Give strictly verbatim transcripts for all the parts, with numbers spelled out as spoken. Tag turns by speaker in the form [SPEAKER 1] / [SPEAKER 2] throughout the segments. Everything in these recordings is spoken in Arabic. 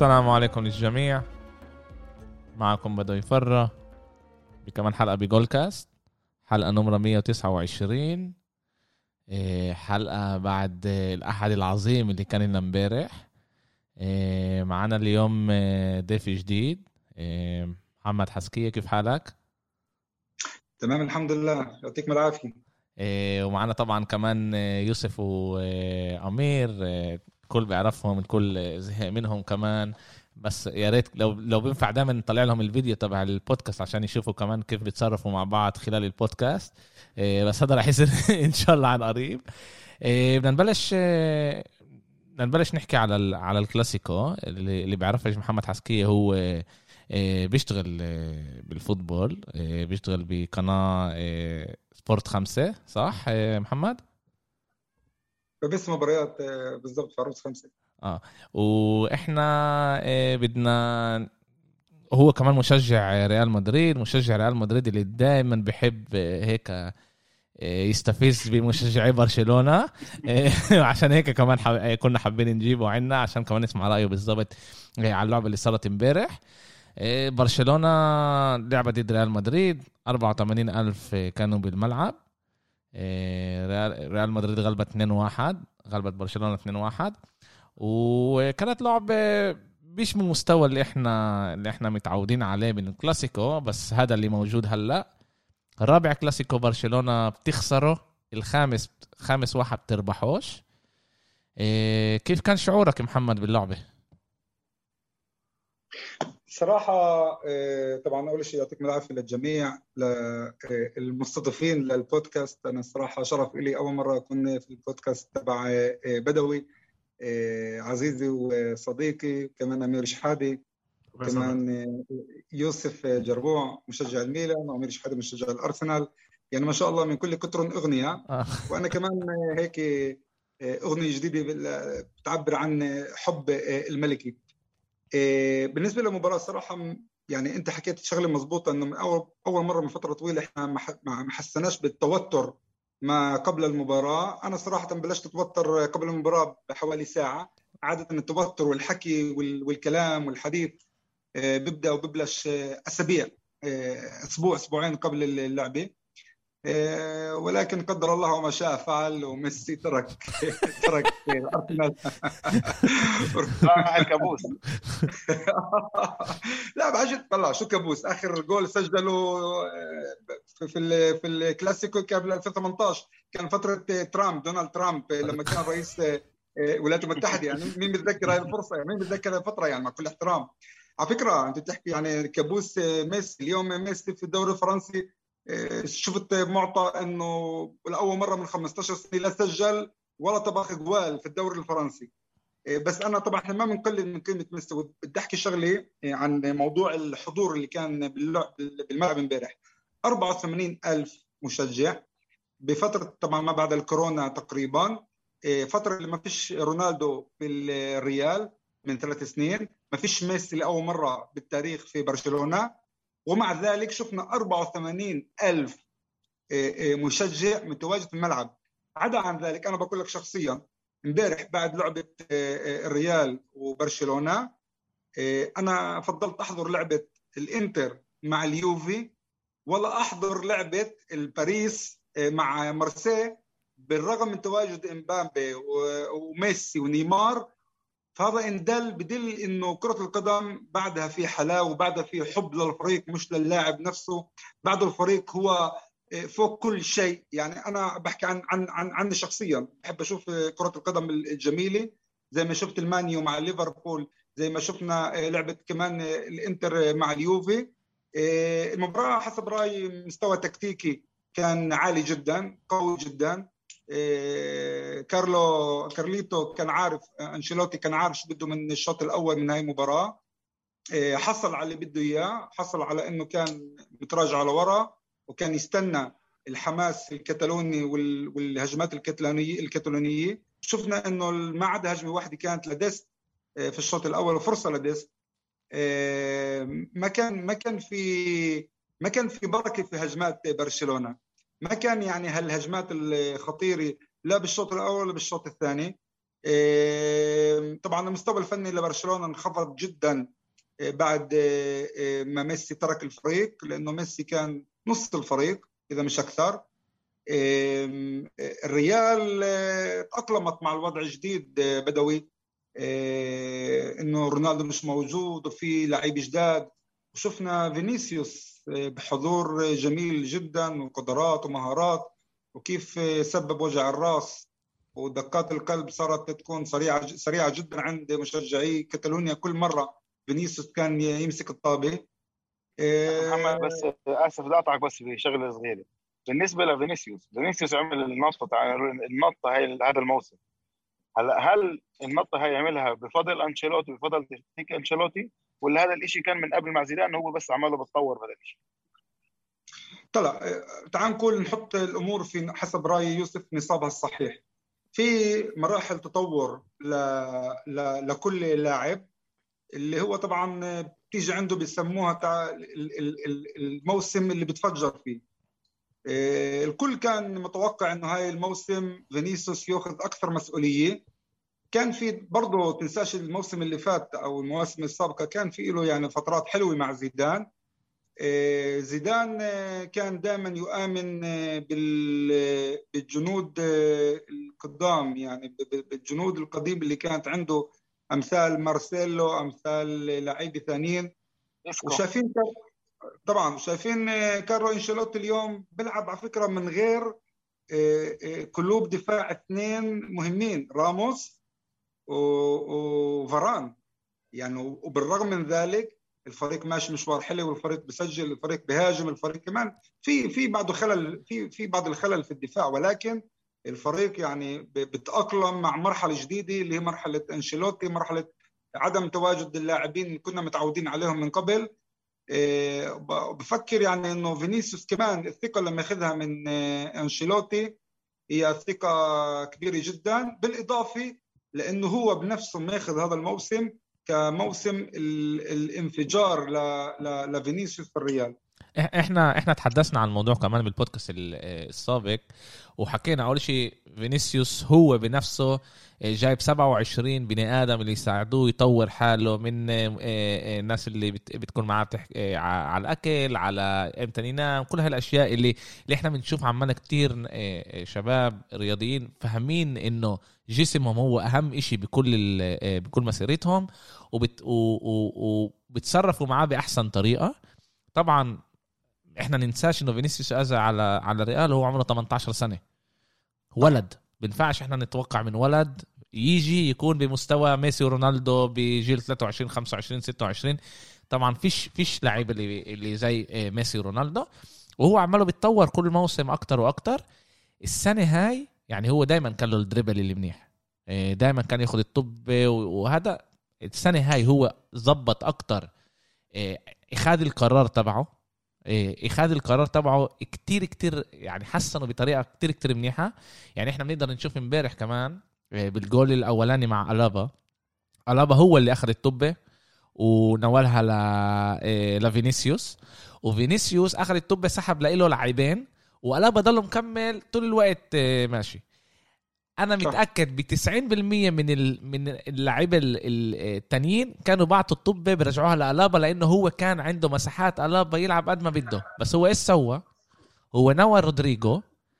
[SPEAKER 1] السلام عليكم للجميع. معكم بدو يفرى بكمان حلقة بجول كاست، حلقة نمرة مية وتسعة وعشرين، حلقة بعد الأحد العظيم اللي كان لنا امبارح. معنا اليوم ضيف جديد، محمد حسكية. كيف حالك؟
[SPEAKER 2] تمام الحمد لله، يعطيكم العافية.
[SPEAKER 1] ومعنا طبعا كمان يوسف وأمير، كل بيعرفهم، الكل زهق منهم كمان، بس يا ريت لو لو بينفع دائما نطلع لهم الفيديو تبع البودكاست عشان يشوفوا كمان كيف بيتصرفوا مع بعض خلال البودكاست. بس هذا راح يصير ان شاء الله عن قريب. بدنا نبلش بدنا نبلش نحكي على على الكلاسيكو اللي اللي بيعرفه محمد حسكية. هو بيشتغل بالفوتبول، بيشتغل بقناة سبورت خمسة، صح محمد؟
[SPEAKER 2] بس مباريات بالضبط في عروض خمسة.
[SPEAKER 1] اه واحنا آه بدنا، هو كمان مشجع ريال مدريد، مشجع ريال مدريد اللي دائما بحب آه هيك آه يستفز بمشجعي برشلونة. آه عشان هيك كمان حب... كنا حابين نجيبه عنا عشان كمان نسمع رأيه بالضبط على اللعبة اللي صارت امبارح. آه برشلونة لعبة ضد ريال مدريد، أربعة وثمانين ألف كانوا بالملعب. آه ريال... ريال مدريد غلبت اثنين واحد، غلبت برشلونة اثنين واحد، وكانت لعبة مش من المستوى اللي احنا اللي احنا متعودين عليه من الكلاسيكو، بس هذا اللي موجود هلا. الرابع كلاسيكو برشلونة بتخسره، الخامس خامس واحد بتربحوش. إيه كيف كان شعورك محمد باللعبة؟
[SPEAKER 2] صراحة طبعا أول شيء يعطيكم العافية للجميع، للمستضيفين للبودكاست. أنا الصراحة شرف إلي أول مرة أكون في البودكاست تبع بدوي، عزيزي وصديقي، كمان أمير شحادي، كمان يوسف جربوع مشجع الميلان، وأمير شحادي مشجع الأرسنال. يعني ما شاء الله من كل كتر أغنية. وأنا كمان هيك أغنية جديدة بتعبر عن حب الملكي. بالنسبة للمباراة صراحة يعني أنت حكيت شغلة مضبوطة، إنه من أول أول مرة من فترة طويلة إحنا ما حسناش بالتوتر ما قبل المباراة. أنا صراحة بلشت أتوتر قبل المباراة بحوالي ساعة. عادة التوتر والحكي والكلام والحديث بيبدأ وببلش أسابيع، أسبوع أسبوعين قبل اللعبة، ولكن قدر الله وما شاء فعل، وميسي ترك ترك الأرسنال
[SPEAKER 3] كابوس.
[SPEAKER 2] لا بعجل طلع شو كابوس. آخر جول سجله في في في الكلاسيكو قبل ألفين وثمانية عشر، كان فترة ترامب، دونالد ترامب لما كان رئيس الولايات المتحدة. يعني مين بتذكر هاي الفرصة؟ يعني مين بتذكر الفترة؟ يعني مع كل احترام. على فكرة أنت تحكي يعني كابوس ميسي. اليوم ميسي في الدوري الفرنسي شفت معطى انه لاول مره من خمسة عشر سنه لا سجل ولا طبخ جوال في الدوري الفرنسي. بس انا طبعا احنا ما بنقلل من قيمه ميسي. بدي احكي شغله عن موضوع الحضور اللي كان بالملعب امبارح. أربعة وثمانين ألف مشجع بفتره طبعا ما بعد الكورونا تقريبا، فتره اللي ما فيش رونالدو في الريال من ثلاث سنين، ما فيش ميسي لاول مره بالتاريخ في برشلونه، ومع ذلك شفنا أربعة وثمانين ألف مشجع متواجد في الملعب. عدا عن ذلك أنا بقول لك شخصيا امبارح بعد لعبة الريال وبرشلونة، أنا فضلت أحضر لعبة الإنتر مع اليوفي ولا أحضر لعبة الباريس مع مارسي، بالرغم من تواجد إمبابي وميسي ونيمار. فهذا إن دل بدل إنه كرة القدم بعدها في حلاوة، وبعدها في حب للفريق مش للاعب نفسه. بعد الفريق هو فوق كل شيء. يعني أنا بحكي عن عن عن عني شخصيا، بحب أشوف كرة القدم الجميلة، زي ما شفت المانيو مع ليفربول، زي ما شفنا لعبة كمان الإنتر مع اليوفي. المباراة حسب رأيي مستوى تكتيكي كان عالي جدا، قوي جدا. إيه كارلو كارليتو كان عارف، أنشيلوتي كان عارف شو بده من الشوط الأول من هاي المباراة. إيه حصل على اللي بده إياه، حصل على إنه كان متراجع على ورا، وكان يستنى الحماس الكتالوني والهجمات الكتالونية الكتالونية شفنا إنه ما عدا هجمة واحدة كانت لديست في الشوط الأول، وفرصة لديست. إيه ما كان ما كان في ما كان في بركة في هجمات برشلونة. ما كان يعني هالهجمات الخطيرة لا بالشوط الأول ولا بالشوط الثاني. طبعا المستوى الفني لبرشلونة انخفض جدا بعد ما ميسي ترك الفريق، لأنه ميسي كان نص الفريق إذا مش أكثر. الريال تأقلمت مع الوضع الجديد بدوي، إنه رونالدو مش موجود وفي لعيب جداد، وشفنا فينيسيوس بحضور جميل جدا وقدرات ومهارات، وكيف سبب وجع الراس ودقات القلب صارت تكون سريعة سريعة جدا عند مشجعي كاتالونيا. كل مرة فينيسيوس كان يمسك الطابة.
[SPEAKER 3] محمد بس اسف اقطعك بس في شغله صغيره بالنسبه لفينيسيوس. فينيسيوس عمل النقطه تاع النقطه هاي هذا الموسم. هلا هل النقطه هاي عملها بفضل انشيلوتي بفضل تكتيك انشيلوتي، ولا هذا الاشي كان من قبل مع زيدان هو بس عماله بتطور بهذا الاشي؟
[SPEAKER 2] طلع تعال نقول نحط الامور في حسب راي يوسف نصابها الصحيح. في مراحل تطور ل... ل... لكل لاعب، اللي هو طبعا بتيجي عنده بيسموها تاع الموسم اللي بتفجر فيه. الكل كان متوقع انه هاي الموسم فينيسيوس ياخذ اكثر مسؤوليه. كان في برضه تنساش الموسم اللي فات او المواسم السابقه كان في له يعني فترات حلوه مع زيدان. زيدان كان دائما يؤمن بالجنود القدام، يعني بالجنود القديم اللي كانت عنده امثال مارسيلو، امثال لعيبه ثانيين. وشايفين طبعا شايفين كارلو انشيلوتي اليوم بيلعب على فكره من غير قلوب دفاع اثنين مهمين، راموس وفاران يعني. وبالرغم من ذلك الفريق ماشي مشوار حلو، والفريق بسجل، الفريق بهاجم، الفريق كمان في في بعض خلل في في بعض الخلل في الدفاع، ولكن الفريق يعني بتأقلم مع مرحله جديده اللي هي مرحله انشيلوتي، مرحله عدم تواجد اللاعبين اللي كنا متعودين عليهم من قبل. بفكر يعني انه فينيسيوس كمان الثقه لما ياخذها من انشيلوتي هي ثقه كبيره جدا، بالاضافه لانه هو بنفسه ماخذ هذا الموسم كموسم الانفجار لفينيسيوس في الريال.
[SPEAKER 1] احنا احنا تحدثنا عن الموضوع كمان بالبودكاست السابق، وحكينا اول شيء فينيسيوس هو بنفسه جايب سبعة وعشرين بني ادم اللي يساعدوه يطور حاله، من الناس اللي بتكون معاه على الاكل، على امتى ينام، كل هالاشياء اللي اللي احنا بنشوف عمالنا كتير شباب رياضيين فاهمين انه جسمهم هو اهم اشي بكل بكل مسيرتهم، وبت وبتصرفوا معاه باحسن طريقه. طبعا احنا ننساش انه فينيسيوس اذى على على ريال هو عمره ثمانية عشر سنه، ولد. بنفعش احنا نتوقع من ولد يجي يكون بمستوى ميسي ورونالدو بجيل ثلاثة وعشرين خمسة وعشرين ستة وعشرين. طبعا فيش فيش لعيبه اللي اللي زي ميسي ورونالدو، وهو عماله بيتطور كل موسم اكتر واكتر. السنه هاي يعني هو دايما كان له الدريبل اللي منيح، دايما كان ياخد الطب، وهذا السنه هاي هو زبط اكتر، اخذ القرار تبعه اخذ القرار تبعه كتير كتير يعني حسنوا بطريقه كتير كتير منيحه. يعني احنا بنقدر نشوف امبارح كمان بالجول الاولاني مع ألابا، ألابا هو اللي اخذ الطبه ونولها ل لفينيسيوس، وفينيسيوس اخذ الطبه سحب له لاعبين، وألابا ضل مكمل طول الوقت ماشي. انا متاكد ب تسعين بالمية من ال... من اللاعبين التانيين كانوا بعطوا الطبه بيرجعوها لألابا، لانه هو كان عنده مساحات ألابا يلعب قد ما بده. بس هو ايش سوى؟ هو نوى رودريجو،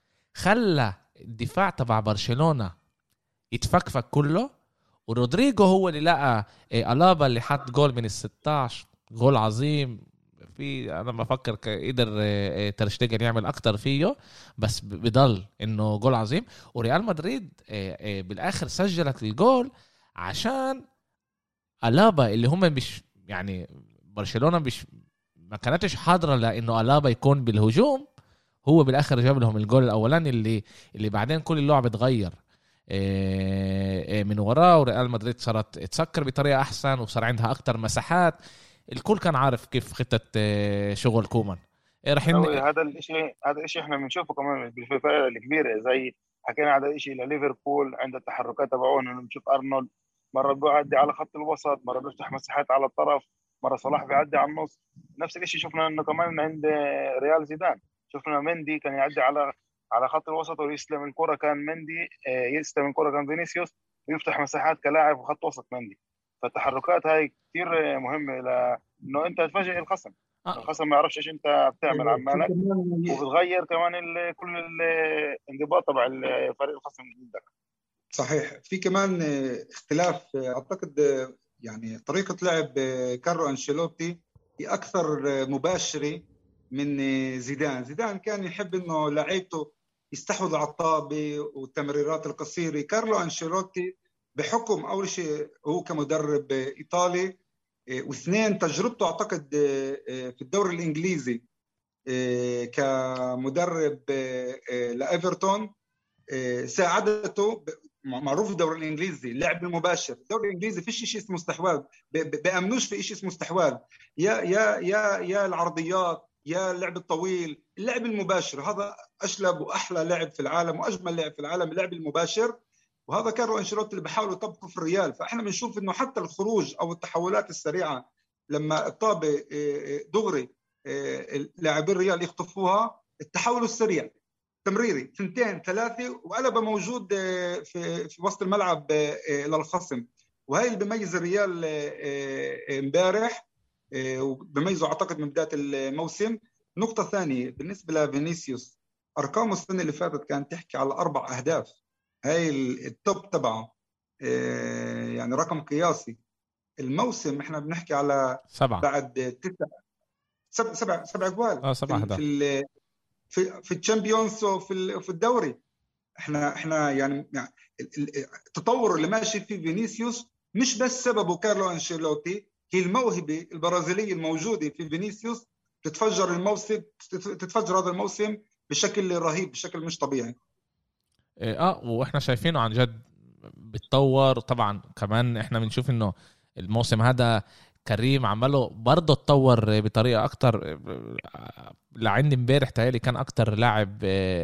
[SPEAKER 1] خلى الدفاع تبع برشلونه يتفكفك كله، ورودريجو هو اللي لقى ألابا اللي حط جول من الستاش، جول عظيم. في انا بفكر قدر تير شتيجن يعمل اكتر فيه، بس بضل انه جول عظيم. وريال مدريد بالاخر سجلت الجول عشان ألابا اللي هم مش يعني برشلونة مش ما كانتش حاضرة لانه ألابا يكون بالهجوم. هو بالاخر جاب لهم الجول الاولاني اللي اللي بعدين كل اللعب اتغير من وراه، وريال مدريد صارت تسكر بطريقة احسن وصار عندها اكتر مساحات. الكل كان عارف كيف خطة شغل كومان.
[SPEAKER 3] إيه رح ين... هذا الشيء هذا الشيء احنا بنشوفه كمان بالفرق الكبيرة، زي حكينا هذا الشيء لليفربول عند التحركات تبعونه. بنشوف أرنولد مرة بيعدي على خط الوسط، مرة بيفتح مساحات على الطرف، مرة صلاح بيعدي على النص. نفس الشيء شفنا انه كمان عند ريال زيدان، شفنا مندي كان يعدي على على خط الوسط ويستلم الكرة، كان مندي يستلم الكرة كان فينيسيوس ويفتح مساحات كلاعب وخط وسط مندي. فالتحركات هاي كتير مهمة لأنه أنت تفاجئ الخصم،
[SPEAKER 1] آه.
[SPEAKER 3] الخصم ما يعرفش إيش أنت بتعمل عمالك،
[SPEAKER 2] كمان-
[SPEAKER 3] وبتغير كمان ال- كل الانضباط تبع الفريق الخصم ضدك.
[SPEAKER 2] صحيح. في كمان آه، اختلاف آه، اعتقد آه، يعني طريقه لعب آه، كارلو انشيلوتي هي اكثر آه، مباشره من آه، زيدان. زيدان كان يحب انه لعيبته يستحوذوا على الطابه والتمريرات القصيره. كارلو انشيلوتي بحكم اول شيء هو كمدرب آه، ايطالي، آه، واثنين تجربته اعتقد آه، آه، في الدوري الانجليزي آه، كمدرب آه، آه، لايفرتون آه، ساعدته ب- معروف الدوري الانجليزي اللعب المباشر. الدوري الانجليزي فيش شيء اسمه استحواذ، ب- ب- بامنوش في شيء اسمه استحواذ. يا يا يا يا العرضيات يا اللعب الطويل، اللعب المباشر هذا اشلب واحلى لعب في العالم واجمل لعب في العالم، اللعب المباشر. وهذا كارلو انشيلوتي اللي بيحاول يطبقه في الريال. فاحنا بنشوف انه حتى الخروج او التحولات السريعه لما الطابه آه، آه، دغري آه، لاعبين الريال يخطفوها، التحول السريع تمريري ثنتين ثلاثه وقلبه موجود آه، في في وسط الملعب آه، آه، للخصم. وهي اللي بيميز الريال آه، آه، امبارح، آه، وبيميزه اعتقد من بدايه الموسم. نقطه ثانيه بالنسبه لفينيسيوس، ارقامه السنه اللي فاتت كانت تحكي على اربع اهداف. هاي ال- التوب تبعه، آه، يعني رقم قياسي. الموسم احنا بنحكي على
[SPEAKER 1] سبعة
[SPEAKER 2] بعد تسع سبع سبع سبع جوال
[SPEAKER 1] اه سبعة
[SPEAKER 2] في ال-
[SPEAKER 1] أهداف.
[SPEAKER 2] في ال- في في الشامبيونز وفي ال- في الدوري. احنا احنا يعني يعني ال- ال- التطور اللي ماشي فيه فينيسيوس مش بس سببه كارلو انشيلوتي، هي الموهبه البرازيليه الموجوده في فينيسيوس تتفجر الموسم، تتفجر هذا الموسم بشكل رهيب، بشكل مش طبيعي.
[SPEAKER 1] إيه، اه واحنا شايفينه عن جد بتطور. طبعا كمان احنا بنشوف انه الموسم هذا كريم عمله برضه اتطور بطريقه اكتر. لعند امبارح تهيألي كان اكتر لاعب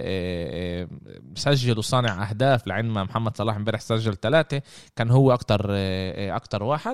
[SPEAKER 1] مسجل وصانع اهداف، لعند ما محمد صلاح امبارح سجل ثلاثه، كان هو اكتر اكتر واحد.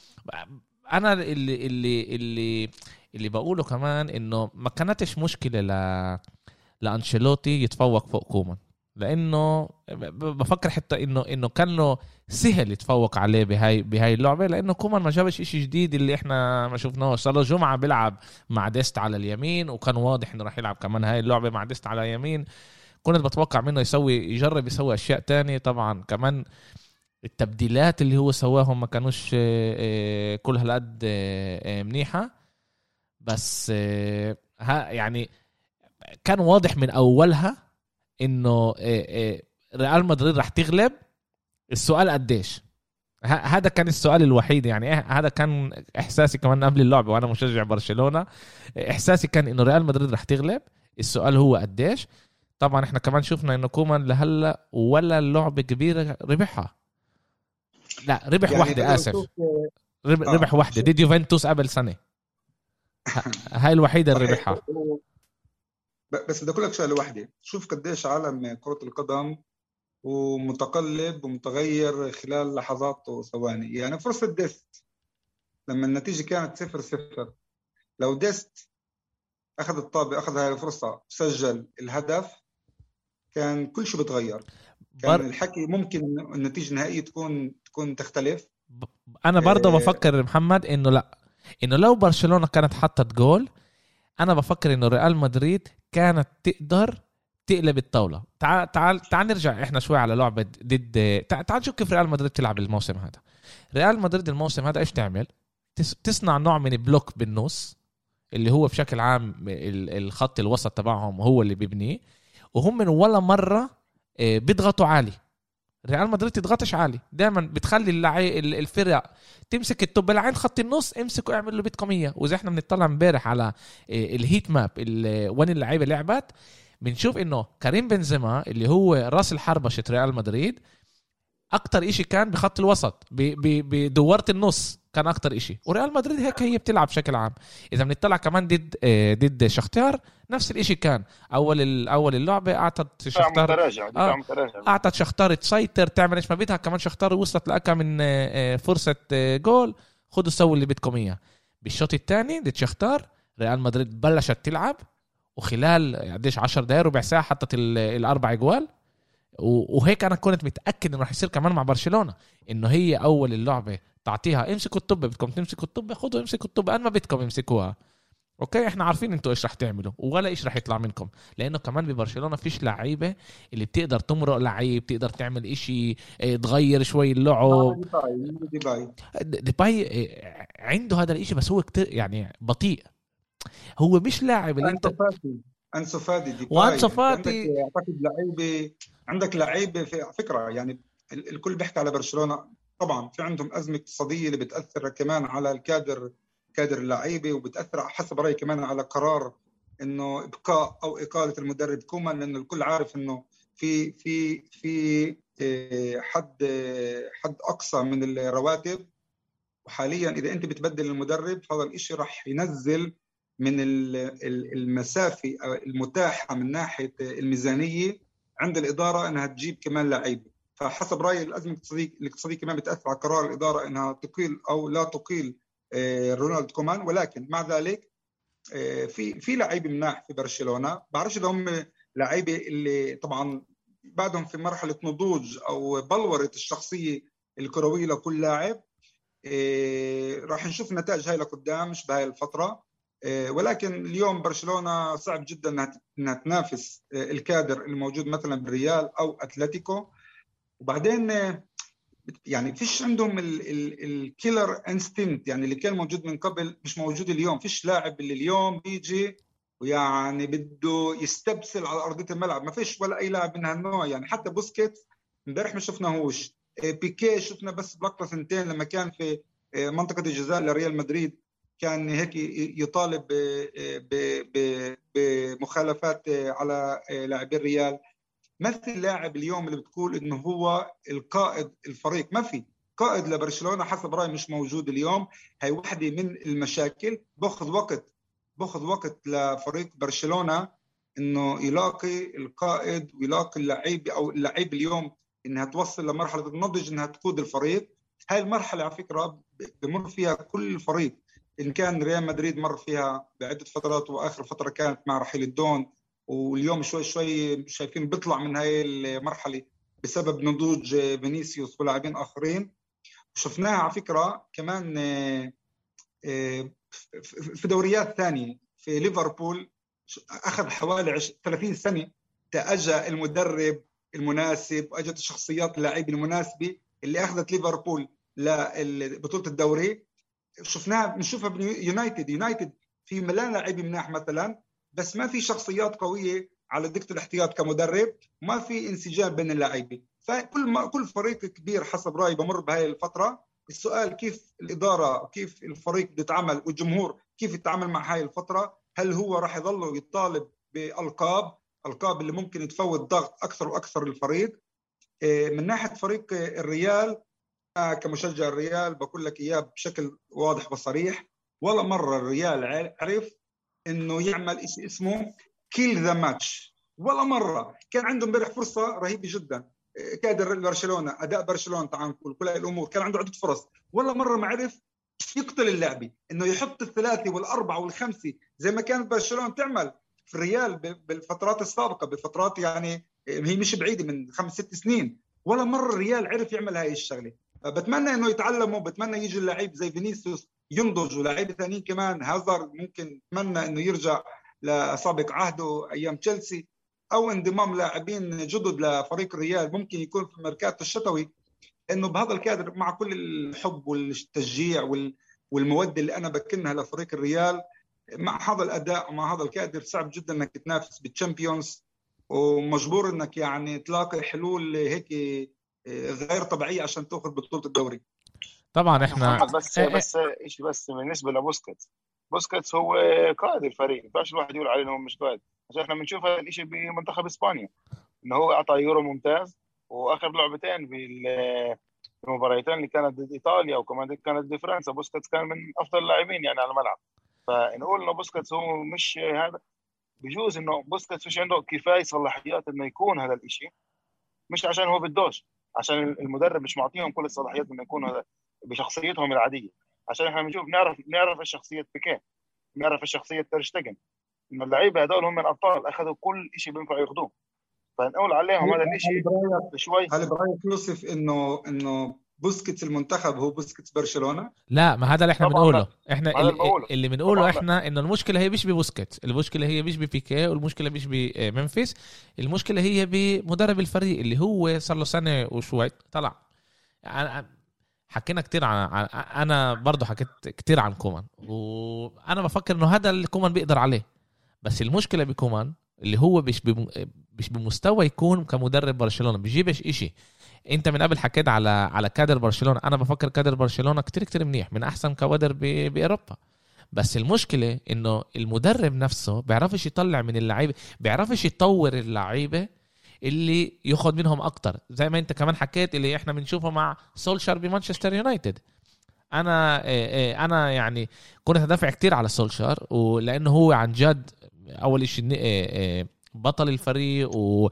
[SPEAKER 1] انا اللي اللي اللي اللي بقوله كمان انه ما كانتش مشكله ل لانشيلوتي يتفوق فوق كومان، لانه بفكر حتى انه انه كان له سهل يتفوق عليه بهاي بهاي اللعبه، لانه كومان ما جابش إشي جديد اللي احنا ما شفناهوش. صار له جمعه بيلعب مع ديست على اليمين، وكان واضح انه راح يلعب كمان هاي اللعبه مع ديست على اليمين. كنت بتوقع منه يسوي يجرب يسوي اشياء تانية. طبعا كمان التبديلات اللي هو سواهم ما كانوش كل هالقد منيحه، بس ها يعني كان واضح من اولها انه ريال مدريد راح تغلب. السؤال قديش؟ هذا كان السؤال الوحيد. يعني هذا كان احساسي كمان قبل اللعبه وانا مشجع برشلونه. احساسي كان انه ريال مدريد راح تغلب. السؤال هو قديش. طبعا احنا كمان شفنا انه كومان لهلا ولا اللعبه كبيره ربحها. لا ربح يعني واحده اسف ربح, آه. ربح واحده ضد يوفنتوس قبل سنه. هاي الوحيده اللي ربحها.
[SPEAKER 2] بس بدي اقول لك شغله واحده، شوف قديش عالم كره القدم ومتقلب ومتغير خلال لحظات وثواني. يعني فرصه ديست لما النتيجه كانت صفر صفر، لو ديست اخذ الطابه اخذ هاي الفرصه وسجل الهدف كان كل شيء بتغير. كان بر... الحكي ممكن النتيجه النهائيه تكون تكون تختلف.
[SPEAKER 1] ب... انا برضه إيه... بفكر محمد انه لا، انه لو برشلونه كانت حطت جول انا بفكر انه ريال مدريد كانت تقدر تقلب الطاوله. تعال تعال تعال نرجع احنا شوي على لعبه ضد. تعال, تعال نشوف كيف ريال مدريد تلعب الموسم هذا. ريال مدريد الموسم هذا ايش تعمل؟ تس... تصنع نوع من البلوك بالنص اللي هو بشكل عام الخط الوسط تبعهم هو اللي بيبنيه، وهم من ولا مره بيضغطوا عالي. ريال مدريد تضغطش عالي، دائما بتخلي اللعي الفرق تمسك التوب العين خط النص، امسكوا اعملوا اللي بدكم اياه. واذا احنا بنطلع امبارح على الهيت ماب وين اللعيبه لعبت، بنشوف انه كريم بنزيما اللي هو راس الحربة ريال مدريد اكتر اشي كان بخط الوسط بدورة النص، كان اكتر اشي. وريال مدريد هيك هي بتلعب بشكل عام. اذا بنطلع كمان ضد ضد شختار نفس الاشي كان. اول اول اللعبه اعطت شختار آه اعطت شختار تسيطر تعمل ايش ما بدها. كمان شختار وصلت لأكا من فرصه جول، خدوا سووا اللي بدكم اياه. بالشوط الثاني ضد شختار ريال مدريد بلشت تلعب، وخلال قديش عشر دقايق ربع ساعه حطت الاربع جوال. وهيك انا كنت متاكد انه راح يصير كمان مع برشلونه، انه هي اول اللعبه تعطيها امسكوا الطب، بدكم تمسكوا الطب خذوا امسكوا الطب، انا ما بدكم امسكوها اوكي، احنا عارفين انتوا ايش راح تعملوا ولا ايش راح يطلع منكم. لانه كمان ببرشلونه فيش لعيبه اللي بتقدر تمرق لعيب، تقدر تعمل اشي تغير شوي اللعب.
[SPEAKER 2] ديباي
[SPEAKER 1] ديباي عنده هذا الاشي بس هو كتير يعني بطيء، هو مش لاعب اللي انت
[SPEAKER 2] انسو فاتي ديباي
[SPEAKER 1] وانسو فاتي.
[SPEAKER 2] اعتقد لعيبه، عندك لعيبه في فكره يعني الكل بيحكي على برشلونه، طبعا في عندهم ازمه اقتصاديه اللي بتاثر كمان على الكادر، كادر اللعيبه، وبتاثر حسب رايي كمان على قرار انه ابقاء او اقاله المدرب كومان، لانه الكل عارف انه في في في حد حد اقصى من الرواتب، وحاليا اذا انت بتبدل المدرب هذا الاشي راح ينزل من المسافه المتاحه من ناحيه الميزانيه عند الاداره انها تجيب كمان لعيبه. فحسب رايي الازمه الاقتصاديه الاقتصاديه كمان بتاثر على قرار الاداره انها تقيل او لا تقيل رونالد كومان. ولكن مع ذلك في في لعيبه مناح في برشلونه، بعرفش اذا هم لعيبه اللي طبعا بعدهم في مرحله نضوج او بلوره الشخصيه الكرويه لكل لاعب. إيه راح نشوف نتائج هاي لقدام مش بهاي الفترة. إيه ولكن اليوم برشلونة صعب جدا انها انها تنافس إيه الكادر الموجود مثلا بالريال او اتلتيكو. وبعدين إيه يعني فيش عندهم الكيلر انستنت يعني اللي كان موجود من قبل، مش موجود اليوم. فيش لاعب اللي اليوم بيجي ويعني بده يستبسل على ارضيه الملعب، ما فيش ولا اي لاعب من هالنوع يعني. حتى بوسكيتس امبارح ما شفناهوش، بيكي شفنا بس بلقطه ثنتين لما كان في منطقه الجزاء لريال مدريد، كان هيك يطالب بمخالفات على لاعبي الريال. ما في لاعب اليوم اللي بتقول انه هو القائد الفريق، ما في قائد لبرشلونه حسب رايي مش موجود اليوم. هي واحده من المشاكل، باخذ وقت باخذ وقت لفريق برشلونه انه يلاقي القائد ويلاقي اللعيبه او اللعيب اليوم انها توصل لمرحله النضج انها تقود الفريق. هاي المرحله على فكره بمر فيها كل الفريق، ان كان ريال مدريد مر فيها بعده فترات، واخر فتره كانت مع رحيل الدون، واليوم شوي شوي شايفين بيطلع من هاي المرحله بسبب نضوج فينيسيوس ولاعبين اخرين. شفناها على فكره كمان في دوريات ثانيه. في ليفربول اخذ حوالي ثلاثين سنه تاجى المدرب المناسب واجت الشخصيات اللاعبين المناسبه اللي اخذت ليفربول لبطوله الدوري. شفناها بنشوفها بيونايتد، يونايتد في ملان لاعبين مناح مثلا، بس ما في شخصيات قويه على دكه الاحتياط كمدرب، وما في انسجام بين اللاعبين. فكل ما كل فريق كبير حسب رايي بمر بهاي الفتره. السؤال كيف الاداره كيف الفريق بيتعامل والجمهور كيف يتعامل مع هاي الفتره. هل هو راح يظل يطالب بالقاب القاب اللي ممكن تفوت ضغط اكثر واكثر للفريق؟ من ناحيه فريق الريال كمشجع الريال بقول لك اياه بشكل واضح وصريح، ولا مره الريال عرف انه يعمل شيء اسمه كيل ذا ماتش، ولا مره. كان عندهم امبارح فرصه رهيبه جدا، كادر برشلونه اداء برشلونه تعال نقول كل الامور كان عنده عده فرص، ولا مره ما عرف يقتل اللعبه انه يحط الثلاثه والاربعه والخمسه زي ما كانت برشلونه تعمل في الريال بالفترات السابقه، بفترات يعني هي مش بعيده من خمس ست سنين. ولا مره الريال عرف يعمل هاي الشغله. بتمنى انه يتعلموا، بتمنى يجي اللعيب زي فينيسيوس ينضج، ولاعيبه ثانيين كمان هازارد ممكن اتمنى انه يرجع لسابق عهده ايام تشيلسي، او انضمام لاعبين جدد لفريق الريال ممكن يكون في الميركاتو الشتوي. انه بهذا الكادر مع كل الحب والتشجيع والموده اللي انا بكنها لفريق الريال، مع هذا الاداء ومع هذا الكادر صعب جدا انك تنافس بالتشامبيونز، ومجبور انك يعني تلاقي حلول هيك غير طبيعيه عشان تاخذ بطوله الدوري.
[SPEAKER 1] طبعا احنا
[SPEAKER 3] بس بس ايش بس بالنسبه لبوسكيتس، بوسكيتس هو قائد الفريق، ما ينفعش الواحد يقول عليه انه مش قائد، عشان احنا بنشوف هذا الشيء بمنتخب اسبانيا انه هو اعطى يورو ممتاز، واخر لعبتين بالمباراتين اللي كانت ضد ايطاليا وكمان كانت ضد فرنسا بوسكيتس كان من افضل اللاعبين يعني على الملعب. فنقول انه بوسكيتس هو مش هذا، بجوز انه بوسكيتس مش عنده كفايه صلاحيات انه يكون هذا الشيء، مش عشان هو بدوش، عشان المدرب مش معطيهم كل الصلاحيات انه يكونوا بشخصيتهم العاديه. عشان احنا بنشوف نعرف نعرف الشخصيه بيكيه، نعرف الشخصيه تير شتيجن، انه اللعيبه هذول هم الابطال اخذوا كل شيء بينفع ياخذوه. فنقول عليهم هذا الشيء شوي.
[SPEAKER 2] هل برايك يوسف انه انه بوسكيتس المنتخب هو بوسكيتس برشلونة؟
[SPEAKER 1] لا، ما هذا اللي احنا بنقوله. احنا
[SPEAKER 3] هذا
[SPEAKER 1] اللي,
[SPEAKER 3] المقولة.
[SPEAKER 1] اللي بنقوله
[SPEAKER 3] طبعاً
[SPEAKER 1] احنا انه المشكله هي مش ببوسكيتس، المشكله هي مش ببيكيه، والمشكله مش بمنفيس، المشكله هي بمدرب الفريق اللي هو صار له سنه وشوي طلع. يعني حكينا كتير عن عن- انا برضو حكيت كتير عن كومان، وانا بفكر انه هذا اللي كومان بيقدر عليه. بس المشكله بكومان اللي هو مش بم... مش بمستوى يكون كمدرب برشلونه، بيجيبش إشي. انت من قبل حكيت على على كادر برشلونه، انا بفكر كادر برشلونه كتير كتير منيح، من احسن كوادر ب... باوروبا. بس المشكله انه المدرب نفسه بيعرفش يطلع من اللعيبه، بيعرفش يطور اللعيبه اللي ياخد منهم اكتر، زي ما انت كمان حكيت اللي احنا بنشوفه مع سولشار بمانشستر يونايتد. انا إيه إيه انا يعني كنت ادافع كتير على سولشار، ولانه هو عن جد اول شيء إيه إيه بطل الفريق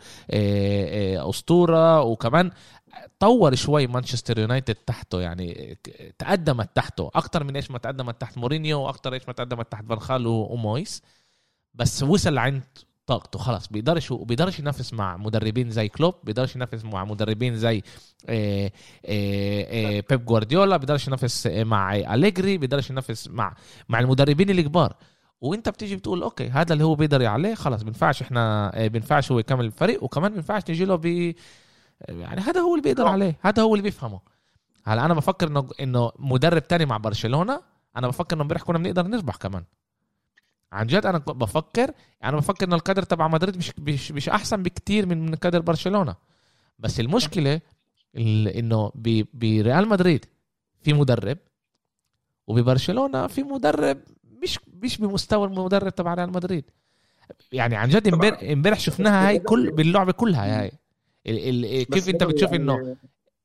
[SPEAKER 1] واسطوره، وكمان طور شوي مانشستر يونايتد تحته، يعني تقدمت تحته اكتر من ايش ما تقدمت تحت مورينيو، واكتر ايش ما تقدمت تحت فان خال ومويس. بس وصل عند طاقته خلاص، بيقدرش بيقدرش ينافس مع مدربين زي كلوب، بيقدرش ينافس مع مدربين زي إيه إيه إيه بيب جوارديولا، بيقدرش ينافس مع أليجري، بيقدرش ينافس مع مع المدربين الكبار. وانت بتيجي بتقول اوكي هذا اللي هو بيقدر عليه خلاص، بينفعش احنا بينفعش هو يكمل الفريق، وكمان بينفعش نجي له ب يعني هذا هو اللي بيقدر عليه، هذا هو اللي بيفهمه. هلا انا بفكر انه انه مدرب تاني مع برشلونة، انا بفكر انه امبارح كنا بنقدر نربح كمان. عن جد انا بفكر انا بفكر انه الكادر تبع مدريد مش مش, مش احسن بكتير من من كادر برشلونة. بس المشكلة انه بريال مدريد في مدرب، وببرشلونة في مدرب مش مش بمستوى المدرب تبع ريال مدريد. يعني عن جد امبارح شفناها هاي كل باللعبة كلها هاي ال ال كيف انت بتشوف
[SPEAKER 2] يعني
[SPEAKER 1] انه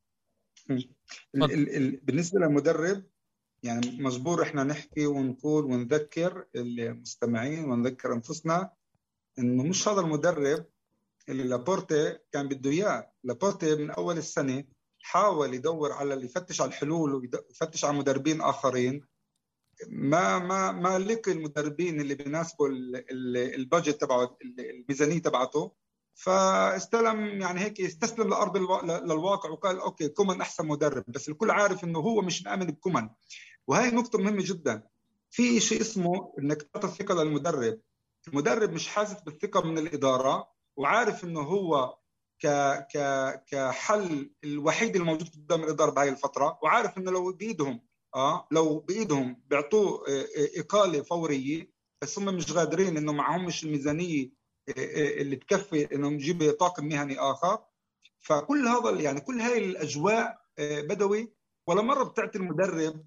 [SPEAKER 2] ال ال ال بالنسبة للمدرب، يعني مجبور احنا نحكي ونقول ونذكر المستمعين ونذكر انفسنا انه مش هذا المدرب اللي لابورتي كان بده اياه. لابورتي من اول السنه حاول يدور على اللي يفتش على الحلول ويفتش على مدربين اخرين، ما ما ما لقي المدربين اللي بيناسبوا البادجت تبعه، الميزانيه تبعته، فاستلم يعني هيك استسلم لارض الوا... للواقع وقال اوكي كومان احسن مدرب. بس الكل عارف انه هو مش مآمن بكومان، وهي نقطه مهمه جدا. في شيء اسمه انك تعطي الثقه للمدرب. المدرب مش حاسس بالثقه من الاداره، وعارف انه هو ك ك كحل الوحيد الموجود قدام الاداره بهاي الفتره، وعارف انه لو بايدهم اه لو بايدهم بيعطوه اقاله فوريه، بس هم مش قادرين انه معهم مش الميزانيه اللي تكفي انهم يجيبوا طاقم مهني اخر. فكل هذا يعني كل هاي الاجواء بدوي، ولا مره بتعطي المدرب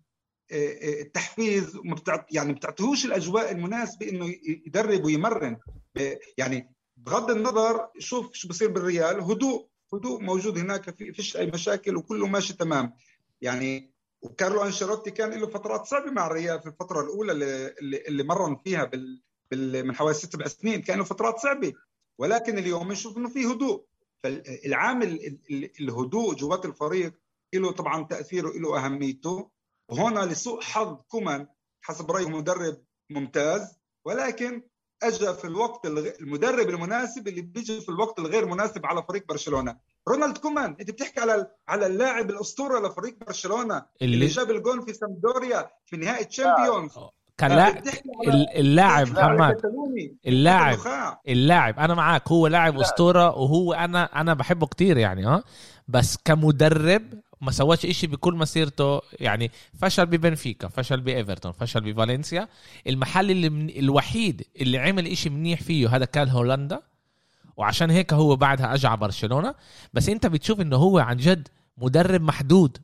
[SPEAKER 2] التحفيز، وما بتعط يعني بتعطيهوش الاجواء المناسبه انه يدرب ويمرن. يعني بغض النظر شوف شو بصير بالريال، هدوء هدوء موجود هناك، في فيش اي مشاكل وكله ماشي تمام. يعني وكارلو انشيلوتي كان له فترات صعبه مع الريال في الفتره الاولى اللي اللي مرن فيها بال, بال من حوالي ست سبع سنين، كان له فترات صعبه، ولكن اليوم نشوف انه في هدوء. فالعامل الهدوء جوات الفريق له طبعا تاثيره، له اهميته. وهنا لسوء حظ كومان حسب رايه مدرب ممتاز، ولكن اجى في الوقت المدرب المناسب اللي بيجي في الوقت الغير مناسب على فريق برشلونه. رونالد كومان، انت بتحكي على على اللاعب الاسطوره لفريق برشلونه اللي, اللي جاب الجون في سامدوريا في نهائي تشامبيونز.
[SPEAKER 1] كان لاعب اللاعب محمد اللاعب اللاعب انا معاك، هو لاعب اسطوره، وهو انا انا بحبه كتير يعني اه بس كمدرب ما سواش إشي بكل مسيرته. يعني فشل ببنفيكا، فشل بإيفرتون، فشل بفالنسيا. المحل اللي من الوحيد اللي عمل إشي منيح فيه هذا كان هولندا، وعشان هيك هو بعدها أجع برشلونة. بس انت بتشوف انه هو عن جد مدرب محدود،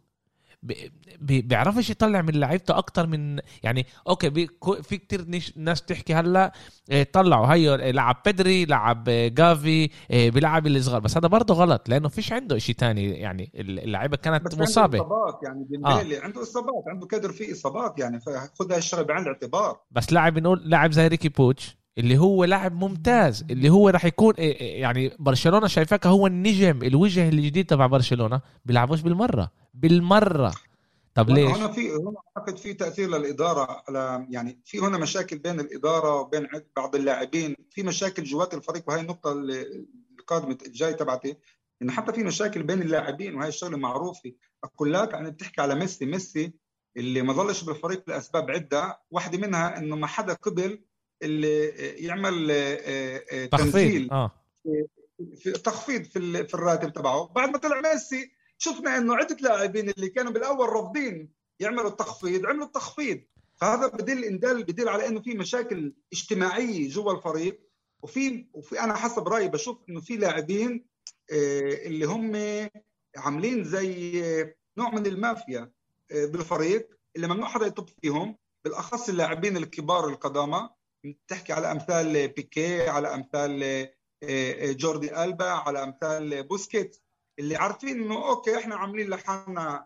[SPEAKER 1] بيعرفش يطلع من لعيبته اكتر من يعني اوكي في كتير ناس تحكي هلا طلعوا هاي لعب بيدري، لعب جافي، بيلعب الصغار، بس هذا برضه غلط لانه فيش عنده شيء تاني. يعني اللعيبه كانت مصابه،
[SPEAKER 2] عنده اصابات، يعني ديمبلي آه. عنده اصابات، عنده كادر فيه اصابات، يعني فخذ هالشغله بعين الاعتبار.
[SPEAKER 1] بس لاعب نقول لاعب زي ريكي بوتش اللي هو لاعب ممتاز، اللي هو راح يكون يعني برشلونه شايفاك هو النجم الوجه الجديد تبع برشلونه، بيلعبوش بالمره بالمره. طب ليش؟
[SPEAKER 2] هنا في هنا اعتقد في تاثير للاداره على، يعني في هنا مشاكل بين الاداره وبين بعض اللاعبين، في مشاكل جوات الفريق، وهي النقطه اللي القادمه الجاي تبعتي انه حتى في مشاكل بين اللاعبين، وهي الشغله معروفه. اقول لك انا بتحكي على ميسي ميسي اللي ما ظلش بالفريق لاسباب عده، واحده منها انه ما حدا قبل اللي يعمل تنزيل
[SPEAKER 1] اه
[SPEAKER 2] في تخفيض في في الراتب تبعه. بعد ما طلع ميسي شفنا انه عده لاعبين اللي كانوا بالاول رافضين يعملوا التخفيض عملوا التخفيض. فهذا بدل اندل بدل على انه في مشاكل اجتماعيه جوا الفريق. وفي وفي انا حسب رايي بشوف انه في لاعبين اللي هم عاملين زي نوع من المافيا بالفريق اللي ممنوع حدا يطب فيهم، بالاخص اللاعبين الكبار القدامى. بتحكي على امثال بيكي، على امثال جوردي ألبا، على امثال بوسكيت، اللي عارفين انه اوكي احنا عاملين لحالنا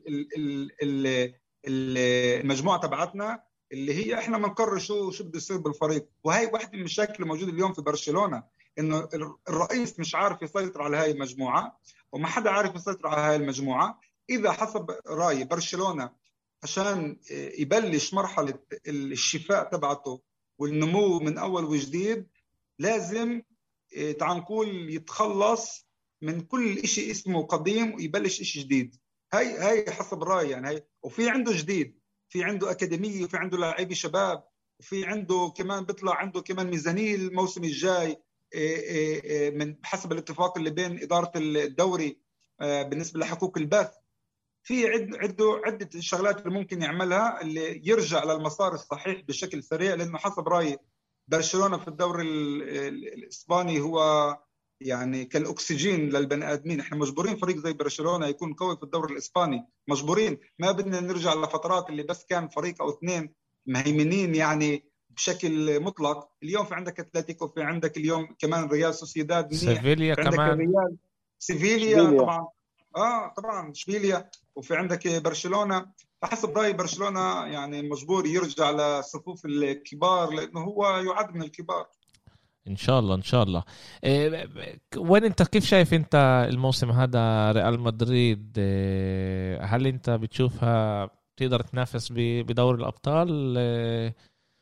[SPEAKER 2] المجموعه تبعتنا اللي هي احنا بنقرر شو شو بده يصير بالفريق. وهي واحده من المشاكل الموجوده اليوم في برشلونه، انه الرئيس مش عارف يسيطر على هاي المجموعه، وما حدا عارف يسيطر على هاي المجموعه. اذا حسب رايي برشلونه عشان يبلش مرحله الشفاء تبعته والنمو من اول وجديد، لازم تعال نقول يتخلص من كل شيء اسمه قديم ويبلش شيء جديد. هاي هاي حسب رايي يعني. هاي وفي عنده جديد، في عنده اكاديميه، وفي عنده لاعبي شباب، وفي عنده كمان بيطلع عنده كمان ميزانيه الموسم الجاي من حسب الاتفاق اللي بين اداره الدوري بالنسبه لحقوق البث. في عنده عده شغلات اللي ممكن يعملها اللي يرجع للمسار الصحيح بشكل سريع. لانه حسب رايي برشلونه في الدوري الاسباني هو يعني كالاكسجين للبني ادمين. احنا مجبورين فريق زي برشلونه يكون قوي في الدوري الاسباني، مجبورين. ما بدنا نرجع لفترات اللي بس كان فريق او اثنين مهيمنين يعني بشكل مطلق. اليوم في عندك اتلتيكو، في عندك اليوم كمان ريال سوسيداد،
[SPEAKER 1] سيفيليا كمان،
[SPEAKER 2] الريال سيفيليا طبعا اه طبعا اشبيليا، وفي عندك برشلونه. فحسب رايي برشلونه يعني مجبور يرجع لصفوف الكبار، لانه هو يعد من الكبار.
[SPEAKER 1] ان شاء الله ان شاء الله. إيه وين انت كيف شايف انت الموسم هذا ريال مدريد؟ إيه هل انت بتشوفها تقدر تنافس بدوري الابطال إيه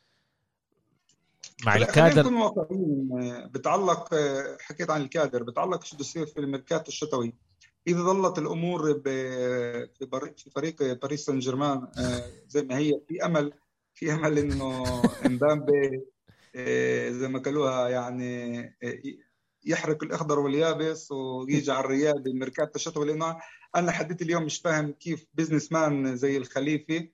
[SPEAKER 1] مع الكادر؟
[SPEAKER 2] خلينا نكون واقعيين. بتعلق حكيت عن الكادر، بتعلق شو بده يصير في الميركاتو الشتوي. اذا ظلت الامور في فريق باريس سان جيرمان زي ما هي، في امل في امل انه امبابي زي ما قالوها يعني يحرق الاخضر واليابس ويجي على الريال بالميركاتو الشتوي. لانه انا حديت اليوم مش فاهم كيف بزنس مان زي الخليفي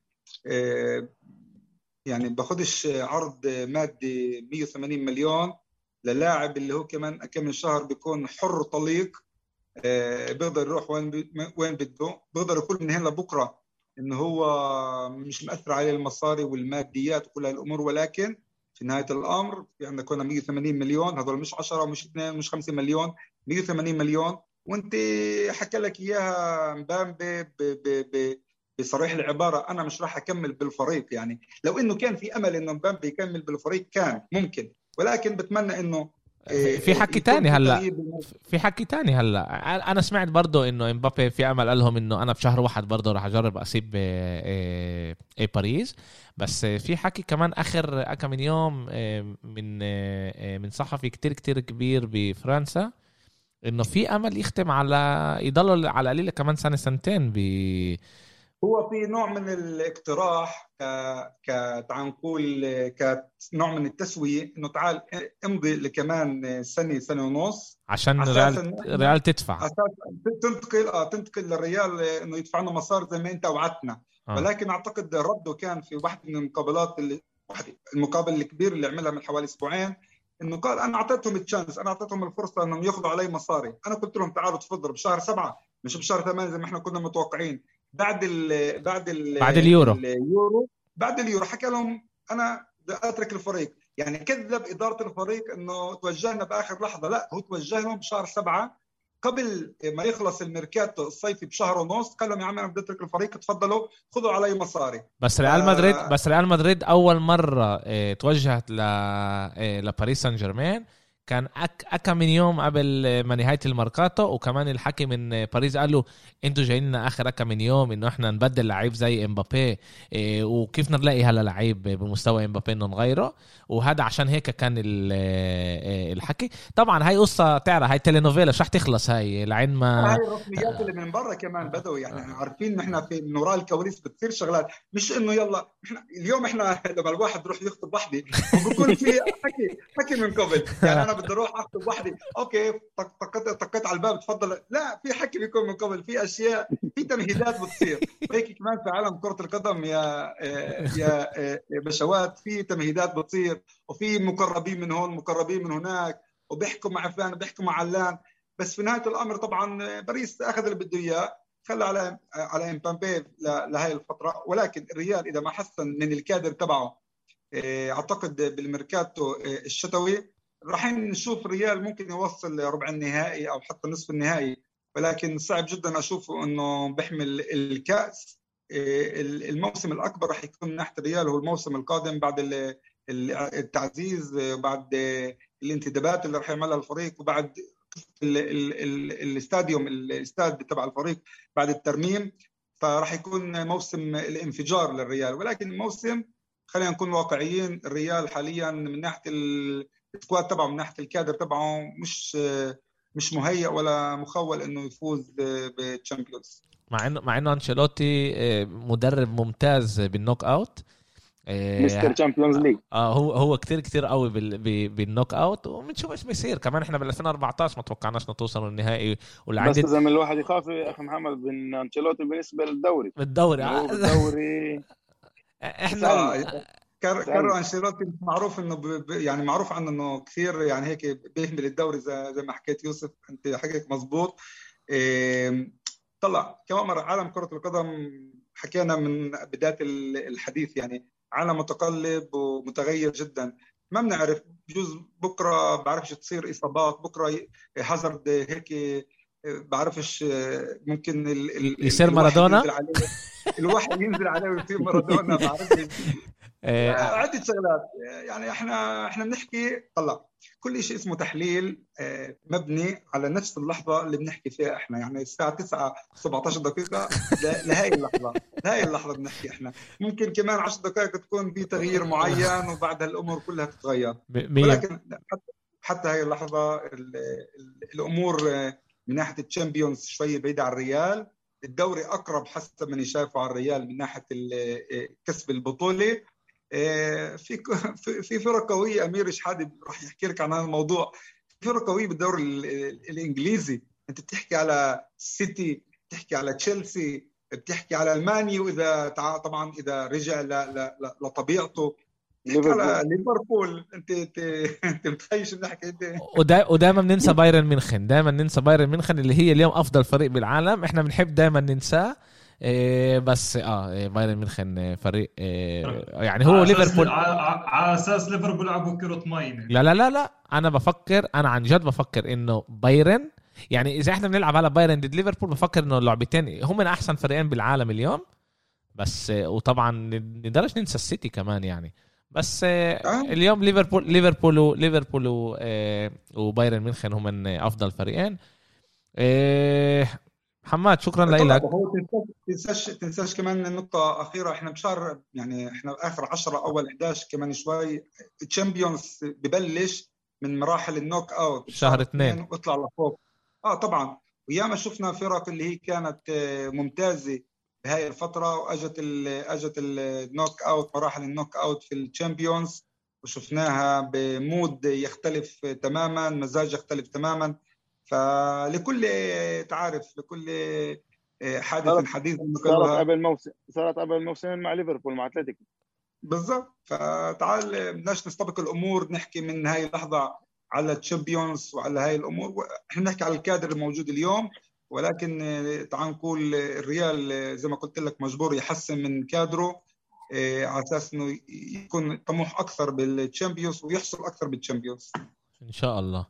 [SPEAKER 2] يعني باخدش عرض مادي مية وثمانين مليون للاعب اللي هو كمان كم من شهر بيكون حر طليق، بيقدر يروح وين وين بده، بيقدر يكون من هنا لبكره انه هو مش مأثر عليه المصاري والماديات وكل هالامور. ولكن في نهايه الامر في عندك هنا مية وثمانين مليون، هذول مش عشرة مش اثنين مش خمسة مليون، مية وثمانين مليون. وانت حكى لك اياها مبامبي بصريح العباره، انا مش راح اكمل بالفريق. يعني لو انه كان في امل انه مبامبي يكمل بالفريق كان ممكن، ولكن بتمنى انه
[SPEAKER 1] في حكي تاني هلا في حكي تاني هلا انا سمعت برضو انه امبابي في امل قال لهم انه انا بشهر واحد برضو راح اجرب اسيب اي باريس. بس في حكي كمان اخر كم من يوم من من صحفي كتير كتير كبير بفرنسا انه في امل يختم على يضل على قليله كمان سنه سنتين ب
[SPEAKER 2] هو في نوع من الاقتراح ك ك تعال نقول كنوع من التسويه، انه تعال امضي لكمان سنه سنه ونص
[SPEAKER 1] عشان ريال ريال تدفع
[SPEAKER 2] تنتقل اه تنتقل للريال انه يدفع لنا مصاري زي ما انت وعدتنا. آه. ولكن اعتقد رده كان في واحده من المقابلات اللي واحده المقابل الكبير اللي عملها من حوالي اسبوعين، انه قال انا اعطيتهم التشانس، انا اعطيتهم الفرصه انهم ياخذوا علي مصاري. انا قلت لهم تعالوا تفضلوا بشهر سبعة مش بشهر ثمانية زي ما احنا كنا متوقعين، بعد ال بعد ال
[SPEAKER 1] بعد اليورو
[SPEAKER 2] اليورو بعد اليورو حكى لهم انا اترك الفريق. يعني كذب اداره الفريق انه توجهنا باخر لحظه، لا هو توجه لهم بشهر سبعة قبل ما يخلص الميركاتو الصيفي بشهر ونص. قال لهم يا عم انا بدي اترك الفريق، تفضلوا خذوا علي مصاري.
[SPEAKER 1] بس ريال مدريد ف... بس ريال مدريد اول مره اه توجهت ل اه لباريس سان جيرمان كان أك أكا من يوم قبل ما نهاية الماركاتو، وكمان الحكي من باريس قال له انتوا جايين لنا اخر أكا من يوم انه احنا نبدل لعيب زي امبابي، إيه وكيف نلاقي هلا لعيب بمستوى امبابي انه نغيره، وهذا عشان هيك كان الحكي. طبعا هاي قصة تعرف، هاي تيلينوفيلا مش رح تخلص هاي لعين ما
[SPEAKER 2] هاي الرسميات اللي من برا كمان بدوا يعني عارفين احنا في من وراء الكواليس بتصير شغلات، مش انه يلا احنا اليوم احنا لما الواحد بيروح يخطب وحده وبكون في حكي حكي من قبل، يعني انا بدي اروح اخطب وحده اوكي طقت طقت على الباب تفضل، لا في حكي بيكون من قبل، في اشياء في تمهيدات بتصير. هيك كمان في عالم كرة القدم يا يا بشوات في تمهيدات بتصير، وفي مقربين من هون مقربين من هناك، وبيحكوا مع فلان بيحكوا مع علان، بس في نهايه الامر طبعا باريس اخذ اللي بده اياه، خلى على على امبابي لهي الفتره. ولكن الريال اذا ما حسن من الكادر تبعه اعتقد بالميركاتو الشتوي راح نشوف الريال ممكن يوصل ربع النهائي او حتى نصف النهائي، ولكن صعب جدا اشوفه انه بيحمل الكاس. الموسم الاكبر راح يكون من ناحيه الريال هو الموسم القادم بعد التعزيز، بعد الانتدابات اللي راح يعملها الفريق، وبعد الاستاديوم الاستاد تبع الفريق بعد الترميم، فراح يكون موسم الانفجار للريال. ولكن الموسم خلينا نكون واقعيين، الريال حاليا من ناحيه السكواد تبعه من ناحيه الكادر تبعه مش مش مهيئ ولا مخول انه يفوز بالتشامبيونز،
[SPEAKER 1] مع انه مع انه انشيلوتي مدرب ممتاز بالنوك اوت،
[SPEAKER 3] مستر تشامبيونز ليج.
[SPEAKER 1] اه هو هو كتير كتير قوي بالنوك اوت، وبنشوف ايش بيصير. كمان احنا بال ألفين وأربعتاشر ما توقعناش نتوصل للنهائي،
[SPEAKER 3] بس اذا من الواحد يخاف يا اخي محمد من انشيلوتي بالنسبه للدوري
[SPEAKER 1] بالدوري
[SPEAKER 3] هو بالدوري
[SPEAKER 1] احنا
[SPEAKER 2] كارلو انشيلوتي معروف انه ب... يعني معروف عنه انه كثير يعني هيك بيهمل الدوري زي, زي ما حكيت يوسف، انت حكيت مزبوط. إيه... طلع كمان مرة عالم كرة القدم حكينا من بداية الحديث، يعني عالم متقلب ومتغير جدا، ما بنعرف بجوز بكرة بعرفش تصير إصابات، بكرة هازارد هيك بعرفش ممكن ال... ال...
[SPEAKER 1] يصير مارادونا
[SPEAKER 2] الواحد ينزل عليه ويصير مارادونا، بعرفش عدة شغلات. يعني احنا احنا بنحكي طلع كل شيء اسمه تحليل مبني على نفس اللحظة اللي بنحكي فيها احنا، يعني الساعة تسعة سبعة عشر دقيقة لهاي اللحظة، لهاي اللحظة بنحكي احنا. ممكن كمان عشر دقائق تكون في تغيير معين وبعد الأمور كلها تتغير، ولكن حتى هاي اللحظة الأمور من ناحية الشامبيونز شوية بعيدة عن الريال، الدوري أقرب حسب من يشايفه على الريال من ناحية كسب البطولة. في في فرق قويه، امير شحادي راح يحكي لك عن هذا الموضوع، في فرق قويه بالدوري الانجليزي، انت بتحكي على سيتي، بتحكي على تشيلسي، بتحكي على الماني، واذا طبعا اذا رجع لطبيعته على ليفربول، انت انت انت متخيل نحكي انت.
[SPEAKER 1] ودائما بننسى بايرن ميونخن، دائما ننسى بايرن ميونخن اللي هي اليوم افضل فريق بالعالم، احنا بنحب دائما ننساه. إيه بس اه بايرن ميونخ فريق إيه يعني هو ليفربول
[SPEAKER 4] على اساس ليفربول لعبوا كرة ماين.
[SPEAKER 1] لا لا لا لا انا بفكر، انا عن جد بفكر انه بايرن، يعني اذا احنا بنلعب على بايرن ضد ليفربول بفكر انه اللعبتين هم من احسن فريقين بالعالم اليوم، بس وطبعا ندرش ننسى السيتي كمان يعني، بس آه. اليوم ليفربول ليفربول ليفربول وبايرن ميونخ هم من افضل فريقين. إيه محمد شكرا لك.
[SPEAKER 2] تنساش تنساش كمان نقطة أخيرة، إحنا بشهر يعني إحنا آخر عشرة أول إحدى عشر كمان شوي الشامبيونز ببلش من مراحل النوك أوت
[SPEAKER 1] شهر اثنين
[SPEAKER 2] وإطلع لفوق. آه طبعا، وياما شفنا فرق اللي هي كانت ممتازة بهاي الفترة وأجت ال أجت النوك أوت مراحل النوك أوت في الشامبيونز، وشفناها بمود يختلف تماما، مزاج يختلف تماما. فلكل تعرف لكل حادث حديث
[SPEAKER 3] صارت قبل موسم صارت قبل موسمين مع ليفربول مع اتلتيكو
[SPEAKER 2] بالضبط. فتعال بدناش نستبق الامور، نحكي من هاي اللحظه على الشامبيونز وعلى هاي الامور، احنا نحكي على الكادر الموجود اليوم، ولكن تعال نقول الريال زي ما قلت لك مجبور يحسن من كادره على اساس انه يكون طموح اكثر بالتشامبيونز ويحصل اكثر بالتشامبيونز
[SPEAKER 1] ان شاء الله.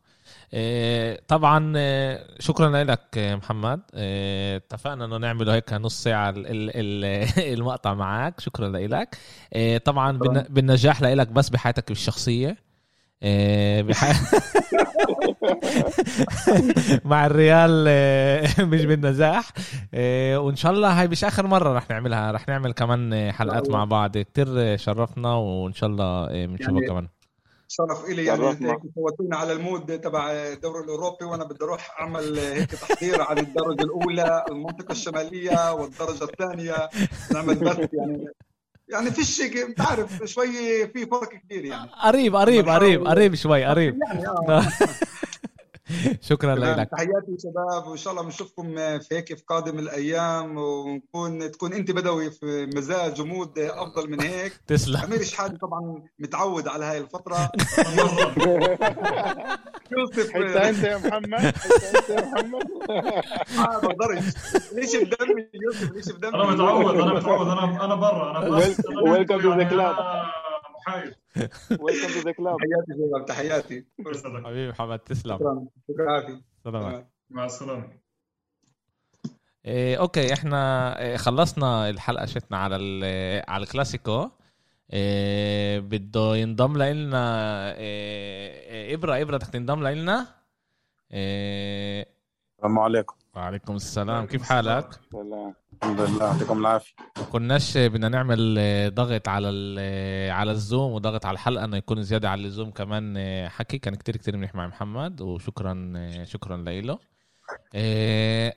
[SPEAKER 1] طبعا شكرا لك محمد، اتفقنا انه نعمل هيك نص ساعه المقطع معك، شكرا لك. طبعا بالنجاح لك بس بحياتك الشخصيه، آه، بح... مع الريال آه، مش بالنجاح. آه، وان شاء الله هاي مش اخر مره رح نعملها، رح نعمل كمان حلقات مع بعض. كتير شرفنا وان شاء الله بنشوفها
[SPEAKER 2] يعني
[SPEAKER 1] كمان.
[SPEAKER 2] شرف إلي يعني
[SPEAKER 3] شرفنا.
[SPEAKER 2] هيك فوتونا على المود تبع الدوري الأوروبي، وأنا بدي أروح أعمل هيك تحضير عن الدرجة الأولى المنطقة الشمالية والدرجة الثانية، نعمل بث يعني يعني فيش أنت عارف شوي في فرق كبير يعني.
[SPEAKER 1] قريب قريب قريب قريب شوي قريب
[SPEAKER 2] يعني آه.
[SPEAKER 1] شكرا
[SPEAKER 2] تمام.
[SPEAKER 1] لك.
[SPEAKER 2] تحياتي شباب، وإن شاء الله بنشوفكم في هيك في قادم الأيام، ونكون تكون أنت بدوي في مزاج ومود أفضل من هيك.
[SPEAKER 1] تسلم.
[SPEAKER 2] أمير شحادة طبعا متعود على هاي الفترة. يوسف
[SPEAKER 3] حتى انت يا محمد، حتى انت يا محمد.
[SPEAKER 2] ما بقدرش، ليش بدمي يوسف، ليش بدمي.
[SPEAKER 4] انا متعود انا متعود انا انا برا انا
[SPEAKER 3] ويلكم تو ذا كلاب.
[SPEAKER 4] محايد.
[SPEAKER 3] ويلكم تو ذا كلاب.
[SPEAKER 2] تحياتي شباب، تحياتي.
[SPEAKER 1] حبيبي محمد تسلم.
[SPEAKER 2] شكرا شكرا عافية.
[SPEAKER 1] سلام.
[SPEAKER 4] مع السلامه.
[SPEAKER 1] إيه اوكي احنا إيه خلصنا الحلقه شتنا على على الكلاسيكو. إيه بده ينضم لنا إيه ابره ابره بدك تنضم لنا. إيه
[SPEAKER 3] السلام عليكم.
[SPEAKER 1] وعليكم السلام، كيف حالك؟
[SPEAKER 3] سلام. الحمد لله، يعطيكم العافيه.
[SPEAKER 1] كناش بدنا نعمل ضغط على على الزوم وضغط على الحلقه انه يكون زياده على الزوم كمان حكي. كان كتير كتير منيح مع محمد، وشكرا شكرا له. إيه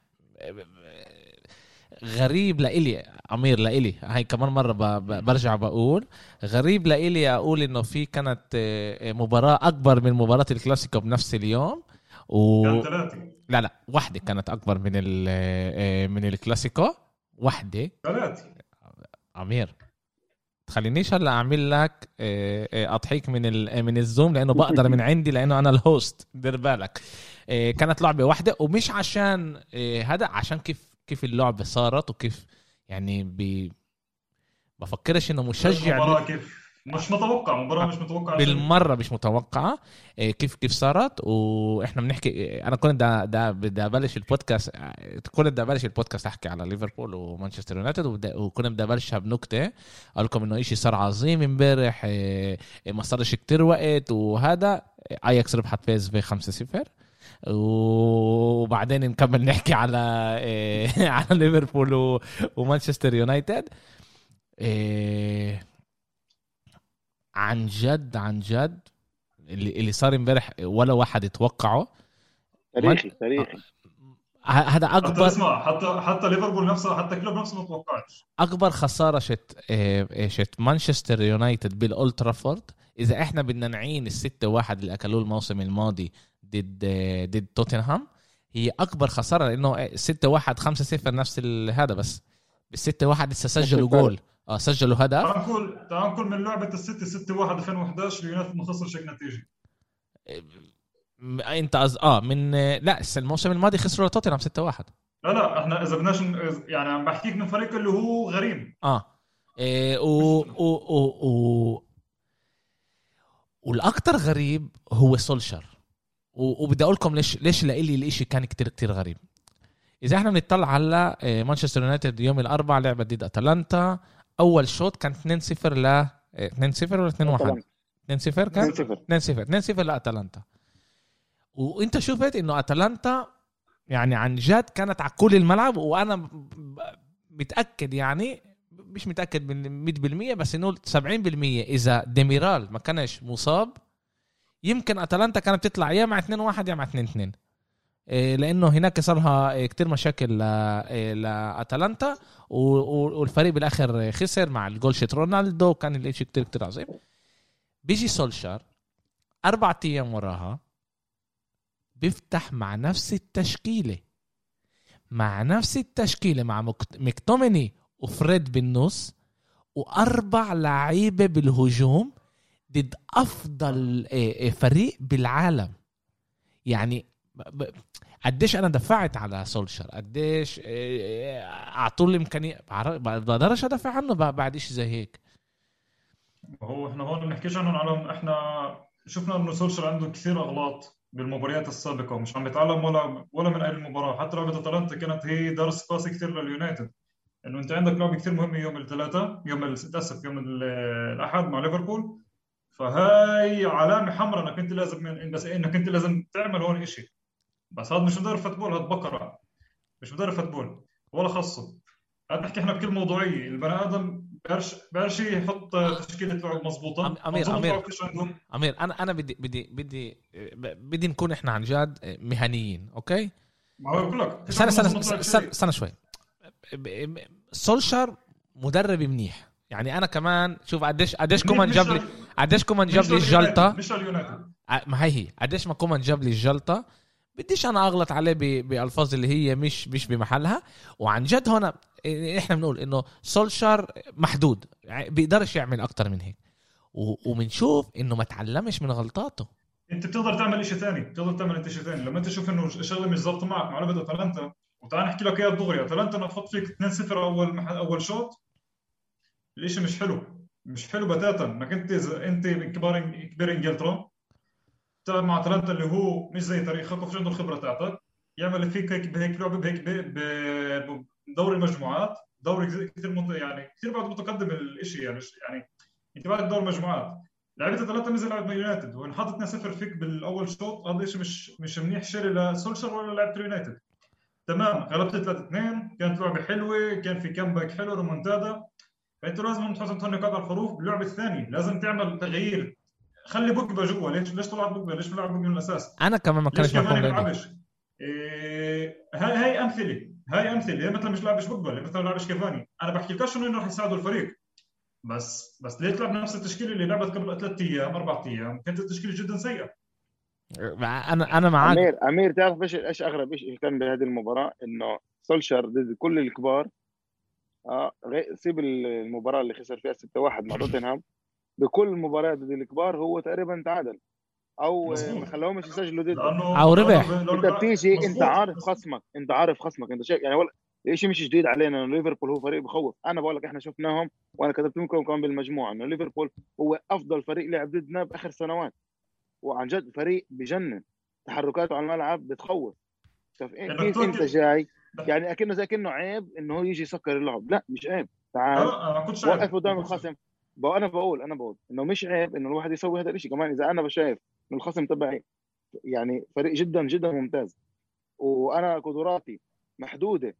[SPEAKER 1] غريب لإلي أمير لإلي هاي كمان مرة برجع بقول غريب لإلي أقول إنه في كانت مباراة أكبر من مباراة الكلاسيكو بنفس اليوم و...
[SPEAKER 4] كان ثلاثة.
[SPEAKER 1] لا لا واحدة كانت أكبر من ال من الكلاسيكو واحدة.
[SPEAKER 4] ثلاثة.
[SPEAKER 1] أمير تخلينيش هلا أعمل لك أضحيك من ال من الزوم لأنه بقدر من عندي لأنه أنا الهوست. دير بالك كانت لعبة واحدة، ومش عشان هذا، عشان كيف كيف اللعبة صارت وكيف يعني ب... بفكرش انه مشجع
[SPEAKER 4] مباراة كيف مش متوقع، مباراة مش متوقعة
[SPEAKER 1] بالمرة، مش متوقعة كيف كيف صارت. واحنا بنحكي انا كنت دا دا بدي ابلش البودكاست كنت بدي ابلش البودكاست احكي على ليفربول ومانشستر يونايتد، وكنا بدي ابلشها بنكتة اقول لكم انه اشي صار عظيم امبارح، ما صارش كتير وقت، وهذا اياكس ربحت فاز ب خمسة صفر، وبعدين نكمل نحكي على إيه على ليفربول ومانشستر يونايتد. إيه عن جد عن جد اللي اللي صار امبارح ولا واحد يتوقعه.
[SPEAKER 3] تاريخي تاريخي
[SPEAKER 1] هذا اكبر.
[SPEAKER 4] حتى اسمع حتى حتى ليفربول نفسه، حتى كلوب نفسه ما توقعش.
[SPEAKER 1] اكبر خساره شت إيه شت مانشستر يونايتد بالاولد ترافورد. اذا احنا بدنا نعين الستة واحد اللي اكلوه الموسم الماضي ضد ضد توتنهام، هي اكبر خساره، لانه ستة واحد خمسة صفر نفس هذا، بس بالستة واحد لسه سجلوا جول، اه سجلوا هدف.
[SPEAKER 4] تعال نقول تعال نقول من لعبه الستة ستة واحد ألفين وإحدى عشر اليونايتد ما خسرش نتيجه.
[SPEAKER 1] انت أز... اه من لا الموسم الماضي خسروا توتنهام ستة واحد.
[SPEAKER 4] لا لا احنا اذا بدناش يعني عم بحكيك من فريق اللي هو غريم.
[SPEAKER 1] اه إيه و... و... و... و... والاكثر غريب هو سولشر. وبدي اقول لكم ليش ليش لإلي الاشي كان كتير كتير غريب. اذا احنا بنطلع على مانشستر يونايتد يوم الاربعاء لعبه ضد اتلانتا، اول شوط كان اثنين صفر ل اثنين صفر ولا اثنين واحد اثنين صفر كان اثنين صفر اثنين صفر لاتلانتا. وانت شفت انه اتلانتا يعني عن جد كانت على كل الملعب، وانا متاكد يعني مش متاكد من مية بالمية بس انه سبعين بالمية اذا ديميرال ما كانش مصاب يمكن اتلانتا كانت بتطلع يا مع اثنين واحد يا مع اثنين اثنين، لانه هناك صارها كتير مشاكل لاتلانتا، والفريق بالاخر خسر مع الجول شيت رونالدو، كان الاشي كتير كتير عظيم. بيجي سولشار اربع ايام وراها بيفتح مع نفس التشكيله مع نفس التشكيله مع مكتوميني وفريد بالنص واربع لعيبه بالهجوم ضد افضل فريق بالعالم. يعني قديش انا دفعت على سولشر، قديش اعطوا لي امكانيه، بقدرش ادافع عنه بعد شيء زي هيك.
[SPEAKER 4] هو احنا هون بنحكيش عنهم على احنا شفنا انه سولشر عنده كثير اغلاط بالمباريات السابقه ومش عم بيتعلم ولا ولا من اي المباراه. حتى لعبه اتلانتا كانت هي درس قاسي كثير لليونايتد، انه انت عندك لعبه كثير مهمه يوم الثلاثاء يوم الاسف يوم الاحد مع ليفربول، فهاي علامه حمراء انك انت لازم من بس انك انت لازم تعمل هون إشي. بس هذا مش مدرب فوتبول، هذا بقره، مش مدرب فوتبول ولا خصه. هذا نحكي احنا بكل موضوعيه. البني ادم بيرش بيرش يحط تشكيله لعب مضبوطه.
[SPEAKER 1] أم- امير
[SPEAKER 4] منظومة
[SPEAKER 1] امير
[SPEAKER 4] لعب فيش عندهم.
[SPEAKER 1] امير انا انا بدي بدي بدي بدي نكون احنا عن جد مهنيين. اوكي
[SPEAKER 4] ما هو بقول لك
[SPEAKER 1] استنى استنى استنى استنى شوي. سولشار مدرب منيح يعني. انا كمان شوف قديش قديش كومان جاب لي قديش كومان جاب لي الجلطه.
[SPEAKER 4] مش اليونايتد،
[SPEAKER 1] ما هي هي قديش ما كومان جاب لي الجلطه. بديش انا اغلط عليه ب- بالفاظ اللي هي مش مش بمحلها. وعن جد هنا احنا بنقول انه سولشار محدود يعني بيقدرش يعمل اكتر من هيك. و- وبنشوف انه ما تعلمش من غلطاته.
[SPEAKER 4] انت بتقدر تعمل شيء ثاني، بتقدر تعمل انت شيء ثاني. لما انت تشوف انه الشغله مش ظابطه معك مع لعبه اتلانتا، وتعال نحكي لك اياها دغري. اتلانتا انا احط فيك اثنين صفر اول مح... اول شوط، الاشي مش حلو، مش حلو بتاتا. انك انت اذا انت من كبار كبير انجلترا تلعب مع اتلانتا اللي هو مش زي تاريخك وفي عنده الخبره تاعتك، يعمل فيك هيك بهيك لعبه بهيك ب- بدوري المجموعات، دوري كثير مت... يعني كثير بعد متقدم الاشي يعني. يعني انت بعد دور مجموعات لعبت ثلاثة مثل لعبة يونايتد وانحط اثنين صفر فيك بالاول شوط. هذا الشيء مش مش منيح شيء لسولشر ولا لعبة اليونايتد. تمام غلبت ثلاثة اثنين، كانت لعبة حلوة، كان في كامباك حلو ريمونتادا. فانت لازم تحط انطونيو قاعد على الخروف. باللعبة الثانية لازم تعمل تغيير، خلي بوجبا جوا. ليش ليش طلع بوجبا؟ ليش بيلعب بوجبا من الاساس؟
[SPEAKER 1] انا كمان ما
[SPEAKER 4] ليش
[SPEAKER 1] كانش
[SPEAKER 4] كافاني
[SPEAKER 1] مفهوم لي.
[SPEAKER 4] بيلعبش؟ إيه هاي هاي امثله هاي امثله ليه مثلا مش لاعبش بوجبا، ليه مثلا لاعبش كافاني. انا بحكي لكش انه راح يساعدوا الفريق، بس بس ليه تلعب نفس التشكيله اللي لعبت قبل ثلاث ايام اربع ايام؟ كانت التشكيله جدا سيئه.
[SPEAKER 1] انا انا معاك.
[SPEAKER 3] امير امير تعرف ايش ايش اغرب شيء كان بهذه المباراه؟ انه سولشر ضد كل الكبار. اه غي- سيب المباراه اللي خسر فيها ستة واحد مع توتنهام، بكل المباريات ضد الكبار هو تقريبا تعادل او آه، ما
[SPEAKER 4] مزبوط،
[SPEAKER 3] خلاهمش يسجلوا ضده.
[SPEAKER 4] لانه
[SPEAKER 1] او
[SPEAKER 4] لانه
[SPEAKER 1] ربح.
[SPEAKER 4] ب- لانه
[SPEAKER 3] انت
[SPEAKER 4] بيلعب-
[SPEAKER 3] بتيجي انت
[SPEAKER 4] مزبوط.
[SPEAKER 3] عارف خصمك، انت عارف خصمك، انت شايف يعني ولا الشيء مش جديد علينا انه ليفربول هو فريق بخوف. انا بقول لك احنا شفناهم، وانا كتبت لكم كمان بالمجموعه انه ليفربول هو افضل فريق لعب ضدنا باخر سنوات، وعن جد فريق بجنن، تحركاته على الملعب بتخوف. طيب
[SPEAKER 4] يعني
[SPEAKER 3] كيف
[SPEAKER 4] بدك
[SPEAKER 3] انت
[SPEAKER 4] تواكب.
[SPEAKER 3] جاي يعني اكنه زي كأنه عيب انه هو يجي يسكر اللعب؟ لا مش عيب، تعال
[SPEAKER 4] لا انا ما كنتش
[SPEAKER 3] وقف
[SPEAKER 4] عارف
[SPEAKER 3] قدام
[SPEAKER 4] ما كنتش عارف.
[SPEAKER 3] الخصم. بقى انا بقول انا بقول انه مش عيب انه الواحد يسوي هذا الشيء. كمان اذا انا بشايف انه الخصم تبعي يعني فريق جدا جدا ممتاز وانا قدراتي محدوده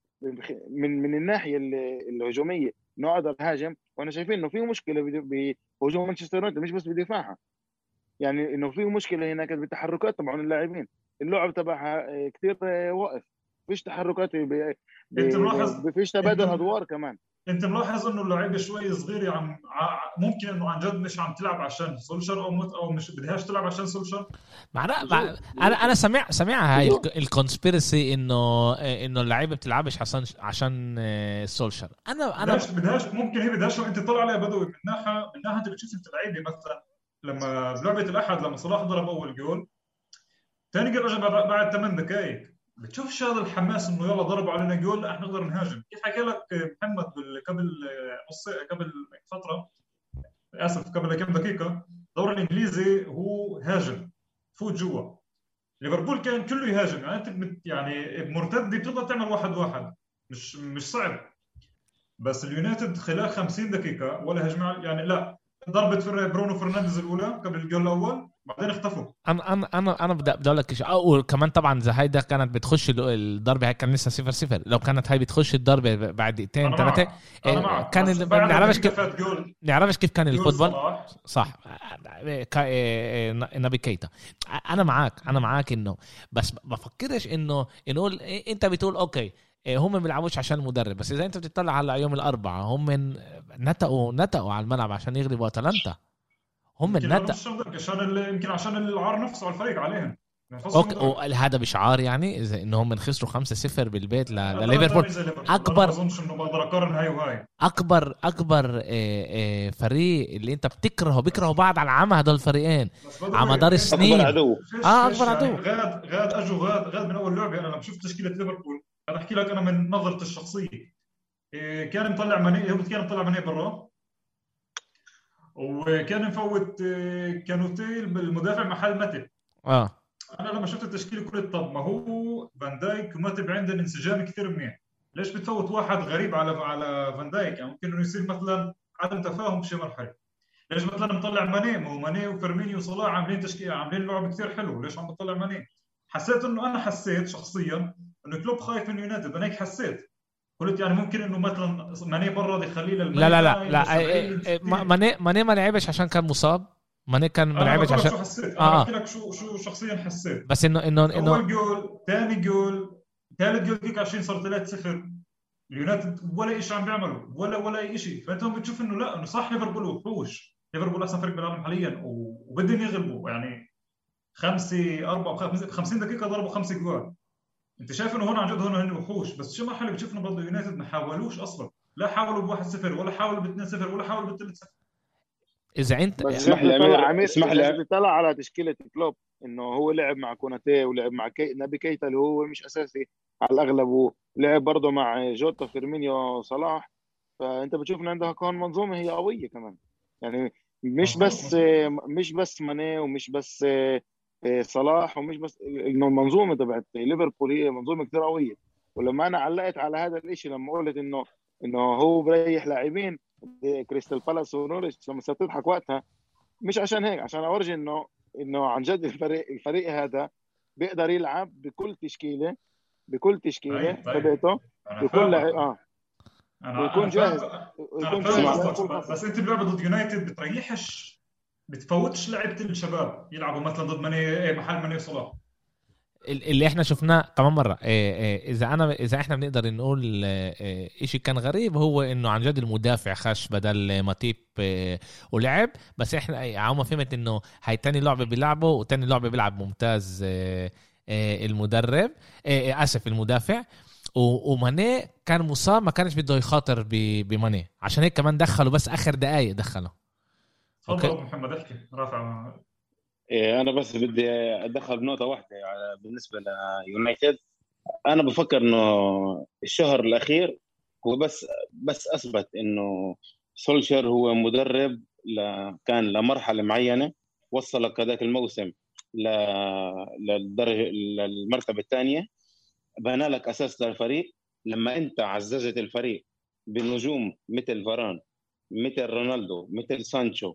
[SPEAKER 3] من من الناحيه ال- الهجوميه انه اقدر اهاجم، وانا شايفين انه في مشكله بد- بهجوم مانشستر يونايتد مش بس بدفاعها، يعني انه في مشكله هناك بالتحركات تبع اللاعبين. اللعب تبعها كثير واقف، فيش تحركات، ب-
[SPEAKER 4] انت ملاحظ
[SPEAKER 3] ب- فيش
[SPEAKER 4] انت
[SPEAKER 3] تبادل ادوار كمان.
[SPEAKER 4] انت ملاحظ انه اللعيبه شوي صغيره عم ع- ممكن انه عن جد مش عم تلعب عشان سولشر او مت او مش بدهاش تلعب عشان سولشر.
[SPEAKER 1] معنا
[SPEAKER 3] بجوز-
[SPEAKER 1] مع... انا انا سمع سمعها هاي
[SPEAKER 3] بجوز.
[SPEAKER 1] الكونسبيرسي انه انه اللعيبه بتلعبش عشان عشان آه، سولشر. انا انا
[SPEAKER 4] بدهاش بدهاش ممكن هي بدهاش. انت طلع عليها بدوي من ناحيه من ناحيه انت بتشوف انت لعيبه مثلا لما بلعبه الاحد لما صلاح ضرب اول جول، ثاني جول رجع بعد بعد ثمان دقائق، بتشوفش هذا الحماس انه يلا ضربوا علينا جول لا احنا نقدر نهاجم. كيف حكى لك محمد بال- قبل نص قبل فتره، اسف قبل كم دقيقه، الدوري الانجليزي هو هاجم فوت جوا. ليفربول كان كله يهاجم، يعني انت بت- يعني بمرتده بتقدر تعمل واحد واحد، مش مش صعب. بس اليونايتد خلال خمسين دقيقه ولا هجمه، يعني لا ضربه فر- برونو فرنانديز الاولى قبل الجول الاول بعدين اختفوا.
[SPEAKER 1] انا انا انا انا بدي بدي اقول لك شيء. وكمان طبعا اذا هيدا كانت بتخش ال- الضربه هاي كان لسه صفر صفر. لو كانت هاي بتخش الضربه بعد دقيقتين
[SPEAKER 4] انا
[SPEAKER 1] ثلاثه
[SPEAKER 4] معك انا معك
[SPEAKER 1] كان
[SPEAKER 4] بس
[SPEAKER 1] ال-
[SPEAKER 4] بعد
[SPEAKER 1] بنعرفش
[SPEAKER 4] دقيقة
[SPEAKER 1] كيف
[SPEAKER 4] فات جول
[SPEAKER 1] نعرفش كيف كان
[SPEAKER 4] جول
[SPEAKER 1] الفوتبول.
[SPEAKER 4] صلاح.
[SPEAKER 1] صح. كا- نبي كيتا. انا معاك انا معاك انه بس بفكرش انه نقول انت بتقول اوكي هم ما بيلعبوش عشان المدرب. بس اذا انت بتطلع على يوم الاربعاء هم من نتقوا نتقوا على الملعب عشان يغلبوا اتلانتا. هم
[SPEAKER 4] يمكن هذا
[SPEAKER 1] النتق.
[SPEAKER 4] مش شرط، عشان ال- يمكن عشان العار نفسه على الفريق عليهم.
[SPEAKER 1] اوكي وهذا بشعار يعني اذا انهم خسروا خمسة صفر بالبيت ل-
[SPEAKER 4] لا،
[SPEAKER 1] لليفربول.
[SPEAKER 4] لا، لا،
[SPEAKER 1] أكبر-
[SPEAKER 4] أنا ما اظنش انه بقدر اقارن هاي وهاي.
[SPEAKER 1] اكبر اكبر آه، آه، فريق اللي انت بتكرهه بيكرهوا بعض على العمى. هدول الفريقين
[SPEAKER 4] بس بدو
[SPEAKER 1] على
[SPEAKER 4] هاي،
[SPEAKER 1] مدار
[SPEAKER 4] فيش-
[SPEAKER 1] السنين.
[SPEAKER 3] اكبر عدو
[SPEAKER 4] فيش-
[SPEAKER 1] آه،
[SPEAKER 4] فيش
[SPEAKER 1] أكبر
[SPEAKER 4] يعني
[SPEAKER 1] عدو.
[SPEAKER 4] غاد غاد اجوا غاد غاد من اول لعبه. انا لما شفت تشكيله ليفربول انا احكي لك انا من نظرتي الشخصيه، إيه، كان مطلع ماني، هو كان مطلع ماني برا، وكان مفوت إيه، كانوتيل بالمدافع محل ماتب.
[SPEAKER 1] اه
[SPEAKER 4] انا لما شفت التشكيله قلت طب ما هو فان دايك وماتب عندهم انسجام كثير منيح، ليش بتفوت واحد غريب على على فان دايك؟ يعني ممكن انه يصير مثلا عدم تفاهم بشي مرحله. ليش مثلا مطلع ماني؟ ما هو ماني وفيرمينيو وصلاح عاملين تشكيله، عاملين لعب كثير حلو، ليش عم بتطلع ماني؟ حسيت انه انا حسيت شخصيا انه كلوب خايف من يونايتد، انا هيك حسيت. قلت يعني ممكن انه مثلا ماني برا يخليه للماني
[SPEAKER 1] لا لا لا لا
[SPEAKER 4] سبعين ستين.
[SPEAKER 1] ماني ماني ما لعبش عشان كان مصاب. ماني كان ما
[SPEAKER 4] انا
[SPEAKER 1] لعبش
[SPEAKER 4] بقول لك
[SPEAKER 1] عشان
[SPEAKER 4] شو حسيت، انا
[SPEAKER 1] اه
[SPEAKER 4] بحكي لك شو شو شخصيا حسيت.
[SPEAKER 1] بس انه انه انه
[SPEAKER 4] اول جول، ثاني جول، ثالث جول، دقيقة عشرين صار ثلاثة صفر. اليونايتد ولا شيء عم بيعملوا، ولا ولا اي شيء. فانتم بتشوف انه لا، انه صح ليفربول وحوش، ليفربول احسن فريق بالعالم حاليا وبدهم يغلبوا يعني. خمسة أربعة خمسين دقيقة ضربوا خمسة جوال. انت شايف انه هون عن جد هون هن وحوش، بس شو مرحله بتشوف انه برضه يونايتد ما حاولوش اصلا، لا حاولوا ب واحد صفر ولا حاولوا ب اثنين صفر ولا حاولوا ب ثلاثة صفر.
[SPEAKER 1] اذا انت
[SPEAKER 3] بس
[SPEAKER 5] اسمح
[SPEAKER 3] اذا
[SPEAKER 5] لي
[SPEAKER 3] بتطلع
[SPEAKER 5] امير،
[SPEAKER 3] عمير،
[SPEAKER 5] اسمح
[SPEAKER 3] اذا
[SPEAKER 5] لي.
[SPEAKER 3] بتطلع على تشكيله كلوب انه هو لعب مع كوناتي ولعب مع كي... نبي كيتا اللي هو مش اساسي على الاغلب، ولعب برضه مع جوتا فيرمينيو صلاح. فانت بتشوف ان عندها كون منظومه هي قويه كمان يعني. مش
[SPEAKER 4] مظبوط
[SPEAKER 3] بس
[SPEAKER 4] مظبوط.
[SPEAKER 3] مش بس ماني ومش بس صلاح ومش بس انه المنظومه تبعت ليفربول هي منظومه كثير قويه. ولما انا علقت على هذا الشيء لما قلت انه انه هو بريح لاعبين كريستال بالاس ونوريتش، لما صرت تضحك وقتها مش عشان هيك، عشان اورجي انه انه عن جد الفريق الفريق هذا بيقدر يلعب بكل تشكيله بكل تشكيله
[SPEAKER 4] طيب طيب
[SPEAKER 3] تبعته
[SPEAKER 4] انا
[SPEAKER 3] بكل لعب
[SPEAKER 4] فاهمك،
[SPEAKER 3] اه
[SPEAKER 4] انا
[SPEAKER 3] ويكون
[SPEAKER 4] انا فاهم،
[SPEAKER 3] جاهز
[SPEAKER 4] انا
[SPEAKER 3] ويكون
[SPEAKER 4] فاهم
[SPEAKER 3] جاهز
[SPEAKER 5] اسمع
[SPEAKER 4] قصدك.
[SPEAKER 3] لكل
[SPEAKER 4] ب-
[SPEAKER 3] فصل.
[SPEAKER 4] بس انت بلعبه ضد يونايتد بتريحش، بتفوتش لعيبه الشباب يلعبوا مثلا ضد ماني، إيه، محل ماني صلاح.
[SPEAKER 1] اللي احنا شفناه كمان مرة إيه إيه اذا انا اذا احنا بنقدر نقول إيه اشي كان غريب، هو انه عن جد المدافع خش بدل ماتيب إيه ولعب. بس احنا إيه عم فهمت انه هاي تاني لعبة بيلعبه وتاني لعبة بيلعب ممتاز إيه إيه المدرب إيه إيه اسف المدافع. وماني كان مصاب، ما كانش بده يخاطر بماني، عشان هيك كمان دخله بس اخر دقايق دخله.
[SPEAKER 4] تفضل ابو محمد احكي رافع.
[SPEAKER 5] إيه، انا بس بدي ادخل بنقطه واحده على بالنسبه ليونايتد. انا بفكر انه الشهر الاخير هو بس بس اثبت انه سولشر هو مدرب ل... كان لمرحله معينه، وصلك هذاك الموسم ل... للدرجه للمرتبه الثانيه، بنى لك اساس للفريق. لما انت عززت الفريق بنجوم مثل فاران، مثل رونالدو، مثل سانشو،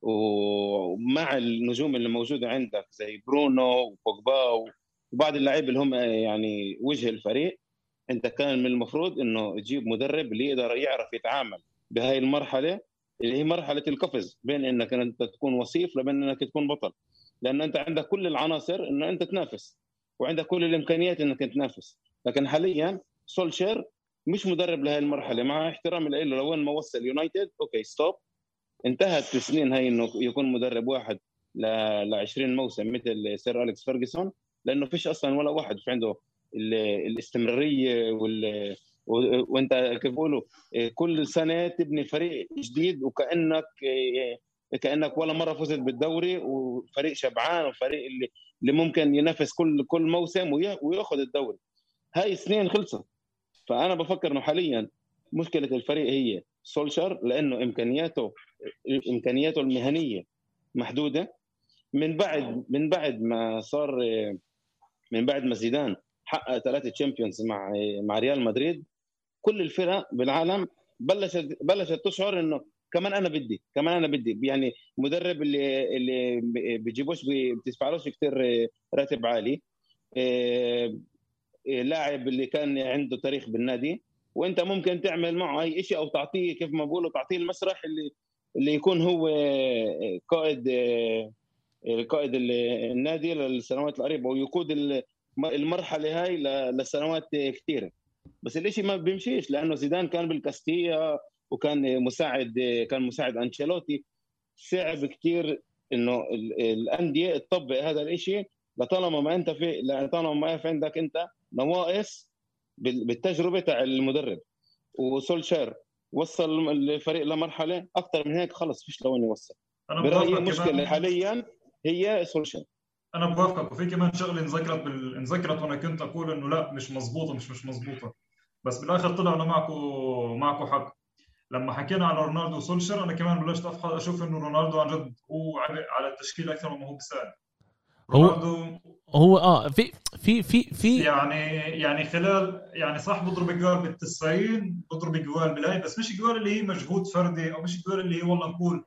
[SPEAKER 5] ومع النجوم اللي موجوده عندك زي برونو وبوجبا وبعض اللاعبين اللي هم يعني وجه الفريق، انت كان من المفروض انه تجيب مدرب اللي يقدر يعرف يتعامل بهاي المرحله اللي هي مرحله القفز بين انك انت تكون وصيف لبين انك تكون بطل. لان انت عندك كل العناصر انه انت تنافس، وعندك كل الامكانيات انك تنافس. لكن حاليا سولشير مش مدرب لهي المرحله، مع احترامي له لوين ما وصل يونايتد. اوكي ستوب، انتهت السنين هاي انه يكون مدرب واحد ل عشرين موسم مثل سير أليكس فيرغسون، لانه فيش اصلا ولا واحد في عنده الاستمراريه وال وانت كيف بيقولوا كل سنه تبني فريق جديد، وكانك كانك ولا مره فزت بالدوري، وفريق شبعان وفريق اللي اللي ممكن ينافس كل كل موسم وياخذ الدوري. هاي السنين خلصت. فانا بفكر انه حاليا مشكله الفريق هي سولشر، لانه امكانياته امكانياته المهنيه محدوده. من بعد من بعد ما صار من بعد ما زيدان حقق ثلاثه تشامبيونز مع مع ريال مدريد، كل الفرق بالعالم بلشت بلشت تشعر انه كمان انا بدي كمان انا بدي يعني مدرب اللي اللي بيجيبوش بتدفعلوش كثير راتب عالي، لاعب اللي كان عنده تاريخ بالنادي، وانت ممكن تعمل معه اي شيء او تعطيه كيف ما بقولوا تعطيه المسرح اللي اللي يكون هو قائد قائد النادي للسنوات القريبه، ويقود المرحله هاي لسنوات كثيره. بس الاشي ما بيمشيش، لانه زيدان كان بالكاستيا وكان مساعد كان مساعد انشيلوتي. صعب كثير انه الانديه تطبق هذا الاشي لطالما ما انت في لطالما ما في عندك انت نواقص بالتجربه تاع المدرب. وسولشير وصل الفريق لمرحله اكثر من هيك خلص فيش لوين يوصل. برايي مشكله حاليا هي سولشير.
[SPEAKER 4] انا بوافقك. وفي كمان شغله انذكرت بال... انذكرت وانا كنت اقول انه لا مش مزبوطه مش مش مزبوطه، بس بالاخر طلعنا معكم معكم حق. لما حكينا على رونالدو وسولشر انا كمان بلشت اشوف انه رونالدو عن جد هو عبء على التشكيله اكثر مما هو بيساعد. رونالدو
[SPEAKER 1] هو اه في في في في
[SPEAKER 4] يعني يعني خلال يعني صح بضرب جوال بالتسعين، بضرب جوال بالهاي، بس مش جوال اللي هي مجهود فردي او مش جوال اللي هي والله نقول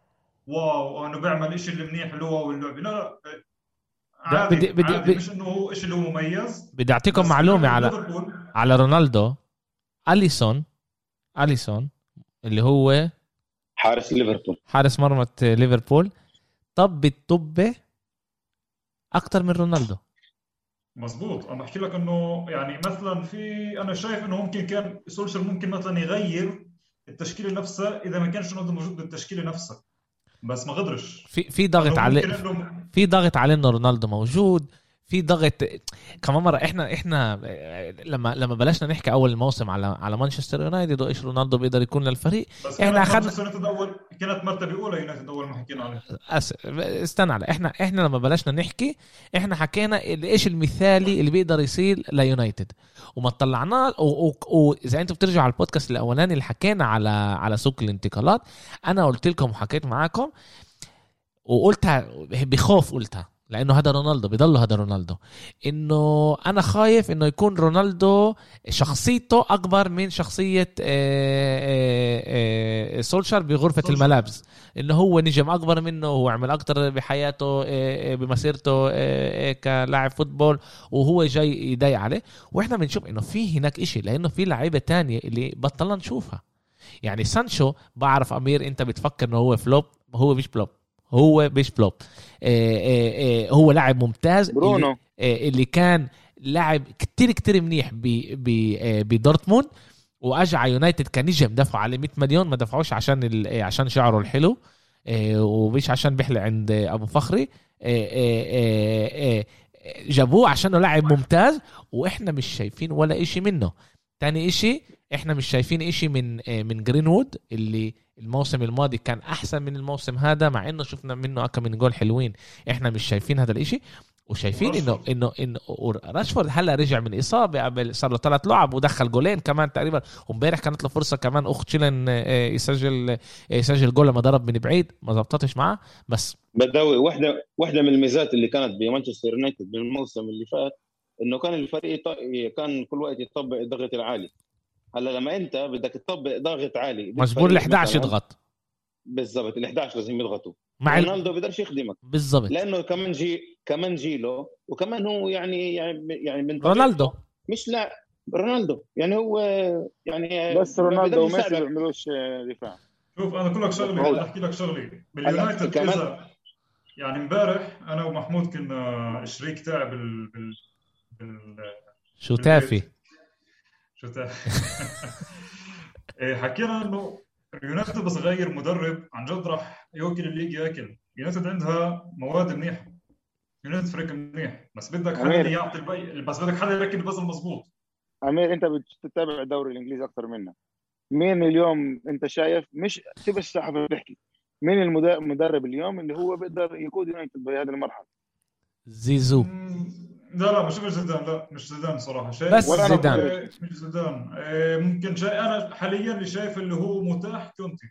[SPEAKER 4] واو انه بيعمل إشي اللي منيح اللي هو واللعبه، لا لا
[SPEAKER 1] لا،
[SPEAKER 4] عادي
[SPEAKER 1] بدي بدي
[SPEAKER 4] عادي
[SPEAKER 1] بدي,
[SPEAKER 4] مش انه هو إشي اللي هو مميز.
[SPEAKER 1] بدي اعطيكم
[SPEAKER 4] بس
[SPEAKER 1] معلومه
[SPEAKER 4] بلعبة
[SPEAKER 1] على
[SPEAKER 4] ليفربول
[SPEAKER 1] على رونالدو. أليسون أليسون اللي هو
[SPEAKER 5] حارس ليفربول،
[SPEAKER 1] حارس مرمى ليفربول، طب الطبة أكتر من رونالدو.
[SPEAKER 4] مزبوط. انا بحكي لك انه يعني مثلا في انا شايف انه ممكن كان سولشر ممكن مثلا يغير التشكيله نفسها اذا ما كانش رونالدو موجود بالتشكيله نفسها، بس ما قدرش.
[SPEAKER 1] في في ضغط
[SPEAKER 4] إنه
[SPEAKER 1] عليه،
[SPEAKER 4] ممكن إنه
[SPEAKER 1] في ضغط عليه انه رونالدو موجود، في ضغط كمان مره. احنا احنا لما لما بلشنا نحكي اول الموسم على على مانشستر يونايتد وايش رونالدو بيقدر يكون للفريق،
[SPEAKER 4] بس
[SPEAKER 1] احنا
[SPEAKER 4] كانت
[SPEAKER 1] اخذنا
[SPEAKER 4] مانشستر يونايتد اول، كانت مرتبه اولى يونايتد اول ما حكينا عليه.
[SPEAKER 1] أس... استنى على احنا احنا لما بلشنا نحكي احنا حكينا ايش المثالي اللي بيقدر يصير ليونايتد، وما طلعناه. واذا و... انتم بترجعوا على البودكاست الاولاني اللي حكينا على على سوق الانتقالات، انا قلت لكم وحكيت معاكم وقلتها بخوف، قلتها لانه هذا رونالدو، بيضل هذا رونالدو، انه انا خايف انه يكون رونالدو شخصيته اكبر من شخصيه سولشار بغرفه
[SPEAKER 4] سولشار.
[SPEAKER 1] الملابس، انه هو نجم اكبر منه، هو عمل اكتر بحياته بمسيرته كلاعب فوتبول، وهو جاي يضايق عليه. واحنا بنشوف انه في هناك إشي، لانه في لعيبه تانية اللي بطلنا نشوفها. يعني سانشو، بعرف امير انت بتفكر انه هو فلوب، هو مش فلوب، هو مش فلوب. آه آه آه هو لاعب ممتاز.
[SPEAKER 3] برونو
[SPEAKER 1] اللي, آه اللي كان لاعب كتير كتير منيح بدورتموند، واجع يونايتد كنجم، دفعوا عليه مية مليون، ما دفعوش عشان عشان شعره الحلو، آه ومش عشان بيحلى عند ابو فخري، آه آه آه آه جابوه عشانه لاعب ممتاز، واحنا مش شايفين ولا اشي منه. تاني اشي، احنا مش شايفين اشي من من جرينوود اللي الموسم الماضي كان احسن من الموسم هذا، مع انه شفنا منه اكم من جول حلوين. احنا مش شايفين هذا الاشي، وشايفين انه انه انه راشفورد هلا رجع من اصابه، قبل صار له ثلاث لعب ودخل جولين كمان تقريبا، وامبارح كانت له فرصه كمان اخت شيلن يسجل يسجل جول لما ضرب من بعيد، ما زبطتش معاه. بس
[SPEAKER 5] بداوي واحده واحده من الميزات اللي كانت بمانشستر يونايتد بالموسم اللي فات، انه كان الفريق كان كل وقت يطبق الضغط العالي. هلا لما انت بدك تطبق ضغط عالي،
[SPEAKER 1] مجبور ال إحدى عشر يضغط.
[SPEAKER 5] بالضبط، ال إحدى عشر لازم يضغطوا،
[SPEAKER 1] مع
[SPEAKER 5] رونالدو بيقدرش يخدمك
[SPEAKER 1] بالضبط،
[SPEAKER 5] لانه كمان جي كمان جيله، وكمان هو يعني يعني يعني من
[SPEAKER 1] رونالدو
[SPEAKER 5] مش لا رونالدو يعني هو يعني
[SPEAKER 3] بس رونالدو وميسي ما بيعملوش دفاع.
[SPEAKER 4] شوف انا كل لك شغله، بدي احكي لك شغله باليونايتد. اذا يعني امبارح انا ومحمود كنا شريك تاع بال بال, بال...
[SPEAKER 1] شو تافي
[SPEAKER 4] شو تافي حكينا انه اليونايتد بس غير مدرب عن جد راح يوكل الليج ياكل. يونايتد عندها مواد منيحه، يونايتد فريق منيح، بس بدك حدا يعطي البي... بس بدك حدا يركب البازل مزبوط.
[SPEAKER 3] امير انت بتتابع الدوري الانجليزي اكثر منا، مين اليوم انت شايف، مش تبى الصحافه بتحكي، مين المدرب اليوم اللي هو بيقدر يقود يونايتد بهذه المرحله؟
[SPEAKER 1] زيزو.
[SPEAKER 4] لا لا مش مش زيدان، لا مش زيدان صراحه. شايف
[SPEAKER 1] بس زيدان
[SPEAKER 4] مش زيدان. ممكن شيء انا حاليا اللي شايف اللي هو متاح كونتي.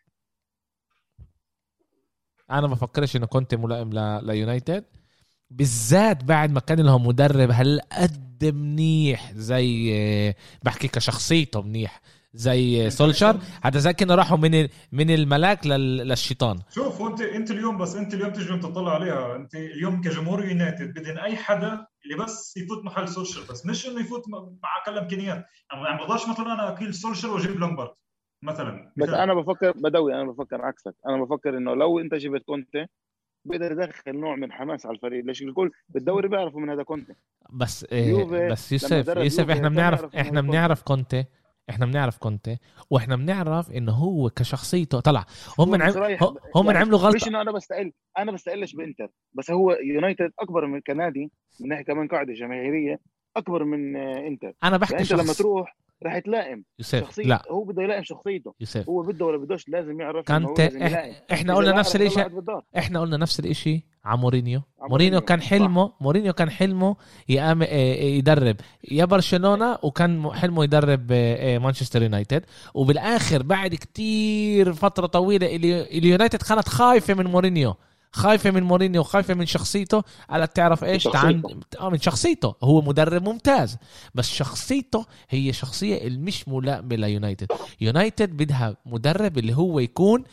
[SPEAKER 1] انا ما بفكرش انه كونتي ملائم ليونايتد، بالذات بعد ما كان لهم مدرب هالقد منيح، زي بحكي كشخصيته منيح زي سولشار. هذا زي كنا راحوا من من الملاك للشيطان.
[SPEAKER 4] شوف انت انت اليوم بس انت اليوم تجي تطلع عليها، انت اليوم كجمهور يونايتد بدين اي حدا اللي بس يفوت محل سولشار، بس مش انه يفوت مع كل امكانيات. يعني ما بقدرش مثلا انا اكيل سولشار واجيب لامبرد مثلا.
[SPEAKER 3] بس انا بفكر بدوي، انا بفكر عكسك. انا بفكر انه لو انت جبت كونتي بيقدر يدخل نوع من حماس على الفريق. ليش الكل بالدوري بيعرفوا من هذا كونتي.
[SPEAKER 1] بس إيه بس يوسف يوسف احنا بنعرف احنا بنعرف كونتي احنا بنعرف كونتي واحنا بنعرف انه هو كشخصيته طلع. هم من عم... هم يعني عملوا غلطه.
[SPEAKER 3] مش انه انا بستقل انا بستقلش بانتر، بس هو يونايتد اكبر من كنادي من ناحيه كمان قاعده جماهيريه اكبر من انتر.
[SPEAKER 1] انا بحكي
[SPEAKER 3] يعني
[SPEAKER 1] شخص...
[SPEAKER 3] انت لما تروح راح تلائم
[SPEAKER 1] يوسف. لا
[SPEAKER 3] هو بده يلائم شخصيته
[SPEAKER 1] يوسف.
[SPEAKER 3] هو بده ولا بدوش لازم يعرف
[SPEAKER 1] كانت إح... احنا قلنا نفس الاشي احنا قلنا نفس الاشي على مورينيو. مورينيو كان حلمه مورينيو كان حلمه يقام يدرب يا برشلونة، وكان حلمه يدرب مانشستر يونايتد، وبالاخر بعد كتير فترة طويلة اليونايتد كانت خايفة من مورينيو خايفة من مورينيو وخايفة من شخصيته. على تعرف ايش تعال اه من شخصيته. هو مدرب ممتاز بس شخصيته هي شخصية المش ملائمة ليونايتد. يونايتد بدها مدرب اللي هو يكون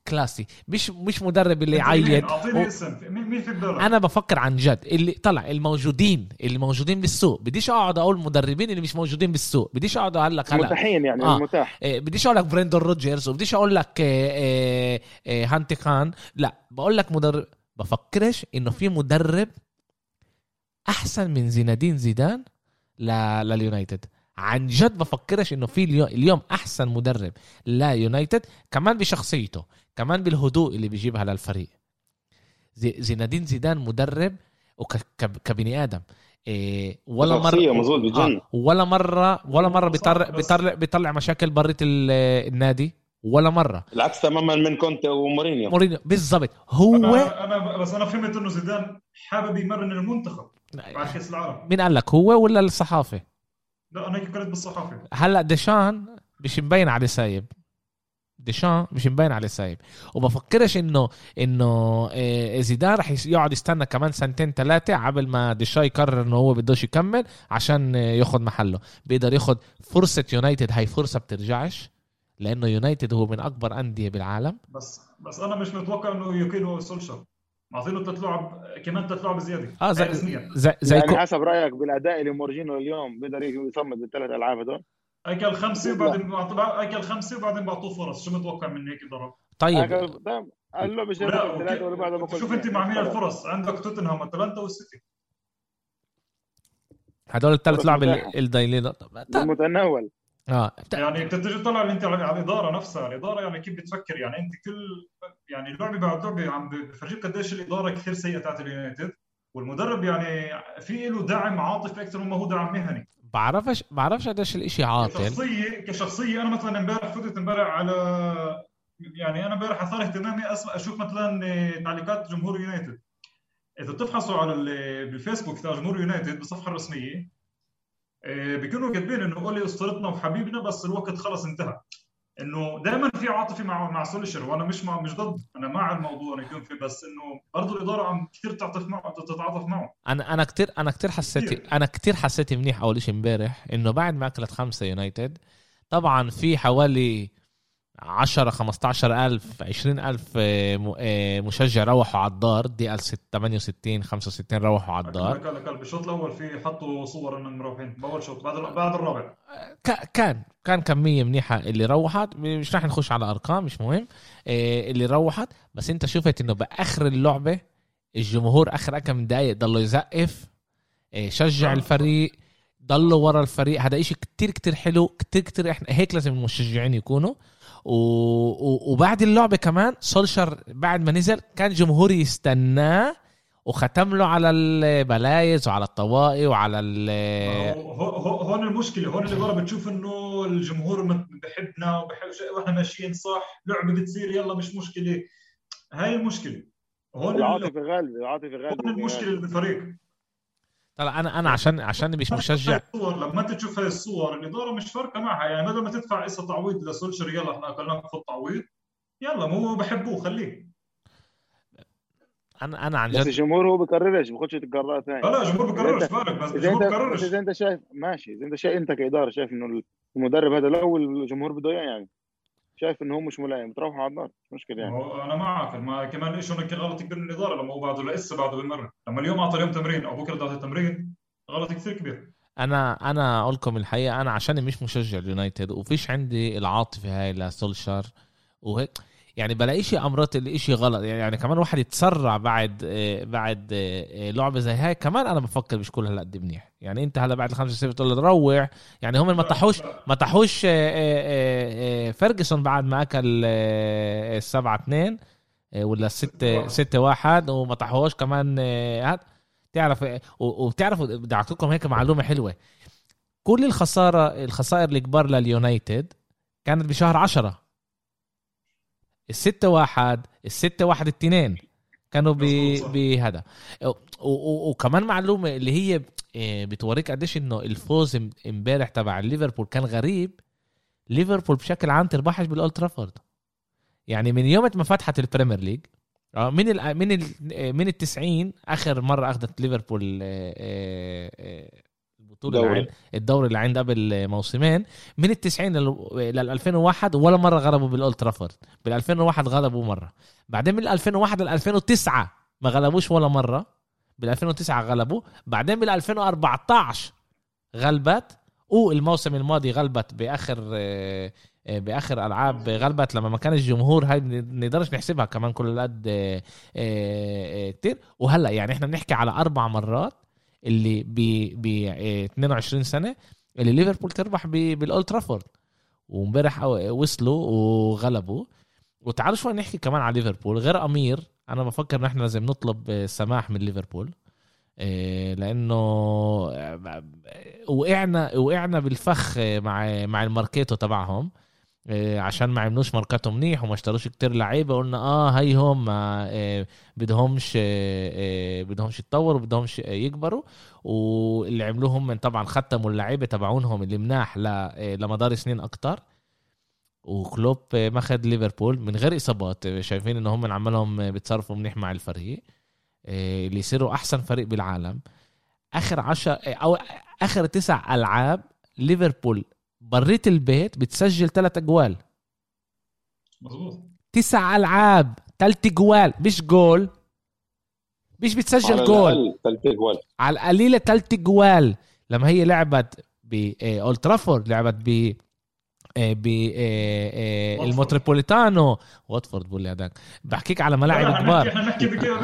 [SPEAKER 1] كلاسي، مش مش مدرب اللي
[SPEAKER 4] أنت مين؟
[SPEAKER 1] يعيد.
[SPEAKER 4] اعطيني اسم مين مين في بالك؟
[SPEAKER 1] انا بفكر عن جد اللي طلع الموجودين اللي موجودين بالسوق. بديش اقعد اقول مدربين اللي مش موجودين بالسوق، بديش اقعد اقول لك هلا
[SPEAKER 3] متاحين يعني
[SPEAKER 1] آه.
[SPEAKER 3] المتاح.
[SPEAKER 1] إيه بديش اقول لك بريندون روجرز، وبديش اقول لك إيه إيه إيه هانتي خان. لا بقول لك مدرب. بفكرش انه في مدرب احسن من زينادين زيدان لليونايتد. عن جد بفكرش انه في اليوم, اليوم احسن مدرب لا يونايتد، كمان بشخصيته، كمان بالهدوء اللي بيجيبها للفريق. زي زينادين زيدان مدرب وكبني ادم إيه ولا مره آه ولا مره ولا مره بيطلع بيطلع بيطلع مشاكل بريت النادي ولا مره.
[SPEAKER 5] العكس تماما من كونتي ومورينيو.
[SPEAKER 1] مورينيو بالضبط. هو
[SPEAKER 4] أنا, انا بس انا فهمت انه زيدان حابب يمرن المنتخب بعد كاس العالم.
[SPEAKER 1] مين قال لك، هو ولا الصحافه؟
[SPEAKER 4] لا انا كنت بالصحافه.
[SPEAKER 1] هلا ديشان مش مبين عليه سايب، ديشان مش مبين عليه سايب، وبفكرش انه انه زيدان رح يقعد يستنى كمان سنتين ثلاثه قبل ما ديشان يقرر انه هو بدوش يكمل عشان ياخد محله. بيقدر ياخد فرصه يونايتد، هاي فرصه بترجعش لانه يونايتد هو من اكبر انديه بالعالم.
[SPEAKER 4] بس بس انا مش متوقع انه يكيلوا سولشر، معطينه تطلع كمان تطلع بزياده.
[SPEAKER 1] اه زي زي, زي
[SPEAKER 3] يعني حسب رايك بالاداء اللي مورجينو اليوم بيقدر يصمد بالثلاث العاب هذول.
[SPEAKER 4] اكل خمسه وبعدين اكل خمسه وبعدين بعطوه فرص. شو متوقع من هيك ضرب؟
[SPEAKER 1] طيب
[SPEAKER 3] قال له مش الثلاثه ولا بعد.
[SPEAKER 4] شوف انت مع مين الفرص عندك؟ توتنهام اتلانتا والسيتي،
[SPEAKER 1] هدول الثلاث لعب الدايلين
[SPEAKER 3] المتناول.
[SPEAKER 4] اه يعني انت تيجي تطلع اللي انت على الاداره نفسها. الاداره يعني كيف بتفكر؟ يعني انت كل يعني لعبه بعد لعبه عم بفرجيك قديش الاداره كثير سيئه تاعت اليونايتد، والمدرب يعني في له دعم عاطفي اكثر مما هو دعم مهني.
[SPEAKER 1] بعرفش بعرفش قديش الاشي عاطل.
[SPEAKER 4] كشخصيه كشخصيه انا مثلا امبارح فتت امبارح على يعني انا امبارح اثار اهتمامي اسمع اشوف مثلا تعليقات جمهور يونايتد. اذا بتفحصوا على بالفيسبوك تاع جمهور يونايتد بالصفحه الرسميه بيكونوا كاتبين انه اولي اسطورتنا وحبيبنا بس الوقت خلص انتهى. انه دائما في عاطفه مع مع سولشر، وانا مش مع مش ضد، انا مع الموضوع انه يكون في، بس انه برضه الاداره عم كثير تعاطف معه تتعاطف معه.
[SPEAKER 1] انا انا كثير انا كثير حسيت انا كثير حسيت منيح اول شيء امبارح انه بعد ما اكلت خمسه يونايتد طبعا في حوالي عشرة خمستاشر ألف عشرين ألف مشجع روحوا على الدار. دي قال ثمانية وستين خمسة وستين روحوا على الدار.
[SPEAKER 4] قال قال بالشوط الاول في حطوا صور انهم مروحين باول شوط بعد بعد الرابع.
[SPEAKER 1] كان كان كميه منيحه اللي روحت. مش راح نخش على ارقام مش مهم اللي روحت، بس انت شفت انه باخر اللعبه الجمهور اخر كم من دقائق ضلوا يزقف شجع الفريق، ضلوا ورا الفريق. هذا إشي كتير كتير حلو، كتير كتير احنا هيك لازم المشجعين يكونوا. و... و... وبعد اللعبة كمان سولشر بعد ما نزل كان جمهوري يستناه وختم له على البلايز وعلى الطوائي وعلى ال
[SPEAKER 4] هون المشكلة. هون اللي ضرب بتشوف انه الجمهور بحبنا وبحب واحنا ماشيين صح، لعبة بتصير يلا مش مشكلة. هاي المشكلة. هون
[SPEAKER 3] العاطفة غالبة العاطفة غالبة
[SPEAKER 4] هون المشكلة بالفريق.
[SPEAKER 1] طلع انا انا عشان عشان مش مشجع.
[SPEAKER 4] لما انت تشوف هاي الصور الاداره مش فارقه معها، يعني بدل ما تدفع قصه تعويض لسولشر يلا احنا اكلناك خد تعويض يلا مو بحبوه خليه.
[SPEAKER 1] انا انا عن جد
[SPEAKER 3] بس الجمهور هو بقررش بخش القرارات ثانيه.
[SPEAKER 4] لا الجمهور بقررش فارق، بس الجمهور بقررش.
[SPEAKER 3] اذا انت شايف ماشي، اذا انت شايف انت كاداره شايف انه المدرب هذا لو الجمهور بده اياه يعني شايف انه هو مش ملائم تروحوا على النار مش مشكله يعني.
[SPEAKER 4] انا معك. ما كمان ايش هناك غلط كبير من الاداره لما هو بعده لسه بعده بالمره. لما اليوم اعطى اليوم تمرين او بكره اعطى تمرين غلط كثير كبير.
[SPEAKER 1] انا انا اقول لكم الحقيقه انا عشان مش مشجع اليونايتد وفيش عندي العاطفه هاي لسولشر وهيك يعني بلاقي شيء امرات الاشي غلط. يعني كمان واحد يتسرع بعد بعد لعبه زي هاي كمان انا بفكر مش كل هلا قد منيح. يعني انت هلا بعد الخمسة صفر تقول روع. يعني هم ما طاحوش ما طاحوش فيرجسون بعد ما اكل السبعة اثنين ولا ستة ستة واحد وما طاحوش كمان هاد. تعرف وبتعرفوا بدي اعطيكم هيك معلومه حلوه. كل الخساره الخسائر الكبار لليونايتد كانت بشهر عشرة. الستة واحد الستة واحد التنين كانوا بهذا. وكمان معلومه اللي هي بتوريك قديش انه الفوز امبارح تبع ليفربول كان غريب. ليفربول بشكل عام تربحش بالاولد ترافورد. يعني من يوم ما فتحت البريمير ليج من ال من ال من التسعين اخر مره اخذت ليفربول البطوله اللي عند الدوري اللي عند قبل موسمين من التسعين لل ألفين وواحد ولا مره غلبوا بالأولد ترافورد. بال ألفين وواحد غلبوا مره، بعدين من ألفين وواحد ل ألفين وتسعة ما غلبوش ولا مره. بال ألفين وتسعة غلبوا، بعدين بال ألفين وأربعتاشر غلبت، والموسم الماضي غلبت باخر باخر العاب غلبت لما ما كان الجمهور هاي نقدرش نحسبها كمان كل قد كتير. وهلا يعني احنا بنحكي على اربع مرات اللي ب ب اثنين وعشرين سنه اللي ليفربول تربح بالاولد ترافورد، وامبارح وصلوا وغلبوا. وتعالوا شوي نحكي كمان على ليفربول غير امير. انا بفكر ان احنا لازم نطلب سماح من ليفربول لانه وقعنا وقعنا بالفخ مع مع الماركيتو تبعهم عشان ما عملوش ماركاتو منيح وما اشتروش كتير لعيبه. قلنا اه هاي هم بدهمش بدهمش يتطوروا بدهمش يكبروا، واللي عملوهم من طبعا ختموا اللعيبه تبعونهم اللي مناح لمدار سنين اكتر. وكلوب ماخد ليفربول من غير اصابات، شايفين ان هم عملهم بيتصرفوا منيح مع الفريق اللي يصيروا احسن فريق بالعالم. اخر عشر او اخر تسع العاب ليفربول بريت البيت بتسجل ثلاث اجوال.
[SPEAKER 4] مظبوط،
[SPEAKER 1] تسع العاب ثلاث اجوال، مش جول، مش بتسجل جول،
[SPEAKER 5] ثلاث اجوال
[SPEAKER 1] على القليله ثلاث اجوال. لما هي لعبت بأولد ترافورد، لعبت ب بالمتروبوليتانو واتفورد بقول لي هذاك، بحكيك على ملاعب كبار.
[SPEAKER 4] احنا نحكي بكير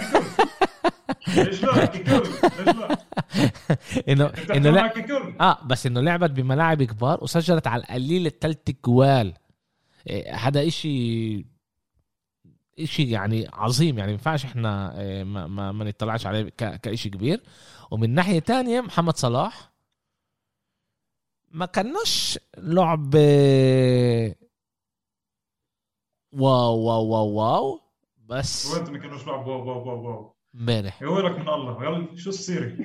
[SPEAKER 4] ليش لا كيكول ليش لا
[SPEAKER 1] انه انه لا اه بس انه لعبت بملاعب كبار وسجلت على القليل الثلاث جوال. هذا اشي اشي يعني عظيم، يعني ما ينفعش احنا ما, ما, ما نطلعش عليه كاشي كبير. ومن ناحية تانية محمد صلاح ما كانش لعب واو واو واو واو بس
[SPEAKER 4] وانت ما كانوش لعب واو واو واو واو
[SPEAKER 1] امبارح.
[SPEAKER 4] يا ويلك من الله، يلا شو السيري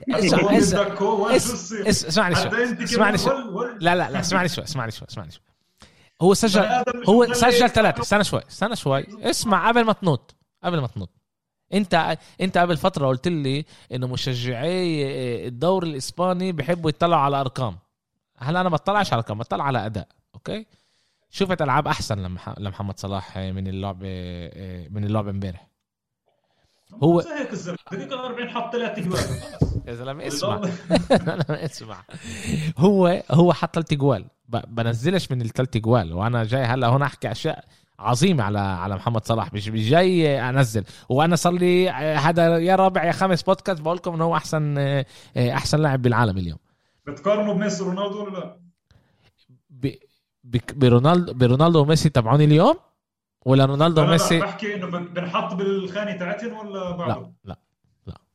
[SPEAKER 1] اسمعني شوي اسمعني شوي لا لا لا اسمعني شوي اسمعني شوي اسمعني شوي هو سجل هو سجل ثلاثة. استنى شوي استنى شوي اسمع قبل ما تنط قبل ما تنط انت انت قبل فترة قلت لي انه مشجعي الدوري الاسباني بيحبوا يطلعوا على ارقام. هلا انا بطلعش على ارقام، بطلع على اداء. اوكي، شفت العاب احسن لمحمد صلاح من اللعب من اللعب امبارح. هو
[SPEAKER 4] هيك الزلمه دقيقه أربعين حط ثلاث جوال
[SPEAKER 1] يا زلمه اسمع انا اسمع هو هو حط ثلاث جوال، بنزلش من الثلاث جوال. وانا جاي هلا هون احكي اشياء عظيمه على على محمد صلاح، مش جاي انزل. وانا صار لي هذا يا رابع يا خامس بودكاست بقول لكم انه هو احسن احسن لاعب بالعالم اليوم.
[SPEAKER 4] بتقارنوا بميسي ورونالدو ولا لا؟
[SPEAKER 1] ب... ب... برونالدو برونالدو وميسي تبعوني اليوم ولا رونالدو وميسي؟
[SPEAKER 4] بحكي انه بنحط بالخانه تاعتهم ولا بعده؟
[SPEAKER 1] لا لا لا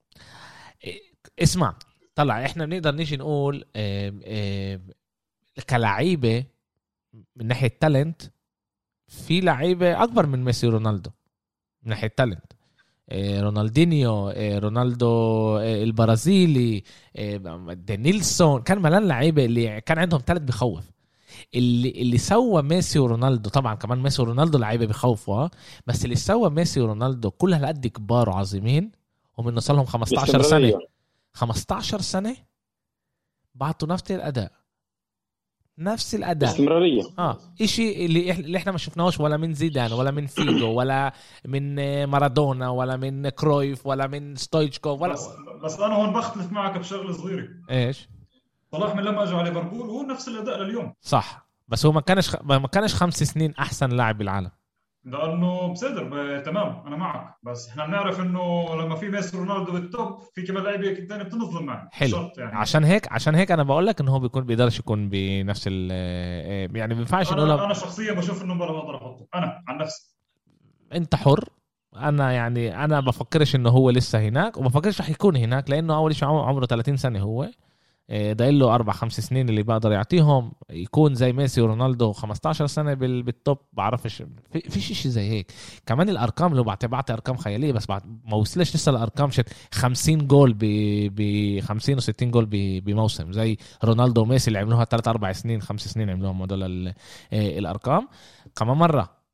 [SPEAKER 1] اسمع طلع احنا بنقدر نيجي نقول اه اه كلاعيبه من ناحيه تالنت في لعيبه اكبر من ميسي ورونالدو من ناحيه تالنت. اه رونالدينيو، اه رونالدو اه البرازيلي، اه دانيلسون، كان ملان لعيبه اللي كان عندهم تالنت بخوف. اللي اللي سوى ميسي ورونالدو، طبعا كمان ميسي ورونالدو لعيبه بخوفوا، بس اللي سوى ميسي ورونالدو كل هالقد كبار وعظيمين هم انه صار لهم خمستاشر سنه خمستاشر سنه بعطوا نفس الاداء نفس الاداء
[SPEAKER 5] استمراريه.
[SPEAKER 1] اه اشي اللي اللي احنا ما شفناهوش ولا من زيدان ولا من فيجو ولا من مارادونا ولا من كرويف ولا من ستويتشكوف ولا
[SPEAKER 4] بس, بس انا هون بختلف معك بشغله صغيره.
[SPEAKER 1] ايش؟
[SPEAKER 4] صلاح من لما اجى على ليفربول هو نفس الاداء لليوم.
[SPEAKER 1] صح، بس هو ما كانش ما كانش خمس سنين احسن لاعب بالعالم.
[SPEAKER 4] لانه بصدر تمام انا معك، بس احنا بنعرف انه لما في ميسي رونالدو بالتوب في كمان لعيبه ثانيه بتنظم معه.
[SPEAKER 1] حلو يعني. عشان هيك عشان هيك انا بقول لك انه هو بيكون بيقدرش يكون بنفس ال يعني ما ينفعش
[SPEAKER 4] انا
[SPEAKER 1] نقول
[SPEAKER 4] انا شخصيا بشوف انه بلا بقدر احطه انا عن نفسي.
[SPEAKER 1] انت حر. انا يعني انا بفكرش انه هو لسه هناك وما بفكرش رح يكون هناك لانه اول شيء عمره ثلاثين سنه، هو ده له أربع خمس سنين اللي بقدر يعطيهم يكون زي ميسي ورونالدو خمستاشر سنة بالتوب. بعرفش في في شيء زي هيك. كمان الأرقام اللي بعطي بعطي أرقام خيالية بس بعد ما وصلش لسه الأرقام شت خمسين جول ب ب خمسين وستين جول بموسم زي رونالدو وميسي اللي عملوها ثلاث أربع سنين خمس سنين عملوهم هذول الأرقام. كمان مرة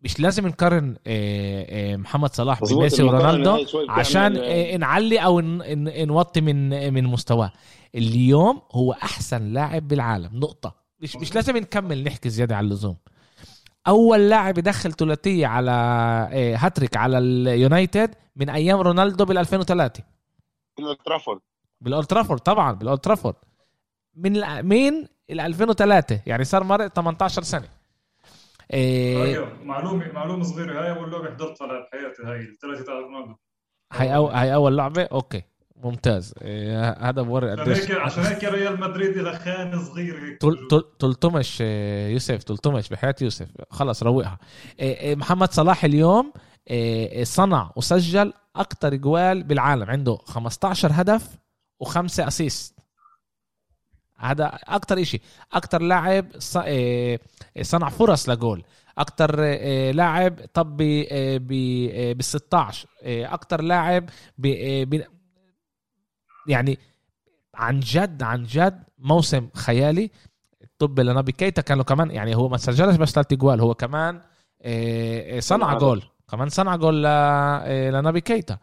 [SPEAKER 1] مش لازم نقارن آه، آه، محمد صلاح
[SPEAKER 5] مظبوط،
[SPEAKER 1] بميسي
[SPEAKER 5] المقارنة
[SPEAKER 1] ورونالدو
[SPEAKER 5] هاي شوي بتعمل-
[SPEAKER 1] عشان آه، نعلي او ن- ن- نوطي من من مستواه. اليوم هو احسن لاعب بالعالم نقطة، مش مش لازم نكمل نحكي زيادة على اللزوم. اول لاعب يدخل ثلاثية على آه، هاتريك على اليونايتد من ايام رونالدو بال ألفين وثلاثة
[SPEAKER 3] ترافورد.
[SPEAKER 1] بالاولد ترافورد، طبعا بالاولد ترافورد من ال- من ال ألفين وثلاثة، يعني صار مر ثمانية عشر سنة. إيه
[SPEAKER 4] هاي معلومة معلومة صغيرة، هاي أول لعبة حضرتها بحياتي، هاي الثلاثة تاع رونالدو.
[SPEAKER 1] هاي أو هاي اول لعبة، اوكي ممتاز. إيه هذا بوري
[SPEAKER 4] عشان
[SPEAKER 1] قديش
[SPEAKER 4] هيك عشان هيك ريال مدريد إلى خان صغير هيك.
[SPEAKER 1] تل- تل- تلتمش آه، يوسف، تلتمش بحياة يوسف، خلص روقها. إيه إيه محمد صلاح اليوم إيه صنع وسجل اكتر جوال بالعالم، عنده خمسة عشر هدف وخمسة اسيست. هذا اكتر اشي، اكتر لاعب ص- إيه صنع فرص لجول، اكتر إيه لاعب طب ب ستاشر، اكتر لاعب ب ب- يعني عن جد عن جد موسم خيالي. طب لنبي كيتا كان له كمان، يعني هو ما سجلش بس ثلاث جوال، هو كمان إيه صنع
[SPEAKER 5] صنع
[SPEAKER 1] جول، كمان صنع جول ل- إيه لنبي كيتا.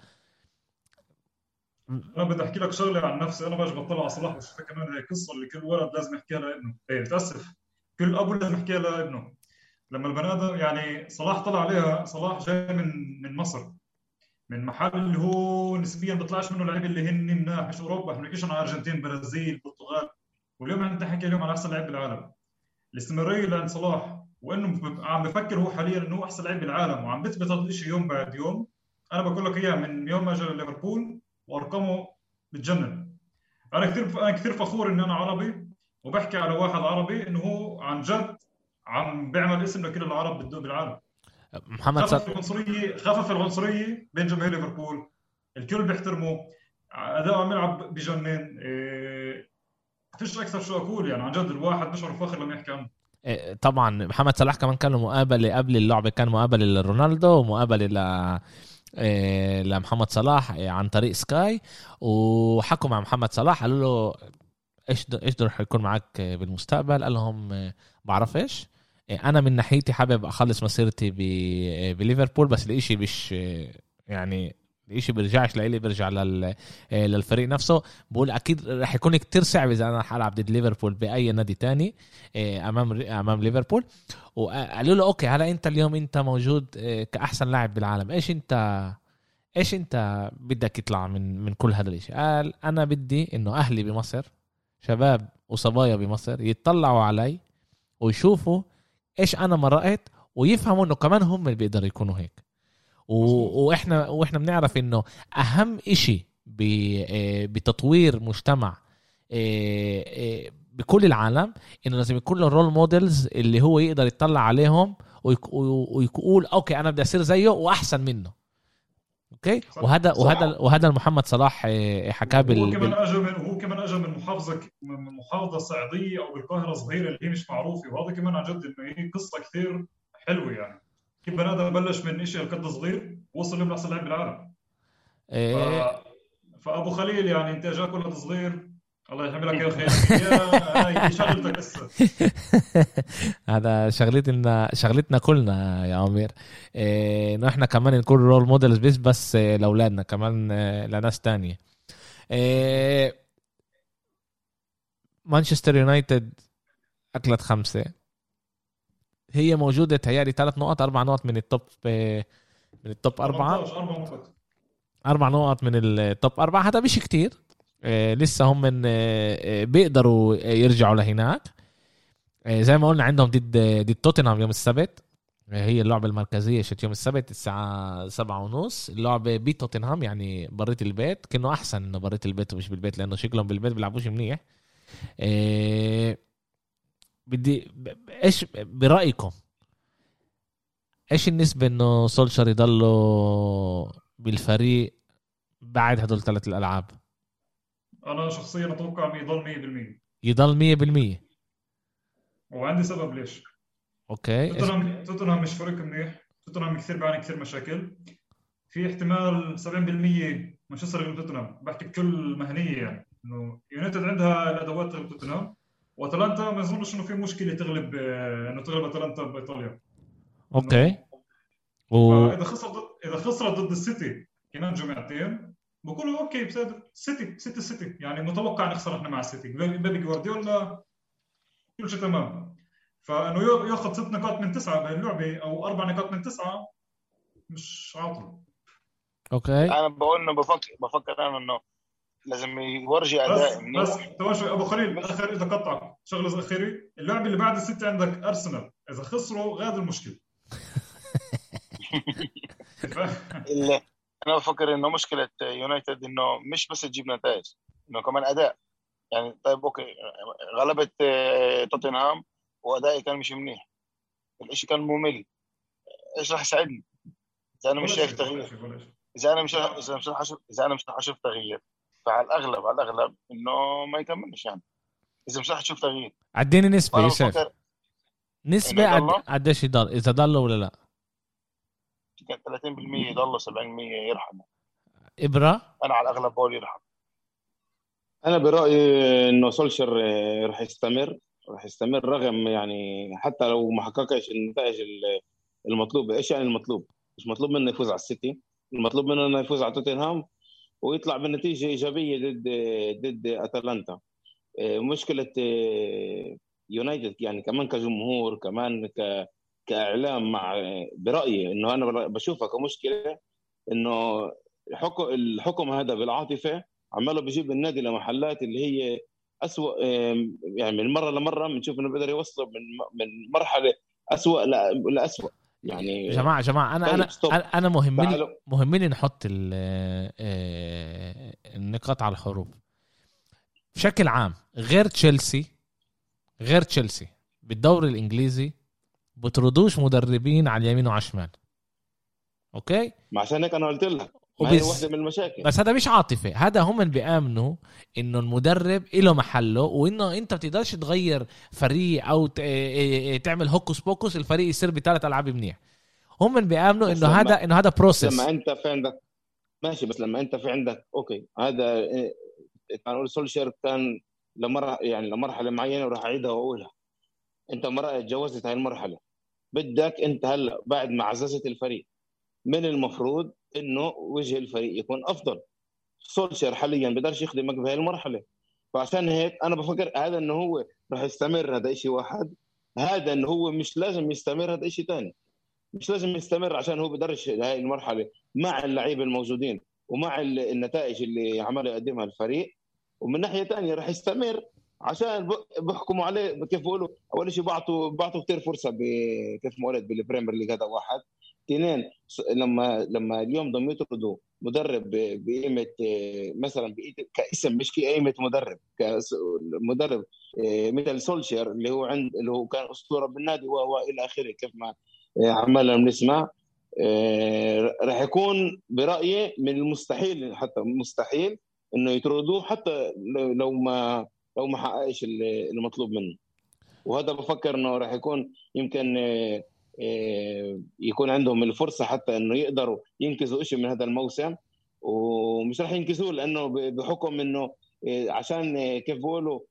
[SPEAKER 4] أنا بدي أحكي لك شغلة عن نفسي. أنا باجي بطلع على صلاح وشوف كمان هي قصة اللي كل ولد لازم يحكيها لابنه، إيه بتأسف كل أبو لازم يحكيها لابنه. لما البني آدم يعني صلاح طلع عليها، صلاح جاي من من مصر، من محل اللي هو نسبيا بيطلعش منه لعيب اللي هن مناح، مش اوروبا، احنا بنحكيش عن ارجنتين برازيل برتغال. واليوم انت حكي اليوم على احسن لاعب بالعالم. الاستمراريه لعند صلاح، وانه ب- عم بفكر هو حاليا انه هو احسن لاعب بالعالم، وعم بثبت هذا الشيء يوم بعد يوم. انا بقول لك اياه من يوم ما جاء ليفربول وارقامه بتجنن. انا كثير انا كثير فخور اني انا عربي وبحكي على واحد عربي انه هو عن جد عم بيعمل اسم لكل العرب بالدول بالعالم.
[SPEAKER 1] محمد
[SPEAKER 4] خفف
[SPEAKER 1] صلاح
[SPEAKER 4] العنصريه خفف العنصريه بين جماهير ليفربول، الكل بيحترمه، اداؤه عم يلعب بجنن. إيه، فيش اكثر شو اقول، يعني عن جد الواحد بيشعر فخر لما يحكي عنه.
[SPEAKER 1] إيه، طبعا محمد صلاح كمان كان له مقابله قبل اللعبه، كان مقابله لرونالدو ومقابله ل إيه لمحمد صلاح إيه عن طريق سكاي، وحكوا مع محمد صلاح قالوا له ايش د- ايش رح يكون معك بالمستقبل. قال لهم إيه بعرفش، إيه انا من ناحيتي حابب اخلص مسيرتي ب- إيه بليفربول، بس الاشي مش إيه يعني الاشي بيرجعش لإلي، بيرجع لل... إيه للفريق نفسه. بقول اكيد رح يكون كتير صعب اذا انا حلعب ضد ليفربول باي نادي تاني إيه امام امام ليفربول. وقالوا له اوكي هلا انت اليوم انت موجود إيه كاحسن لاعب بالعالم، ايش انت ايش انت بدك يطلع من من كل هذا الاشي؟ قال انا بدي انه اهلي بمصر، شباب وصبايا بمصر يتطلعوا علي ويشوفوا ايش انا مرقت، ويفهموا انه كمان هم اللي بيقدروا يكونوا هيك. و... واحنا واحنا بنعرف انه اهم اشي ب... آه، بتطوير مجتمع آه، آه، بكل العالم انه لازم يكون له رول موديلز اللي هو يقدر يطلع عليهم ويك... ويقول اوكي انا بدي اصير زيه واحسن منه. اوكي
[SPEAKER 4] صح.
[SPEAKER 1] وهذا
[SPEAKER 3] صح.
[SPEAKER 1] وهذا وهذا محمد صلاح آه، حكاه
[SPEAKER 4] هو
[SPEAKER 1] بال...
[SPEAKER 4] كمان
[SPEAKER 1] بال...
[SPEAKER 4] اجى من هو كمان اجى من محافظه من محافظه صعيديه او بالقاهره صغيره اللي هي مش معروفه، وهذا كمان عن جد انه هي قصه كثير حلوه. يعني كيف بني ادم بلش من شيء قد صغير وصل اليوم لاحسن لاعب بالعالم. ف...
[SPEAKER 1] آه،
[SPEAKER 4] فابو خليل يعني انت اجاك ولد صغير، الله يحملك يا خير يا هاي شغلتك هسه.
[SPEAKER 1] هذا شغلتنا شغلتنا كلنا يا عمير، إيه انه احنا كمان نكون رول موديلز بس بس إيه لاولادنا كمان إيه لناس تانية. إيه مانشستر يونايتد اكلت خمسة، هي موجودة تهيألي ثلاث نقط اربع نقط من التوب إيه من التوب اربعة،
[SPEAKER 4] ثمانية عشر أربعة نقط.
[SPEAKER 1] اربع نقط من التوب اربعة. هذا مش كتير إيه لسه هم من إيه بيقدروا يرجعوا لهناك. إيه زي ما قلنا عندهم ضد ضد توتنهام يوم السبت، هي اللعبة المركزية شت يوم السبت الساعة سبعة ونص. اللعبة بتوتنهام يعني بريت البيت، كأنه أحسن إنه بريت البيت ومش بالبيت، لأنه شكلهم بالبيت بيلعبوش منيح. إيه بدي إيش برأيكم إيش النسبة إنه سولشر يضلوا بالفريق بعد هدول ثلاث الألعاب؟
[SPEAKER 4] انا شخصيا اتوقع انه يضل مية بالمية،
[SPEAKER 1] يضل مية بالمية.
[SPEAKER 4] وعندي سبب ليش.
[SPEAKER 1] أوكي إيش-
[SPEAKER 4] توتنهام توتنهام مش فريق منيح، توتنهام كثير بيعاني كثير مشاكل. في احتمال سبعين بالمية مانشستر يغلب توتنهام، بحكي بكل مهنيه، يعني انه يونايتد عندها الادوات تغلب توتنهام، واتلانتا ما اظنش انه في مشكله تغلب آه، انه تغلب اتلانتا بايطاليا.
[SPEAKER 1] أوكي
[SPEAKER 4] إنه
[SPEAKER 1] و...
[SPEAKER 4] فاذا خسر ضد اذا خسر ضد السيتي كمان جمعتين بقولوا اوكي بسبب سيتي سيتي سيتي يعني متوقع نخسر احنا مع السيتي بيبي جوارديولا كل شيء تمام. فانه ياخذ ست نقاط من تسعه بهاللعبه او اربع نقاط من تسعه مش عاطل.
[SPEAKER 1] اوكي
[SPEAKER 3] انا بقول انه بفكر بفكر انا انه لازم يورجي
[SPEAKER 4] بس
[SPEAKER 3] اداء منيح.
[SPEAKER 4] بس تماشي ابو خليل
[SPEAKER 3] مش-
[SPEAKER 4] اخر اذا قطعك شغله اخيره اللعبه اللي بعد السيتي عندك ارسنال اذا خسروا غاد المشكله.
[SPEAKER 3] اللي انا بفكر انه مشكله يونايتد انه مش بس تجيب نتائج انه كمان اداء. يعني طيب اوكي غلبت آه، توتنهام وادائي كان مش منيح الاشي كان ممل. ايش راح يساعدني اذا انا مش شايف تغيير؟ اذا انا مش راح اذا مش راح اشوف اذا انا مش راح اشوف تغيير فعلى الاغلب على الاغلب انه ما يكملش. يعني اذا مش راح اشوف تغيير
[SPEAKER 1] عديني نسبه
[SPEAKER 3] فانا
[SPEAKER 1] يوسف،
[SPEAKER 3] بفكر
[SPEAKER 1] نسبه
[SPEAKER 3] إنه
[SPEAKER 1] قد
[SPEAKER 3] يضل
[SPEAKER 1] قديش يضل، اذا ضل ولا لا؟
[SPEAKER 3] كان ثلاثين بالمية يضل سبعين بالمية يرحم.
[SPEAKER 1] ابره
[SPEAKER 3] انا على الاغلب بقول يرحم.
[SPEAKER 5] انا برايي انه سولشر آه، راح يستمر راح يستمر رغم يعني حتى لو ما حققش النتائج ال- المطلوبه. ايش يعني المطلوب؟ مش مطلوب منه يفوز على السيتي، المطلوب منه انه يفوز على توتنهام ويطلع بنتيجه ايجابيه ضد ضد اتلانتا. آه، مشكله آه، يونايتد يعني كمان كجمهور كمان ك كاعلام مع برايي انه انا بشوفها كمشكله انه الحكم الحكم هذا بالعاطفه عماله بيجيب النادي لمحلات اللي هي أسوأ. يعني من مره لمره بنشوف انه بيقدر يوصل من من مرحله أسوأ ل- لأسوأ. يعني
[SPEAKER 1] جماعه جماعه انا
[SPEAKER 5] طيب
[SPEAKER 1] انا
[SPEAKER 5] ستوب.
[SPEAKER 1] انا أنا مهمني
[SPEAKER 5] تعالوا.
[SPEAKER 1] مهمني نحط ال- آه، النقاط على الحروف بشكل عام. غير تشيلسي غير تشيلسي بالدوري الانجليزي بتردوش مدربين على اليمين وعلى الشمال. اوكي
[SPEAKER 5] ما عشان هيك انا قلت لك ما هي
[SPEAKER 1] وبس
[SPEAKER 5] واحده من المشاكل.
[SPEAKER 1] بس هذا مش عاطفه، هذا هم بيامنوا انه المدرب له محله وانه انت بتقدرش تغير فريق او ت- إيه- إيه- تعمل هوكس بوكس الفريق يصير بثلاث العاب منيح. هم بيامنوا
[SPEAKER 5] بس
[SPEAKER 1] انه
[SPEAKER 5] لما-
[SPEAKER 1] هذا انه هذا بروسيس.
[SPEAKER 5] لما انت في عندك ماشي، بس لما انت في عندك اوكي هذا إيه، كان اقول سولشير كان لمرة يعني لمرحله معينه وراح اعيدها واقولها. انت مرة تجاوزت هاي المرحله، بدك انت هلا بعد ما عززت الفريق من المفروض انه وجه الفريق يكون افضل. سولشير حاليا بيقدرش يخدمك بهاي المرحله. فعشان هيك انا بفكر هذا انه هو راح يستمر، هذا شيء واحد. هذا انه هو مش لازم يستمر، هذا شيء ثاني. مش لازم يستمر عشان هو بيقدرش هاي المرحله مع اللعيبه الموجودين ومع النتائج اللي عمل يقدمها الفريق. ومن ناحيه ثانيه راح يستمر عشان بحكموا عليه كيف بقولوا. اول شيء بعطوا بعطوا كثير فرصه كيف ما قلت بالبريمير ليج. هذا واحد. اثنين لما لما اليوم بدهم يطردوا مدرب بقيمه مثلا كاسم مش كقيمه مدرب كمدرب مثل سولشير اللي هو عند اللي هو كان اسطوره بالنادي والى اخره كيف ما عمالنا بنسمع. راح يكون برايي من المستحيل حتى مستحيل انه يطردوه حتى لو ما لو ما حققش المطلوب منه. وهذا بفكر انه راح يكون يمكن يكون عندهم الفرصه حتى انه يقدروا ينقذوا شيء من هذا الموسم. ومش راح ينقذوه لانه بحكم انه عشان كيف بقولوا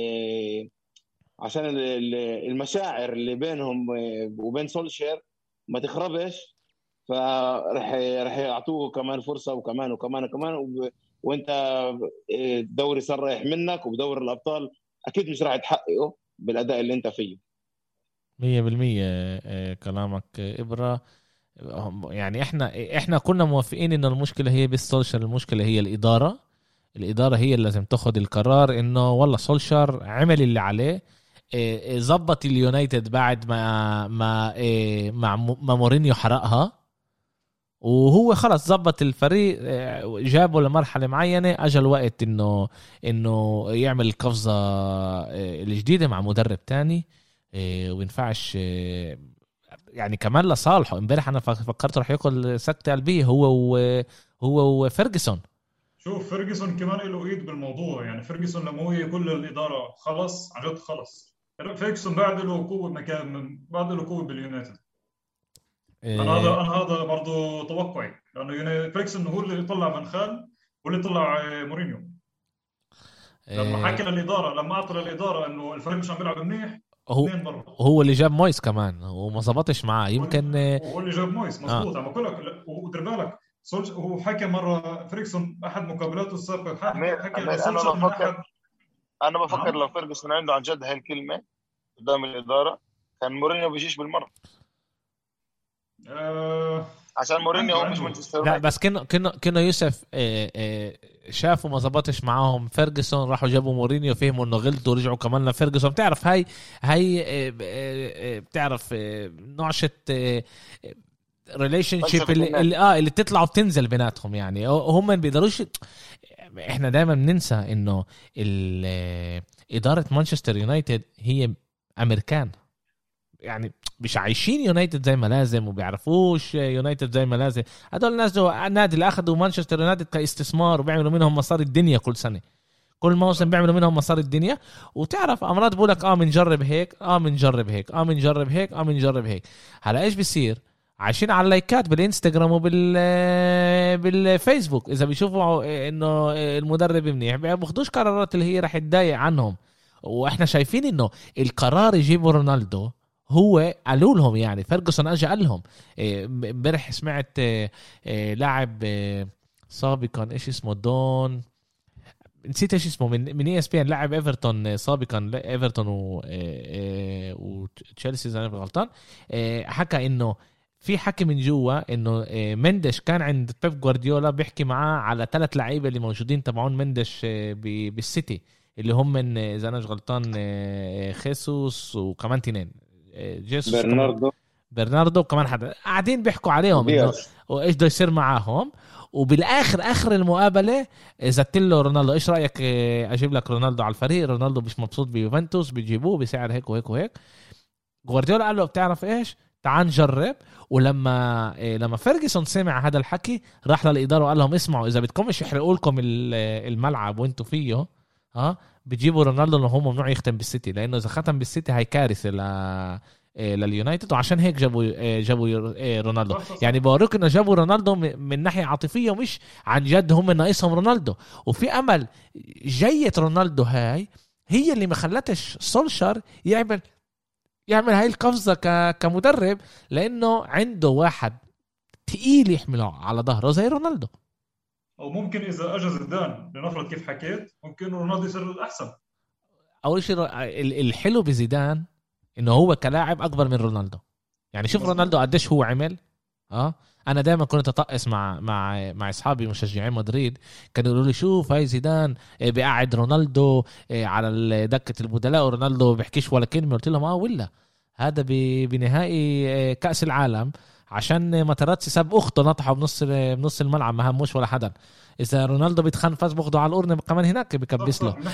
[SPEAKER 5] عشان المشاعر اللي بينهم وبين سولشير ما تخربش. فراح راح يعطوه كمان فرصه وكمان وكمان وكمان و... وانت الدوري صار رايح منك وبدور الابطال اكيد مش راح تحققه بالاداء اللي انت فيه.
[SPEAKER 1] مية بالمية كلامك إبرة. يعني احنا احنا كنا موافقين انه المشكله هي بس سولشر، المشكله هي الاداره. الاداره هي اللي لازم تاخذ القرار انه والله سولشر عمل اللي عليه، زبط اليونايتد بعد ما ما مع ما مورينيو حرقها، وهو خلص زبط الفريق جابه لمرحله معينه. اجى الوقت انه انه يعمل القفزه الجديده مع مدرب تاني وينفعش يعني كمان لصالحه. امبارح انا فكرت راح ياكل سكته قلبيه هو و هو وفيرجسون.
[SPEAKER 4] شوف فيرجسون كمان له ايد بالموضوع. يعني فيرجسون لما هو كل الاداره خلص عن جد خلص. فيرجسون بعد له قوه مكان بعد له قوه باليونايتد. انا هذا انا هذا برضه توقعي لانه فيرجسون هو اللي طلع من خال واللي طلع مورينيو. لما حكى للاداره لما اعطى للاداره انه الفريق مش عم بيلعب منيح
[SPEAKER 1] هو
[SPEAKER 4] اثنين برا.
[SPEAKER 1] هو اللي جاب مويس كمان وما زبطش معاه يمكن.
[SPEAKER 4] وهو اللي جاب مويس مظبوط. عم بقول لك ودير بالك سولش هو حكى مره فريكسون احد مقابلاته السابقه حكى
[SPEAKER 3] أمير
[SPEAKER 4] حكى
[SPEAKER 3] أمير
[SPEAKER 4] لسولشر
[SPEAKER 3] أنا
[SPEAKER 4] من
[SPEAKER 3] بفكر
[SPEAKER 4] احد.
[SPEAKER 3] أنا بفكر
[SPEAKER 4] نعم.
[SPEAKER 3] لو فيرجسون عنده عن جد هاي الكلمة قدام الإدارة كان مورينيو بيجيش بالمرة،
[SPEAKER 4] آه
[SPEAKER 3] عشان مورينيو
[SPEAKER 4] عنده-
[SPEAKER 3] هو مش
[SPEAKER 4] عنده.
[SPEAKER 3] مانشستر
[SPEAKER 1] لا
[SPEAKER 3] يونايتد.
[SPEAKER 1] بس كنا كنا كنا يوسف آه، آه، شافوا ما زبطش معاهم فيرجسون راحوا جابوا مورينيو فهموا انه غلطوا ورجعوا كمان لفيرجسون. بتعرف هاي هاي آه، آه، آه، بتعرف آه، نوعشة ريليشن شيب
[SPEAKER 3] فلسفة
[SPEAKER 1] اللي,
[SPEAKER 3] النادي.
[SPEAKER 1] اللي اه اللي تطلع وبتنزل بيناتهم. يعني هم ما بيقدروش. احنا دايما بننسى انه ال- آه، اداره مانشستر يونايتد هي امريكان، يعني مش عايشين يونايتد زي ما لازم وبيعرفوش يونايتد زي ما لازم. هدول الناس جو النادي اللي اخذوا مانشستر يونايتد كاستثمار وبيعملوا منهم مصاري الدنيا كل سنه، كل موسم بيعملوا منهم مصاري الدنيا. وتعرف امراض بقول لك اه بنجرب هيك اه بنجرب هيك اه بنجرب هيك اه بنجرب هيك. هلا ايش بيصير؟ عايشين على اللايكات بالانستغرام وبال بالفيسبوك. اذا بيشوفوا انه المدرب منيح بياخدوش قرارات اللي هي راح تضايق عنهم. واحنا شايفين انه القرار يجيبوا رونالدو هو قالوا لهم، يعني فيرجسون اجى قال لهم. امبارح سمعت لاعب سابقا ايش اسمه دون نسيت ايش اسمه من من اي اس بي ان، لاعب ايفرتون سابقا ايفرتون و وتشيلسي اذا انا غلطان، حكى انه في حكي من جوا انه مندش كان عند بيب جوارديولا بيحكي معاه على ثلاث لعيبه اللي موجودين تبعون مندش بالسيتي اللي هم من اذا انا غلطان خيسوس وكمان تنين جيسوس
[SPEAKER 5] برناردو
[SPEAKER 1] برناردو كمان حدا قاعدين بيحكوا عليهم انه وايش بده يصير معاهم. وبالاخر اخر المقابله زدت له رونالدو ايش رايك اجيب لك رونالدو على الفريق. رونالدو مش مبسوط بيوفنتوس بيجيبوه بسعر هيك وهيك وهيك. جوارديولا قال له بتعرف ايش تعال نجرب. ولما لما فيرجسون سمع هذا الحكي راح للاداره وقال لهم اسمعوا اذا بدكمش يحرقوا لكم الملعب وانتم فيه ها بتجيبوا رونالدو انه هو ممنوع يختم بالسيتي، لانه اذا ختم بالسيتي هاي كارثه ل لليونايتد. وعشان هيك جابوا جابوا رونالدو. يعني بوريك انه جابوا رونالدو من ناحيه عاطفيه ومش عن جد هم ناقصهم رونالدو. وفي امل جايه رونالدو هاي هي اللي ما خلتش سولشر يعمل يعمل هاي القفزه كمدرب، لانه عنده واحد تقيل يحمله على ظهره زي رونالدو.
[SPEAKER 4] او ممكن اذا اجى زيدان لنفرض كيف حكيت ممكن رونالدو يصير الاحسن.
[SPEAKER 1] اول شيء الحلو بزيدان انه هو كلاعب اكبر من رونالدو. يعني شوف رونالدو قديش هو عمل. اه انا دائما كنت اتطقس مع مع مع اصحابي مشجعين مدريد كانوا يقولوا لي شوف هاي زيدان بيقعد رونالدو على دكه البدلاء ورونالدو بيحكيش ولا كلمه. قلت لهم اه ولا هذا بنهائي كاس العالم عشان ماتراتسي ساب اخته نطحه بنص بنص الملعب ما هموش ولا حدا. اذا رونالدو بيتخنفس باخده على القرن كمان هناك بكبس له.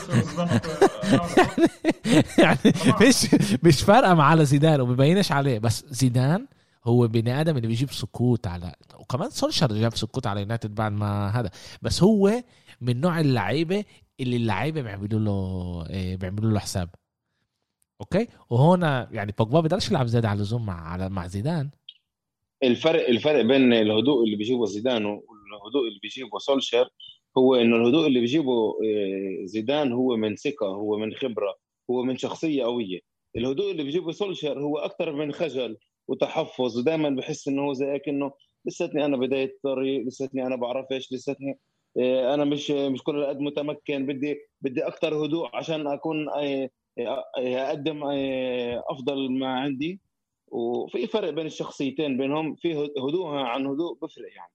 [SPEAKER 1] يعني مش مش فارقه مع على زيدان وبيبينش عليه. بس زيدان هو بني ادم اللي بيجيب سكوت على، وكمان سولشر جاب سكوت على يونايتد بعد ما هذا. بس هو من نوع اللعيبه اللي اللعيبه بيعملوا له بيعملوا له حساب. اوكي وهنا يعني بوجبا بيقدرش يلعب زيادة على اللزوم مع على مع زيدان.
[SPEAKER 5] الفرق الفرق بين الهدوء اللي بيجيبه زيدان والهدوء اللي بيجيبه سولشر هو انه الهدوء اللي بيجيبه زيدان هو من ثقة، هو من خبرة، هو من شخصية قوية. الهدوء اللي بيجيبه سولشر هو اكتر من خجل وتحفظ، ودائما بحس انه هو زي انه لساتني انا بداية الطريق، لساتني انا بعرفش، لساتني انا مش مش كل قد متمكن، بدي بدي اكتر هدوء عشان اكون اقدم افضل ما عندي. وفي فرق بين الشخصيتين بينهم، في هدوء عن هدوء بفرق يعني.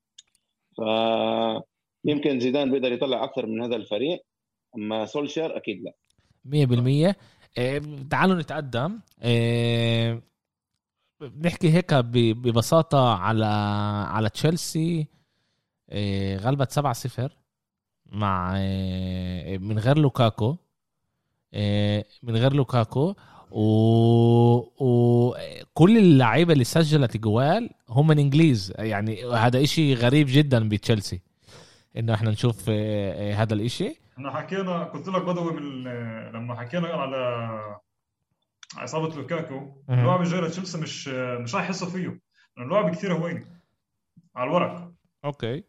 [SPEAKER 5] فيمكن زيدان بيقدر يطلع اكثر من هذا الفريق، اما سولشر اكيد لا.
[SPEAKER 1] مية بالمية. إيه تعالوا نتقدم. إيه بنحكي هيك ببساطة على على تشيلسي. إيه غلبت سبعة صفر مع إيه من غير لوكاكو. إيه من غير لوكاكو وكل اللعيبه اللي سجلت جوال هم من انجليز. يعني هذا إشي غريب جدا بتشيلسي انه احنا نشوف هذا الإشي.
[SPEAKER 4] احنا حكينا قلت لك بدوي من لما حكينا على عصابه لوكاكو اللاعب الجاي لتشيلسي مش مش راح يحسوا فيه لانه اللاعب كثير هوين على الورق.
[SPEAKER 1] اوكي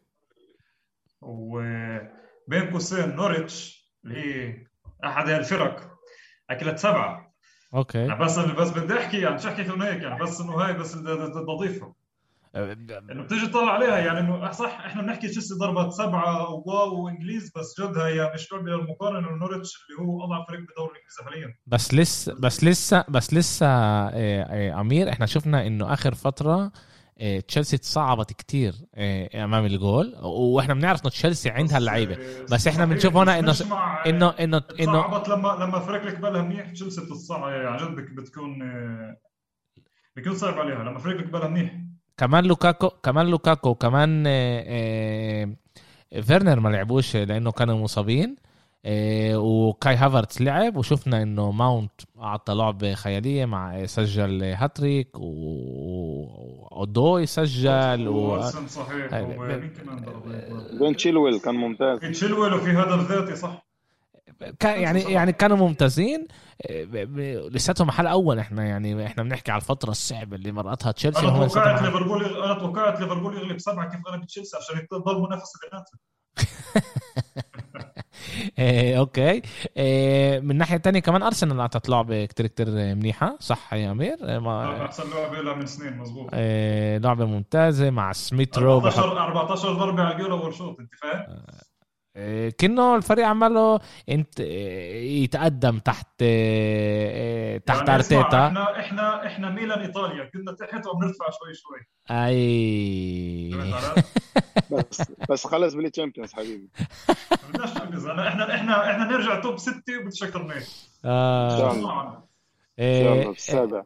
[SPEAKER 4] وبين قوسين نوريتش اللي هي احد الفرق اكلت سبعه
[SPEAKER 1] اوكي
[SPEAKER 4] يعني بس بس بدي احكي يعني مش احكي انه هيك يعني بس انه هاي بس بدي بدي اضيفها انه بتيجي تطلع عليها يعني انه صح احنا بنحكي تشيلسي ضربت سبعه واو وانجليز بس جدها هي مش لعبه للمقارنه انه نورتش اللي هو اضعف فريق بالدوري الانجليزي حاليا.
[SPEAKER 1] بس لسه بس لسه بس لسه آه، آه، امير احنا شفنا انه اخر فتره آه، تشيلسي تصعبت كتير آه، امام الجول، واحنا بنعرف انه تشيلسي عندها اللعيبه، بس احنا
[SPEAKER 4] صحيح،
[SPEAKER 1] بنشوف هنا
[SPEAKER 4] بس
[SPEAKER 1] انه
[SPEAKER 4] مش مع
[SPEAKER 1] انه انه انه
[SPEAKER 4] تصعبت لما لما فريق لك بالها منيح تشيلسي بتتصعب يعني عن جد بك- بتكون آه، بيكون صعب عليها لما فريق لك بالها منيح.
[SPEAKER 1] كمان لوكاكو كمان لوكاكو كمان آه، آه، فيرنر ما لعبوش لانه كانوا مصابين، آه، وكاي هافرتس لعب، وشفنا انه ماونت اعطى لعبه خياليه مع سجل هاتريك، واودوي سجل و...
[SPEAKER 4] وهاتسون صحيح، ومين كمان ضرب هيك برضه؟
[SPEAKER 3] بين تشيلويل كان ممتاز.
[SPEAKER 4] في تشيلويل وفي هدف ذاتي صح.
[SPEAKER 1] كان يعني يعني كانوا ممتازين، آه، ب- ب- لساتهم محل اول. احنا يعني احنا بنحكي على الفتره الصعبه اللي مرقتها تشيلسي،
[SPEAKER 4] انا
[SPEAKER 1] وهم لساتهم
[SPEAKER 4] توقعت
[SPEAKER 1] محل.
[SPEAKER 4] ليفربول انا توقعت ليفربول يغلب سبعه كيف غلب تشيلسي عشان يضل منافسه بيناتهم.
[SPEAKER 1] إيه، اوكي. إيه، من ناحيه تانية كمان ارسنال اعطت لعبه كتير كتير منيحه، صح يا امير؟ إيه، ما-
[SPEAKER 4] احسن لعبه لها من سنين مظبوط.
[SPEAKER 1] إيه، لعبه ممتازه مع سميث رو بحط.
[SPEAKER 4] أربعتاشر أربعتاشر ضربه على الجول اول شوط، انت فاهم؟
[SPEAKER 1] إيه، كأنه الفريق عمله انت إيه، يتقدم تحت إيه، تحت
[SPEAKER 4] يعني اسمع،
[SPEAKER 1] ارتيتا.
[SPEAKER 4] احنا احنا احنا ميلان ايطاليا كنا تحت وبنرفع شوي شوي.
[SPEAKER 1] اي
[SPEAKER 4] فهمت علي؟
[SPEAKER 3] بس بس خلص بالي تشامبيونز حبيبي.
[SPEAKER 4] بدناش نركز، انا احنا احنا احنا نرجع توب ستة وبدش اكثر من هيك.
[SPEAKER 3] ان شاء
[SPEAKER 1] آه.
[SPEAKER 3] الله
[SPEAKER 4] طبعاً.
[SPEAKER 3] ان شاء الله
[SPEAKER 1] إيه،
[SPEAKER 3] بالسابع.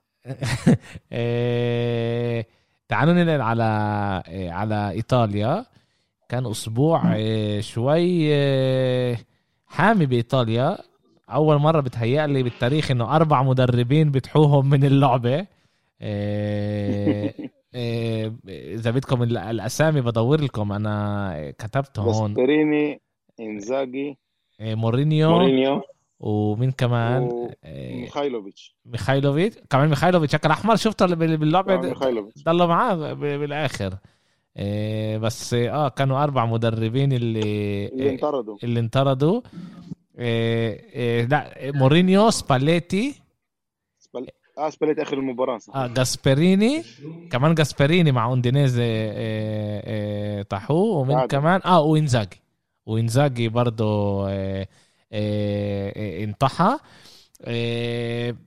[SPEAKER 1] إيه، تعالوا ننقل على إيه، على ايطاليا. كان اسبوع إيه، شوي إيه، حامي بايطاليا. اول مره بتهيألي بالتاريخ انه اربع مدربين بتحوهم من اللعبه. إيه، إيه، اذا بدكم ال- الاسامي بدور لكم، انا كتبت هون.
[SPEAKER 3] جاسبريني، انزاجي،
[SPEAKER 1] إيه، مورينيو،
[SPEAKER 3] مورينيو،
[SPEAKER 1] ومين كمان؟ إيه،
[SPEAKER 3] وميخايلوفيتش.
[SPEAKER 1] ميخايلوفيتش كمان. ميخايلوفيتش شكل احمر، شفته بال- باللعبه
[SPEAKER 3] كمان
[SPEAKER 1] د-
[SPEAKER 3] ميخايلوفيتش.
[SPEAKER 1] ضلوا معاه ب- بالاخر. إيه، بس اه كانوا اربع مدربين اللي
[SPEAKER 3] اللي
[SPEAKER 1] إيه،
[SPEAKER 3] انطردوا.
[SPEAKER 1] اللي انطردوا. إيه إيه لا، مورينيو، سباليتي،
[SPEAKER 3] سبال... اه سباليت اخر المباراه صح.
[SPEAKER 1] آه جاسبريني، كمان جاسبريني مع اوندينيزي إيه إيه طاحوه، ومن
[SPEAKER 3] تعادل.
[SPEAKER 1] كمان اه وينزاجي وينزاجي برضو إيه إيه إيه انطحى. إيه،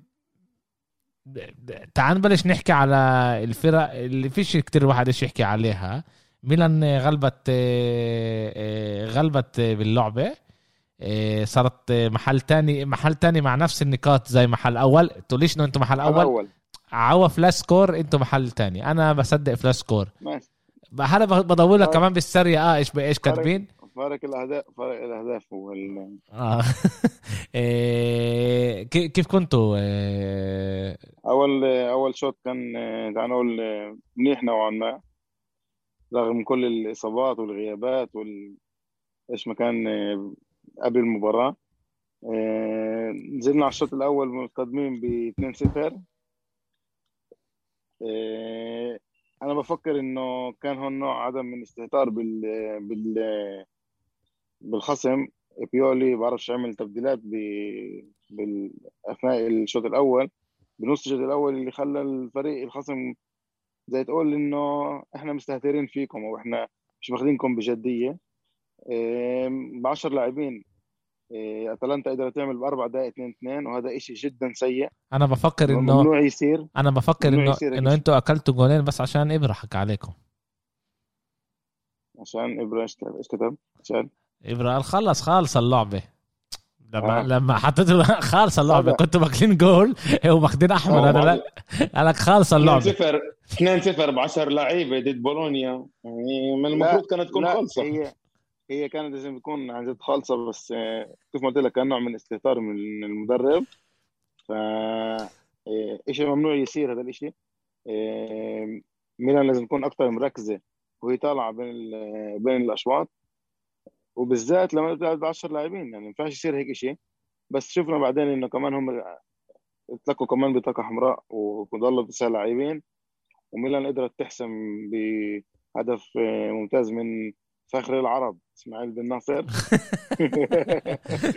[SPEAKER 1] تعال نبلش نحكي على الفرق اللي فيش كتير واحد ايش يحكي عليها. ميلان غلبت إيه إيه غلبت باللعبة، إيه، صارت محل تاني محل تاني مع نفس النقاط زي محل اول. تقوليش انه انتم محل اول،
[SPEAKER 3] اول
[SPEAKER 1] عوا فلاش سكور، انتم محل تاني. انا بصدق فلاش سكور،
[SPEAKER 3] ماشي.
[SPEAKER 1] هذا بدور لك
[SPEAKER 3] فرق-
[SPEAKER 1] كمان بالسرية اه ايش ايش
[SPEAKER 3] فرق-
[SPEAKER 1] كاتبين.
[SPEAKER 3] فارق الاهداف فارق الاهداف هو ال...
[SPEAKER 1] اه إيه، كي- كيف كنتوا إيه،
[SPEAKER 3] اول اول شوط كان آه، تعال نقول آه، منيح نوعا ما رغم كل الاصابات والغيابات وال ايش ما كان آه، قبل المباراه. آه، نزلنا على الشوط الاول متقدمين ب اثنين صفر. آه، انا بفكر انه كان هون نوع عدم من استهتار بال بال بالخصم. بيولي بعرفش عمل تبديلات ب بالاثناء الشوط الاول، بنص الشوط الاول، اللي خلى الفريق الخصم زي تقول انه احنا مستهترين فيكم او احنا مش واخدينكم بجديه. ب عشرة لاعبين إيه، اتلانتا قدرت تعمل باربع دقائق اثنين اثنين، وهذا إشي جدا سيء.
[SPEAKER 1] انا بفكر انه
[SPEAKER 3] ممنوع يصير
[SPEAKER 1] انا بفكر
[SPEAKER 3] ممنوع
[SPEAKER 1] انه
[SPEAKER 3] يصير هيك
[SPEAKER 1] انه
[SPEAKER 3] شيء.
[SPEAKER 1] انتوا اكلتوا جولين بس عشان ابره حكى عليكم.
[SPEAKER 3] عشان ابراهيم ايش كتب ايش كتب عشان
[SPEAKER 1] ابره قال خلص خالص اللعبه. لما
[SPEAKER 3] آه.
[SPEAKER 1] لما حطيته خالص اللعبه،
[SPEAKER 3] هذا-
[SPEAKER 1] كنتوا باكلين جول وماخدين احمر.
[SPEAKER 3] آه،
[SPEAKER 1] هذا لا، قال لك خالص
[SPEAKER 5] اثنين
[SPEAKER 1] اللعبه.
[SPEAKER 5] صفر اثنين صفر ب عشرة لعيبه ضد بولونيا، يعني من المفروض كانت تكون
[SPEAKER 3] لا
[SPEAKER 5] خلصه.
[SPEAKER 3] هي هي كانت لازم تكون عن جد خالصه، بس آه، كيف ما قلت لك كان نوع من الاستهتار من المدرب. ف آه، إشي ممنوع يصير هذا الإشي. آه، ميلان لازم تكون أكثر مركزة وهي طالعة بين ال- بين الأشواط، وبالذات لما تلعب ب عشرة لاعبين يعني ما ينفعش يصير هيك شيء. بس شفنا بعدين إنه كمان هم اتلقوا كمان بطاقة حمراء وضلوا تسع لاعبين، وميلان قدرت تحسم بهدف آه، ممتاز من فخر العرب إسماعيل بن ناصر.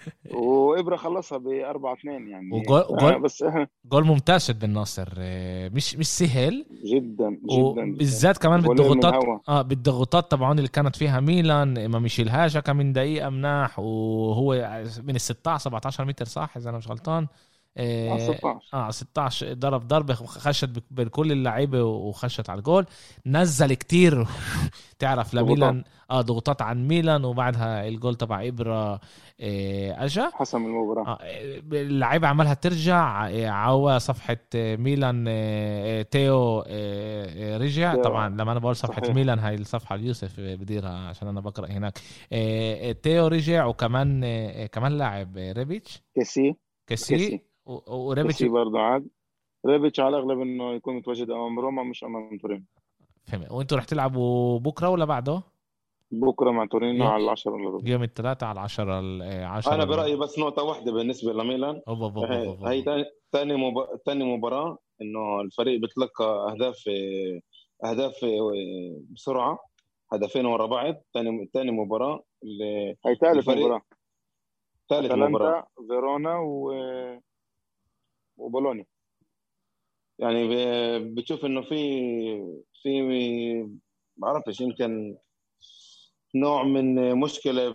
[SPEAKER 3] وإبرة خلصها بأربعة اثنين يعني.
[SPEAKER 1] وجول جول
[SPEAKER 3] بس
[SPEAKER 1] جول ممتاز شد بالناصر، مش مش سهل
[SPEAKER 3] جدا جدا،
[SPEAKER 1] وبالذات كمان بالضغوطات اه بالضغوطات طبعا اللي كانت فيها ميلان، ما مشيلهاش كم من دقيقه مناح، وهو من ال ستة عشر سبعة عشر متر صح اذا انا مش غلطان.
[SPEAKER 3] اه ستة عشر
[SPEAKER 1] اه ستة عشر ضرب ضربه خشت بكل اللعيبه وخشت على الجول، نزل كتير تعرف لميلان اه ضغوطات عن ميلان، وبعدها الجول تبع إبرة آه اجا
[SPEAKER 3] حسم المباراه.
[SPEAKER 1] آه اللعيبه عملها ترجع عوا صفحه ميلان آه تيو آه رجع تيو. طبعا لما انا بقول صفحه صحيح. ميلان هاي الصفحه اليوسف بديرها عشان انا بقرا هناك. آه تيو رجع، وكمان آه كمان لاعب ريبيتش
[SPEAKER 3] كيسي
[SPEAKER 1] كيسي, كيسي.
[SPEAKER 3] وريبيتش برضه عاد. ريبيتش على الاغلب انه يكون متواجد امام روما مش امام تورينو.
[SPEAKER 1] فهم. وانتوا رح تلعبوا بكره ولا بعده؟
[SPEAKER 3] بكره مع تورينو على العشرة الا ربع،
[SPEAKER 1] يوم الثلاثاء على العشرة العشرة.
[SPEAKER 5] انا برايي بس نقطه واحده بالنسبه لميلان، هي ثاني مب... ثاني مباراه انه الفريق بتلقى اهداف اهداف بسرعه، هدفين ورا بعض. ثاني ثاني مباراه اللي
[SPEAKER 3] هي ثالث مباراه
[SPEAKER 5] ثالث مباراه
[SPEAKER 3] فيرونا و وبولونيا.
[SPEAKER 5] يعني بتشوف انه في في ما بعرفش يمكن نوع من مشكله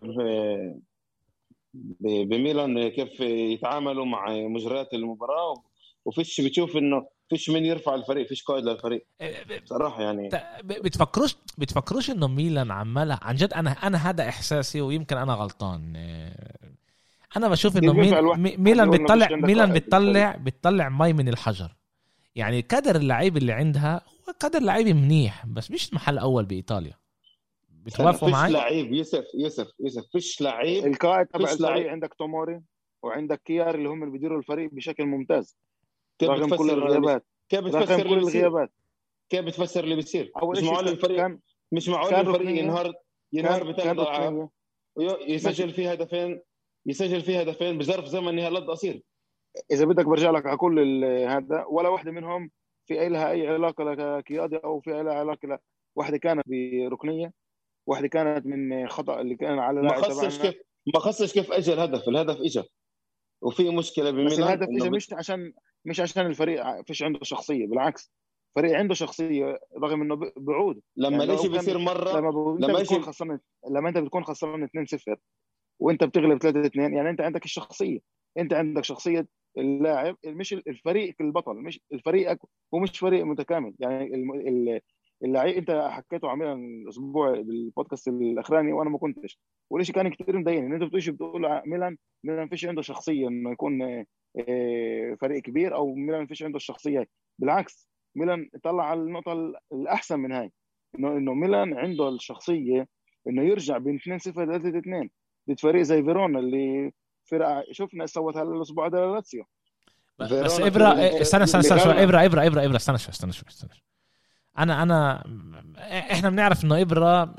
[SPEAKER 5] بميلان كيف يتعاملوا مع مجريات المباراه، وفيش بتشوف انه فيش من يرفع الفريق، فيش قائد للفريق صراحه. يعني
[SPEAKER 1] بتفكروش بتفكروش انه ميلان عمالها عن جد؟ انا انا هذا احساسي ويمكن انا غلطان. انا بشوف انه ميلان بتطلع ميلان بتطلع بتطلع مي من الحجر. يعني قدر اللعيب اللي عندها هو قدر لعيب منيح، بس مش محل اول بايطاليا. بتوافقوا معي؟
[SPEAKER 5] فيش لعيب يوسف يوسف يوسف فيش لعيب.
[SPEAKER 3] القائد تبع الفريق عندك توموري وعندك كيار اللي هم اللي بيديروا الفريق بشكل ممتاز رغم كل الغيابات.
[SPEAKER 5] كيف بتفسر
[SPEAKER 3] كل الغيابات؟
[SPEAKER 5] كيف بتفسر اللي بيصير؟ مش معقول الفريق مش معقول الفريق ينهار ينهار بتلعب يسجل فيها هدفين يسجل فيها هدفين بظرف زمن نهائي قصير.
[SPEAKER 3] اذا بدك برجع لك على كل هذا، ولا واحده منهم في لها اي علاقه لكيادي او في لها علاقه لا. واحده كانت بركنيه، واحده كانت من خطا اللي كان على
[SPEAKER 5] لاعب. ما خصش كيف ما خصش كيف اجى الهدف. الهدف اجى وفي مشكله بميلان.
[SPEAKER 3] بس الهدف اجى مش عشان مش عشان الفريق فيش عنده شخصيه، بالعكس فريق عنده شخصيه رغم انه بعود.
[SPEAKER 5] لما يعني ليش بيصير مره
[SPEAKER 3] لما, لما انت بتكون خسران لما انت بتكون خسران اثنين صفر وانت بتغلب ثلاثة اثنين، يعني انت عندك الشخصيه، انت عندك شخصيه اللاعب، مش الفريق البطل، مش الفريق ومش فريق متكامل. يعني اللعيب انت حكيته عملنا الاسبوع بالبودكاست الاخراني وانا ما كنتش، وليش كان كتير مضايقني ان انت بتقولش بتقول ميلان ميلان فيش عنده شخصيه انه يكون فريق كبير، او ميلان فيش عنده الشخصيه. بالعكس ميلان طلع على النقطه الاحسن من هاي، انه انه ميلان عنده الشخصيه انه يرجع بين اثنين صفر ثلاثة اثنين ضد فريق زي فيرونا اللي فرقه شفنا سوت هذا الاسبوع ده لاتسيو.
[SPEAKER 1] بس ابره استنى استنى استنى ابره ابره ابره ابره استنى شوي استنى شوي استنى شوي. انا انا احنا بنعرف انه ابره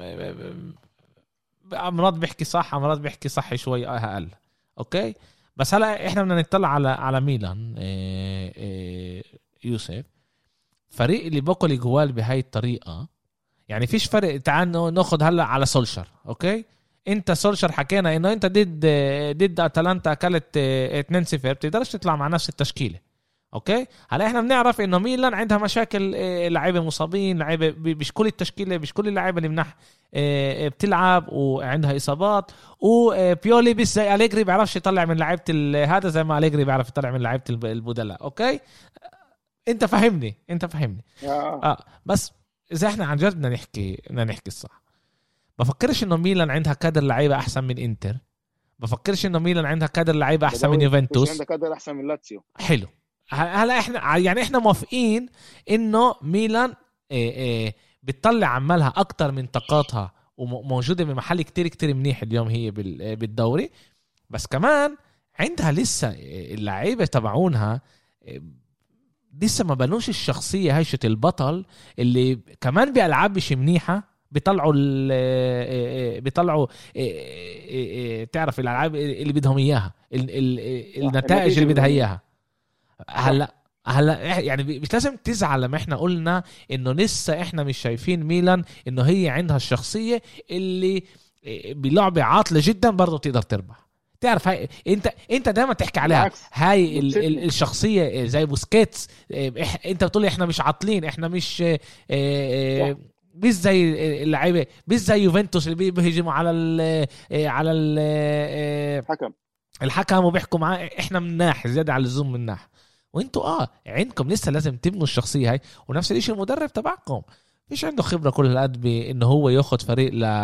[SPEAKER 1] مرات بيحكي صح مرات بيحكي صح شوي اقل، اوكي. بس هلا احنا بدنا نطلع على على ميلان. إيه إيه يوسف فريق اللي بقول جوال بهاي الطريقه، يعني فيش فرق. تعال ناخذ هلا على سولشر، اوكي. انت سولشر حكينا انه انت ضد ضد اتلانتا اكلت اثنين صفر، بتقدرش تطلع مع نفس التشكيله، اوكي. هلا احنا بنعرف انه ميلان عندها مشاكل، لعيبه مصابين، لعيبه مش كل التشكيله مش كل اللعيبه اللي منح بتلعب وعندها اصابات، وبيولي بس زي أليجري بيعرفش يطلع من لعيبه هذا زي ما أليجري بيعرف يطلع من لعيبه البدلاء، اوكي. انت فهمني انت فهمني اه بس اذا احنا عن جد بدنا نحكي بدنا نحكي الصح، بفكرش انه ميلان عندها كادر لعيبه احسن من انتر، بفكرش انه ميلان عندها كادر لعيبه احسن من يوفنتوس،
[SPEAKER 3] عندها كادر احسن من لاتسيو.
[SPEAKER 1] حلو. هلا احنا يعني احنا موافقين انه ميلان ايه ايه بتطلع عمالها اكتر من طاقاتها وموجوده بمحل كتير كتير منيح اليوم هي بالدوري، بس كمان عندها لسه اللعيبه تبعونها لسه ما بنوش الشخصيه هيشة البطل اللي كمان بألعاب مش منيحه بيطلعوا بيطلعوا تعرف الالعاب اللي بدهم اياها، النتائج اللي بدها اياها. هلا هلا يعني مش لازم تزعل لما احنا قلنا انه لسه احنا مش شايفين ميلان انه هي عندها الشخصيه اللي بلعبه عاطله جدا برضه تقدر تربح. تعرف هاي انت انت دايما تحكي عليها
[SPEAKER 3] بالعكس،
[SPEAKER 1] هاي ال...
[SPEAKER 3] بتسيطني.
[SPEAKER 1] ال... الشخصيه زي بوسكيتس. إح... انت بتقول احنا مش عاطلين، احنا مش اه... اه... مش زي اللعيبه، مش زي يوفنتوس اللي بيهجموا على ال... اه... على ال... اه...
[SPEAKER 3] حكم
[SPEAKER 1] الحكم وبيحكوا معاه. احنا مناح زياده على اللزوم مناح، وانتوا اه عندكم لسه لازم تبنوا الشخصيه هاي. ونفس الشيء المدرب تبعكم مش عنده خبرة كل هالقد بإنه هو ياخد فريق ل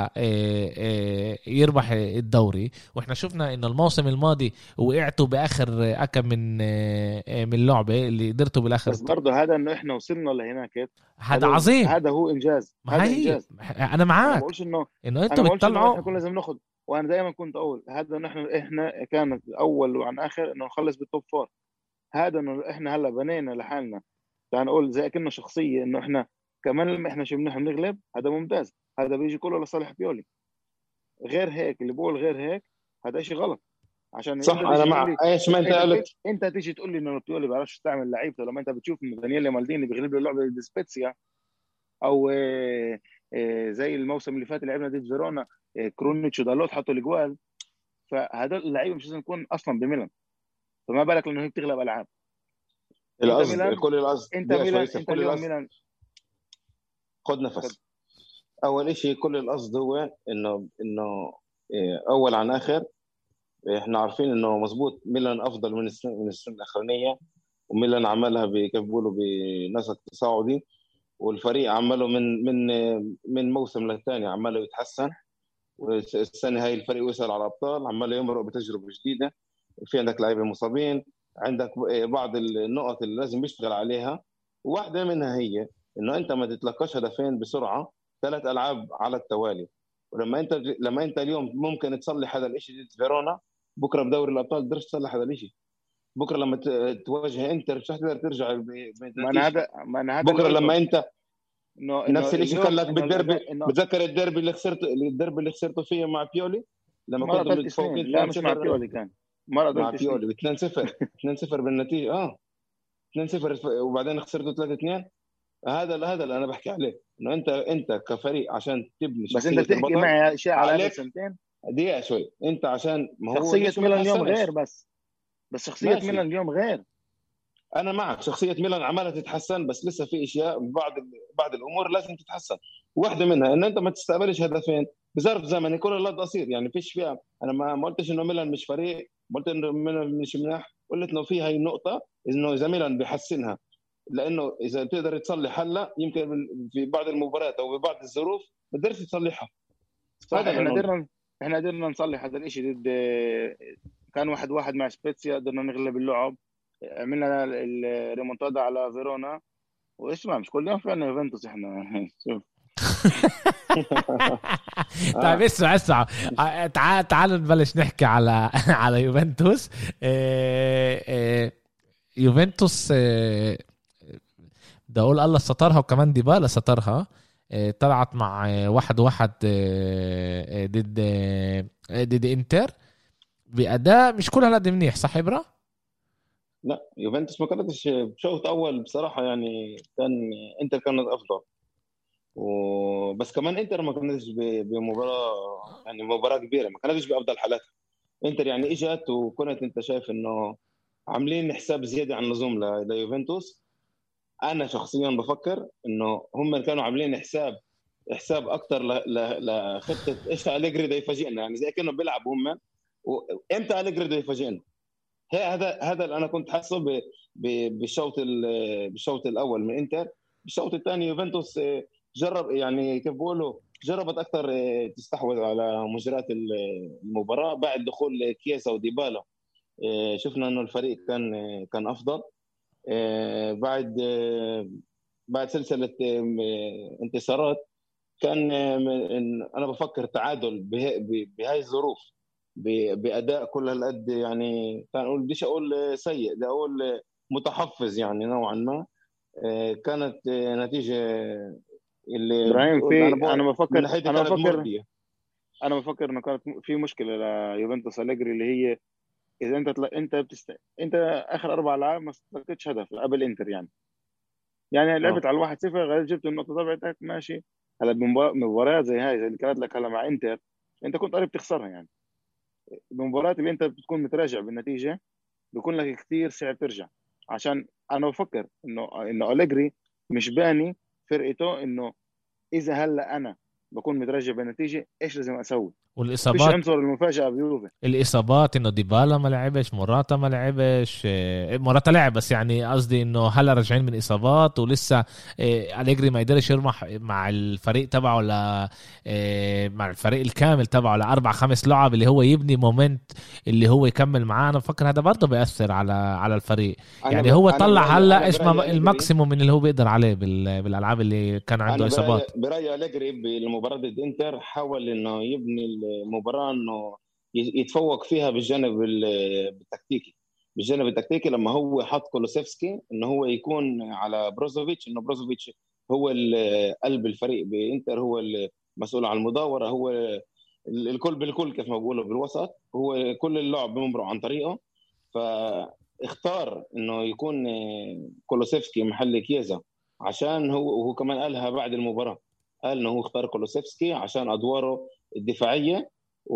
[SPEAKER 1] يربح الدوري. وإحنا شفنا إنه الموسم الماضي وقعتوا بآخر أكم من من لعبة اللي قدرتوا بالآخر.
[SPEAKER 3] بس برضه هذا انه احنا وصلنا لهناك،
[SPEAKER 1] هذا عظيم،
[SPEAKER 3] هذا هو انجاز،
[SPEAKER 1] ما
[SPEAKER 3] هذا
[SPEAKER 1] هي
[SPEAKER 3] انجاز.
[SPEAKER 1] أنا
[SPEAKER 3] انا
[SPEAKER 1] معاك
[SPEAKER 3] بقولش انه
[SPEAKER 1] إنه
[SPEAKER 3] انا
[SPEAKER 1] أنتوا
[SPEAKER 3] بقولش انه احنا
[SPEAKER 1] بتطلعوا.
[SPEAKER 3] كنا لازم ناخد، وانا دائما كنت اقول هذا انه احنا احنا كانت اول وعن اخر انه نخلص بالتوب فور. هذا انه احنا هلا بنينا لحالنا، تعال نقول زي كأنه شخصيه انه احنا كمان لما احنا شو بنحن بنغلب، هذا ممتاز. هذا بيجي كله لصالح بيولي. غير هيك اللي بقول غير هيك هذا شيء غلط. عشان
[SPEAKER 5] صح،
[SPEAKER 3] انت
[SPEAKER 5] انا
[SPEAKER 3] تيجي تقول
[SPEAKER 5] مع
[SPEAKER 3] لي
[SPEAKER 5] ايش ما انت
[SPEAKER 3] انت
[SPEAKER 5] قلت.
[SPEAKER 3] انت تيجي تقول لي انه بيولي بيعرفش تعمل لعيبته، لما انت بتشوف انه دانييل مالديني بيغلب له لعبه ضد سبيتسيا، او آه، آه، زي الموسم اللي فات اللي لعبنا ضد فيرونا، آه، كرونيتش ودالوت حطوا الاجوال. فهذول اللعيبه مش لازم يكون اصلا بميلان، فما بالك لانه هي بتغلب العاب. انت
[SPEAKER 5] القصد
[SPEAKER 3] ميلان
[SPEAKER 5] كل القصد
[SPEAKER 3] انت
[SPEAKER 5] دي
[SPEAKER 3] ميلان
[SPEAKER 5] شوي
[SPEAKER 3] انت
[SPEAKER 5] كل
[SPEAKER 3] اليوم
[SPEAKER 5] القصد.
[SPEAKER 3] ميلان.
[SPEAKER 5] خد نفس. اول شيء كل القصد هو انه انه إيه، اول عن اخر احنا عارفين انه مزبوط ميلان افضل من السنه من السنه الاخرانيه، وميلان عملها كيف بيقولوا بنسق تصاعدي، والفريق عمله من من من موسم للثاني عمله يتحسن. والسنه هاي الفريق وصل على الابطال، عمال يمرق بتجربه جديده. في عندك لاعبين مصابين، عندك بعض النقط اللي لازم يشتغل عليها. واحده منها هي انه انت ما تتلقاش هدفين بسرعه ثلاث العاب على التوالي. ولما انت لما انت اليوم ممكن تصلح هذا الشيء ضد فيرونا، بكره بدوري الابطال تقدرش تصلح هذا الشيء. بكره لما تواجه انتر مش تقدر ترجع
[SPEAKER 3] ما انا
[SPEAKER 5] بنتيجه.
[SPEAKER 3] هذا ما انا هذا اللي
[SPEAKER 5] بكره
[SPEAKER 3] قلته
[SPEAKER 5] لما انت
[SPEAKER 3] انه انه
[SPEAKER 5] نفس الشيء كان
[SPEAKER 3] اليوم
[SPEAKER 5] لك
[SPEAKER 3] انه
[SPEAKER 5] بالدربي.
[SPEAKER 3] الاداء انه
[SPEAKER 5] بتذكر الدربي اللي خسرته الدربي اللي خسرته فيه مع بيولي لما
[SPEAKER 3] مرة
[SPEAKER 5] كنتوا
[SPEAKER 3] ثلاث
[SPEAKER 5] متفوقين
[SPEAKER 3] سنين، لا مش مع
[SPEAKER 5] اثنين صفر
[SPEAKER 3] بيولي، كان مرة
[SPEAKER 5] مع
[SPEAKER 3] ثلاث سنين.
[SPEAKER 5] بيولي ب اثنين صفر اثنين صفر بالنتيجه اه اثنين صفر وبعدين خسرتوا ثلاثة اثنين. هذا هذا اللي انا بحكي عليه، انه انت انت كفريق عشان تبني
[SPEAKER 3] بس انت
[SPEAKER 5] شخصيه
[SPEAKER 3] بتحكي
[SPEAKER 5] البطل
[SPEAKER 3] معي اشياء على اخر
[SPEAKER 5] عليك
[SPEAKER 3] سنتين.
[SPEAKER 5] دقيقه شوي. انت عشان ما هو
[SPEAKER 3] شخصية
[SPEAKER 5] ليش ما
[SPEAKER 3] ميلان اليوم
[SPEAKER 5] تحسنش؟
[SPEAKER 3] غير، بس بس شخصية
[SPEAKER 5] ماشي،
[SPEAKER 3] ميلان اليوم غير.
[SPEAKER 5] انا معك، شخصيه ميلان عماله تتحسن، بس لسه في اشياء بعض بعض الامور لازم تتحسن. واحده منها ان انت ما تستقبلش هدفين بظرف زمني كل اللي قصير، يعني فيش فيها. انا ما ما قلتش انه ميلان مش فريق، ما قلت انه ميلان مش مناح، قلت انه في هاي النقطه انه اذا ميلان بيحسنها، لانه اذا بتقدر تصلح هلا يمكن في بعض المباريات او ببعض الظروف ما تقدرش تصلحها.
[SPEAKER 3] صح،
[SPEAKER 5] هذا
[SPEAKER 3] احنا
[SPEAKER 5] اللي
[SPEAKER 3] قدرنا احنا قدرنا نصلح هذا الشيء ضد، كان واحد واحد مع سبيتسيا، قدرنا نغلب اللعب، عملنا الريمونتادا على فيرونا. واسمع مش كل يوم فعلا يوفنتوس احنا شوف.
[SPEAKER 1] طيب اسمع اسمع تعال تعال نبلش نحكي على على يوفنتوس. إيه إيه يوفنتوس إيه بدي اقول الله سترها، وكمان ديبالا سترها. إيه طلعت مع إيه واحد واحد إيه ضد إيه ضد انتر بأداء مش كل هالقد منيح، صح إبرا؟
[SPEAKER 5] لا يوفنتوس ما كانتش بشوط اول بصراحه، يعني كان انتر كانت افضل. وبس كمان انتر ما كانتش ب- بمباراه، يعني مباراه كبيره، ما كانتش بافضل حالاتها. انتر يعني اجت وكنت انت شايف انه عاملين حساب زياده عن اللزوم ل- ليوفنتوس. انا شخصيا بفكر انه هم كانوا عاملين حساب حساب اكثر لخطه ايش أليجري ده يفاجئنا، يعني زي كانه بيلعبوا هم. وامتى أليجري ده يفاجئنا؟ هي هذا هذا اللي انا كنت حاسه ب- ب- بالشوط ال- بالشوط الاول من انتر. بالشوط الثاني يوفنتوس آه، جرب، يعني كيف بقولوا جربت اكثر آه، تستحوذ على مجريات المباراه بعد دخول كيسا وديبالا. آه، شفنا انه الفريق كان آه، كان افضل. آه، بعد آه، بعد سلسله آه، انتصارات كان آه، من- انا بفكر تعادل به- ب- بهاي الظروف ب- باداء كل هالقد، يعني كان اقول بديش اقول سيء، بدي اقول متحفظ يعني نوعا ما. آه، كانت آه، نتيجه اللي
[SPEAKER 3] ابراهيم،
[SPEAKER 5] بتقول انا
[SPEAKER 3] في
[SPEAKER 5] بقول
[SPEAKER 3] انا
[SPEAKER 5] من
[SPEAKER 3] بفكر
[SPEAKER 5] ناحيتي
[SPEAKER 3] انا
[SPEAKER 5] كانت
[SPEAKER 3] بفكر
[SPEAKER 5] مرضيه.
[SPEAKER 3] انا بفكر انه كانت في مشكله ليوفنتوس أليجري، اللي هي اذا انت تل... انت بتست... انت اخر اربع العاب ما استلقيتش هدف قبل انتر، يعني يعني
[SPEAKER 5] اه
[SPEAKER 3] لعبت على الواحد صفر، غير جبت النقطه تبعتك ماشي. هلا بمبا- بمباريات زي هاي زي اللي كانت لك هلا مع انتر، انت كنت قريب تخسرها يعني. بمباراة اللي انت بتكون متراجع بالنتيجة بيكون لك كثير صعب ترجع. عشان انا بفكر انه انه أليجري مش باني فرقته انه اذا هلا انا بكون متراجع بالنتيجة ايش لازم اسوي. مش
[SPEAKER 1] والاصابات
[SPEAKER 3] عنصر المفاجأة بيوفي.
[SPEAKER 1] الاصابات انه ديبالا ما لعبش، موراتا ما لعبش، آه، موراتا لعب بس يعني قصدي انه هلا راجعين من اصابات ولسه آه، أليجري ما يقدرش يرمح مع الفريق تبعه ولا آه، مع الفريق الكامل تبعه لأربع خمس لعب اللي هو يبني مومنت اللي هو يكمل معاه. انا بفكر هذا برضه بيأثر على على الفريق.
[SPEAKER 5] أنا
[SPEAKER 1] يعني
[SPEAKER 5] ب...
[SPEAKER 1] هو
[SPEAKER 5] أنا
[SPEAKER 1] طلع
[SPEAKER 5] برأيي
[SPEAKER 1] هلا
[SPEAKER 5] أنا
[SPEAKER 1] ايش
[SPEAKER 5] برأيي
[SPEAKER 1] ما-
[SPEAKER 5] أليجري
[SPEAKER 1] الماكسيموم من اللي هو بيقدر عليه بال- بالالعاب اللي كان عنده
[SPEAKER 5] أنا
[SPEAKER 1] اصابات.
[SPEAKER 5] برأيي برأيي أليجري بالمباراة ضد إنتر حاول إنه يبني المباراة إنه ي- يتفوق فيها بالجانب ال- بالتكتيكي. بالجانب التكتيكي لما هو حط كولوسيفسكي إنه هو يكون على بروزوفيتش، إنه بروزوفيتش هو ال- قلب الفريق بإنتر، هو المسؤول عن المداورة، هو ال- الكل بالكل كيف ما بقولوا بالوسط، هو كل اللعب بيمرق عن طريقه. فاختار انه يكون كولوسيفسكي محل كيزا، عشان هو وهو كمان قالها بعد المباراة، قال انه هو اختار كولوسيفسكي عشان ادواره الدفاعية،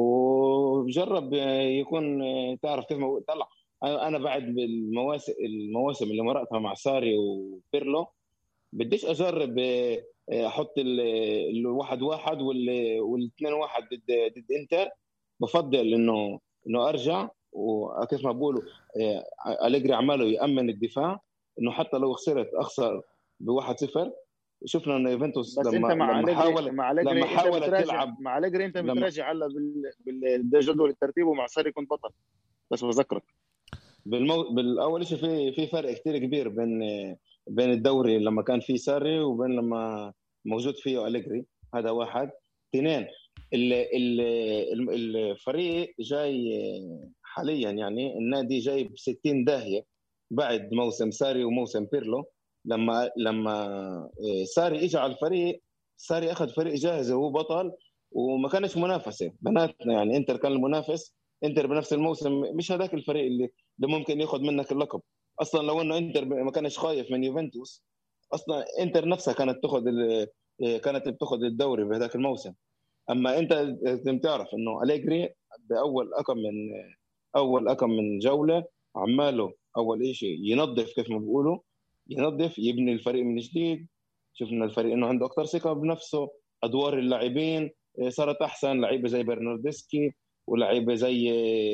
[SPEAKER 5] وجرب يكون تعرف كيف ما طلع. انا بعد بالمواسم المواسم اللي مرقتها مع ساري وبيرلو بديش اجرب احط ال- الواحد واحد وال- والاثنين واحد ضد ضد انتر. بفضل انه انه ارجع، وكيف ما بقولوا آه، أليجري عماله يأمن الدفاع، انه حتى لو خسرت اخسر بواحد صفر. شفنا انه يوفنتوس
[SPEAKER 3] بس
[SPEAKER 5] لما
[SPEAKER 3] انت مع
[SPEAKER 5] لما
[SPEAKER 3] أليجري
[SPEAKER 5] حاول
[SPEAKER 3] مع
[SPEAKER 5] لما
[SPEAKER 3] أليجري انت
[SPEAKER 5] حاولت
[SPEAKER 3] بتراجع
[SPEAKER 5] تلعب
[SPEAKER 3] مع أليجري انت
[SPEAKER 5] لما
[SPEAKER 3] بتراجع هلا بال... بالجدول الترتيب، ومع ساري كنت بطل. بس بذكرك
[SPEAKER 5] بالمو... بالاول شيء في في فرق كتير كبير بين بين الدوري لما كان فيه ساري وبين لما موجود فيه أليجري. هذا واحد. اثنين، ال... ال... ال- الفريق جاي حاليا، يعني النادي جاي ب ستين داهيه بعد موسم ساري وموسم بيرلو. لما لما ساري اجى على الفريق، ساري اخذ فريق جاهز وهو بطل، وما كانش منافسه بناتنا. يعني انتر كان المنافس، انتر بنفس الموسم مش هذاك الفريق اللي ده ممكن ياخذ منك اللقب اصلا. لو انه انتر ما كانش خايف من يوفنتوس، اصلا انتر نفسها كانت تاخذ كانت بتاخذ الدوري بهذاك الموسم. اما انت لازم تعرف انه أليجري باول اكم من اول اكم من جوله عماله اول شيء ينظف، كيف ما بيقولوا ينظف، يبني الفريق من جديد. شفنا الفريق انه عنده اكثر ثقه بنفسه، ادوار اللاعبين صارت احسن، لعيبه زي برناردسكي ولعيبه زي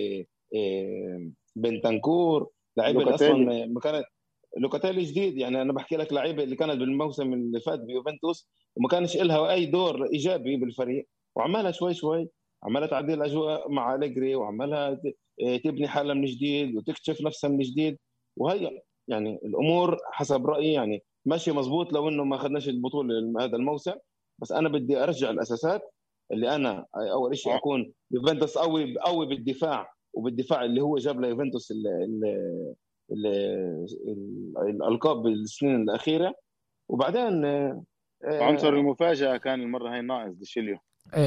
[SPEAKER 5] بنتنكور، لعيبه اللي اصلا ما كانت لوكاتيلي جديد. يعني انا بحكي لك لعيبه اللي كانت بالموسم اللي فات بيوفنتوس وما كانش لها اي دور ايجابي بالفريق، وعمالها شوي شوي عمالها تعدي الاجواء مع أليجري، وعمالها تبني حالها من جديد وتكتشف نفسها من جديد. وهي يعني الامور حسب رايي يعني ماشي مزبوط، لو انه ما اخذناش البطوله هذا الموسم. بس انا بدي ارجع الاساسات اللي انا اول شيء اكون يوفنتوس قوي قوي بالدفاع، وبالدفاع اللي هو جاب ليوفنتوس الالقاب بالسنين الاخيره. وبعدين
[SPEAKER 3] عنصر المفاجاه كان المره هاي ناقص ديشيليو.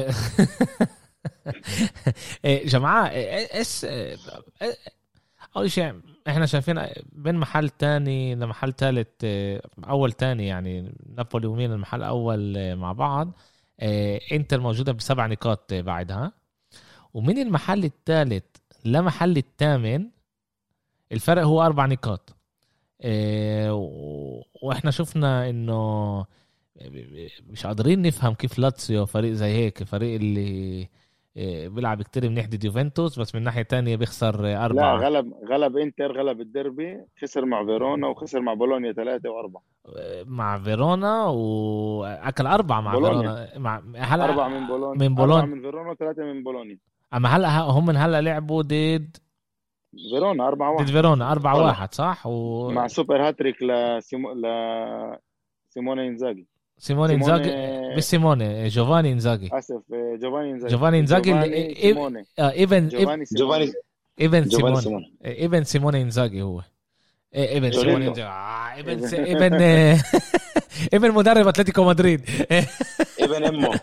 [SPEAKER 1] جماعه اس اول شيء احنا شايفين بين محل تاني لمحل ثالث، اول تاني يعني نابولي وميلان المحل اول مع بعض. انتر موجوده بسبع نقاط بعدها، ومن المحل الثالث لمحل الثامن الفرق هو اربع نقاط. واحنا شفنا انه مش قادرين نفهم كيف لاتسيو فريق زي هيك، فريق اللي بيلعب كتير منيح ضد يوفنتوس بس من ناحية تانية بيخسر أربعة.
[SPEAKER 3] لا غلب غلب إنتر، غلب الديربي، خسر مع فيرونا وخسر مع بولونيا ثلاثة وأربعة.
[SPEAKER 1] مع فيرونا وأكل أربعة مع
[SPEAKER 3] بولونيا.
[SPEAKER 1] فيرونا مع هلا
[SPEAKER 3] أربعة من بولونيا
[SPEAKER 1] من بولونيا
[SPEAKER 3] أربعة من فيرونا وثلاثة من بولونيا.
[SPEAKER 1] أما هلا هم من هلا لعبوا ضد
[SPEAKER 3] فيرونا أربعة واحد
[SPEAKER 1] ضد فيرونا أربعة واحد صح و...
[SPEAKER 3] مع سوبر هاتريك لسيمو... ل سيموني إنزاغي
[SPEAKER 1] سيموني إنزاغي بس سيموني جوفاني إنزاغي
[SPEAKER 3] اسف جوفاني إنزاغي
[SPEAKER 1] جوفاني إنزاغي
[SPEAKER 3] سيموني
[SPEAKER 1] ايفن
[SPEAKER 3] جوفاني
[SPEAKER 5] جوفاني
[SPEAKER 1] ايفن سيموني ايفن سيموني إنزاغي هو ايفن سيموني ايفن ايفن ايفن مدرب اتلتيكو مدريد
[SPEAKER 5] ايفن امه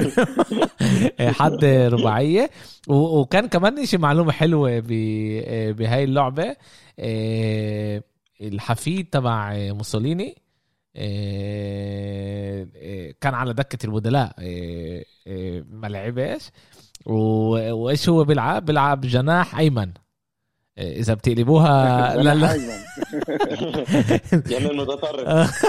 [SPEAKER 1] حد رباعيه. وكان كمان شيء معلومه حلوه بهاي اللعبه، الحفيد تبع موسوليني كان على دكة البدلاء ما لعبش، و- وايش هو بيلعب بيلعب جناح ايمن اذا بتقلبوها لا لا
[SPEAKER 5] يعني المتطرف.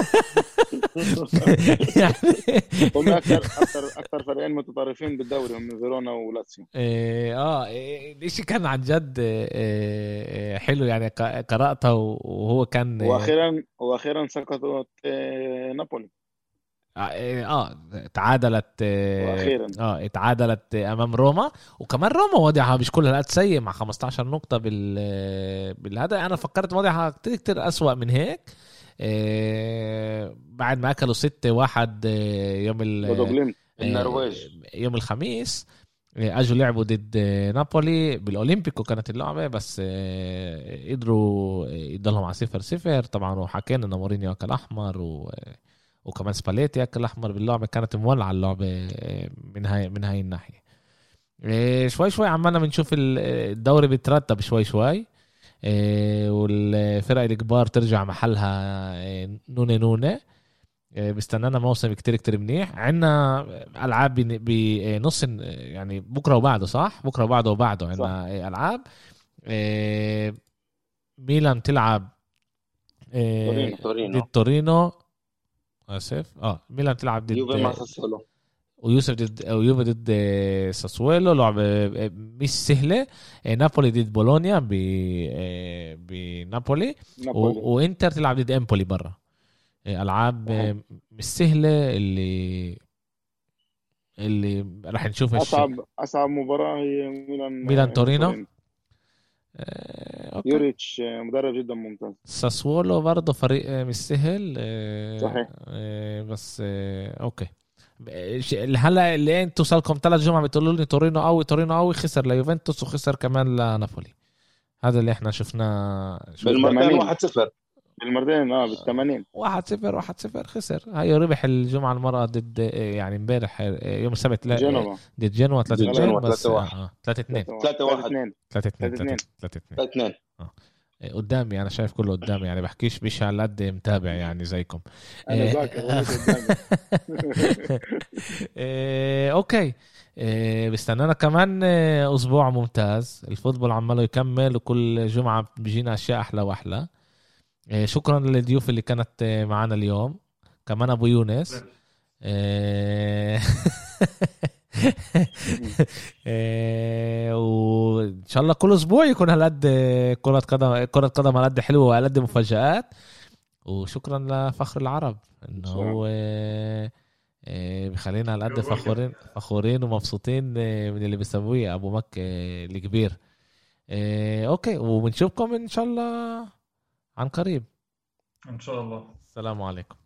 [SPEAKER 1] يعني
[SPEAKER 3] هم اكثر اكثر اكثر فريقين متطرفين بالدوري هم فيرونا ولاتسيو.
[SPEAKER 1] إيه، اه إيه، الاشي كان عن جد إيه، إيه، حلو يعني ق- قرأتها وهو كان
[SPEAKER 3] واخيرا واخيرا سقطت آه، نابولي
[SPEAKER 1] اه إيه، آه، تعادلت اه
[SPEAKER 3] واخيرا.
[SPEAKER 1] آه، اتعادلت امام روما. وكمان روما وضعها مش كل هالقد سيء مع خمسة عشر نقطة بال بالهذا. انا فكرت وضعها كتير كتير اسوأ من هيك. إيه، بعد ما اكلوا ستة واحد يوم ال
[SPEAKER 3] بودوغليم
[SPEAKER 5] النرويج
[SPEAKER 1] يوم الخميس اجوا لعبوا ضد نابولي بالاولمبيكو كانت اللعبه بس قدروا يضلهم على صفر صفر طبعا. وحكينا ان مورينيو اكل احمر و... وكمان سباليتي اكل احمر باللعبه. كانت مولعه اللعبه من هاي من هاي الناحيه. شوي شوي عمالنا بنشوف الدوري بيترتب شوي شوي والفرق الكبار ترجع محلها نونة نونة. بستنانا موسم كتير كتير منيح. عنا ألعاب بنص يعني بكرة وبعده صح بكرة وبعده وبعده عنا ألعاب. ميلان تلعب
[SPEAKER 5] تورينو
[SPEAKER 1] ضد تورينو آسف اه ميلان تلعب ضد
[SPEAKER 5] يوفي مع ساسولو
[SPEAKER 1] ويوسف ضد يوفي ضد ساسويلو. لعبة مش سهلة. نابولي ضد بولونيا بنابولي وإنتر تلعب ضد إمبولي برا. ألعاب مش سهلة اللي اللي راح نشوف
[SPEAKER 3] أصعب أصعب مباراة هي ميلان
[SPEAKER 1] ميلان تورينو.
[SPEAKER 3] تورينو.
[SPEAKER 1] آه،
[SPEAKER 3] يوريتش مدرب جدا ممتاز.
[SPEAKER 1] ساسولو برضه فريق مش سهل. آه،
[SPEAKER 3] صحيح.
[SPEAKER 1] آه، بس آه، اوكي. هلا اللي انتوا صاركم ثلاث جمعة بتقولوا لي تورينو قوي تورينو قوي خسر ليوفنتوس وخسر كمان لنابولي. هذا اللي احنا شفناه
[SPEAKER 5] بالمرتين واحد صفر
[SPEAKER 3] بالمرتين اه بالثمانين
[SPEAKER 1] واحد صفر واحد صفر خسر. هاي ربح الجمعة المرة ضد يعني امبارح يوم السبت
[SPEAKER 3] جنوا
[SPEAKER 1] ضد جنوا ثلاثة اثنين بس ثلاثة اثنين
[SPEAKER 3] ثلاثة واحد
[SPEAKER 1] ثلاثة اثنين ثلاثة اثنين قدامي انا شايف كله قدامي يعني بحكيش بيش على قد متابع يعني زيكم.
[SPEAKER 3] انا ذاكر قدامي.
[SPEAKER 1] اوكي بستنانا كمان اسبوع ممتاز. الفوتبول عماله يكمل وكل جمعة بيجينا اشياء احلى واحلى. شكرا للضيوف اللي كانت معنا اليوم كمان ابو يونس. وان شاء الله كل اسبوع يكون هالقد كرة قدم كرة قدم هالقد حلوة وهالقد مفاجآت. وشكرا لفخر العرب انه هو بخلينا هالقد فخورين فخورين ومبسوطين من اللي بيسويه ابو مكة الكبير. اوكي وبنشوفكم ان شاء الله عن قريب
[SPEAKER 4] ان شاء الله.
[SPEAKER 1] السلام عليكم.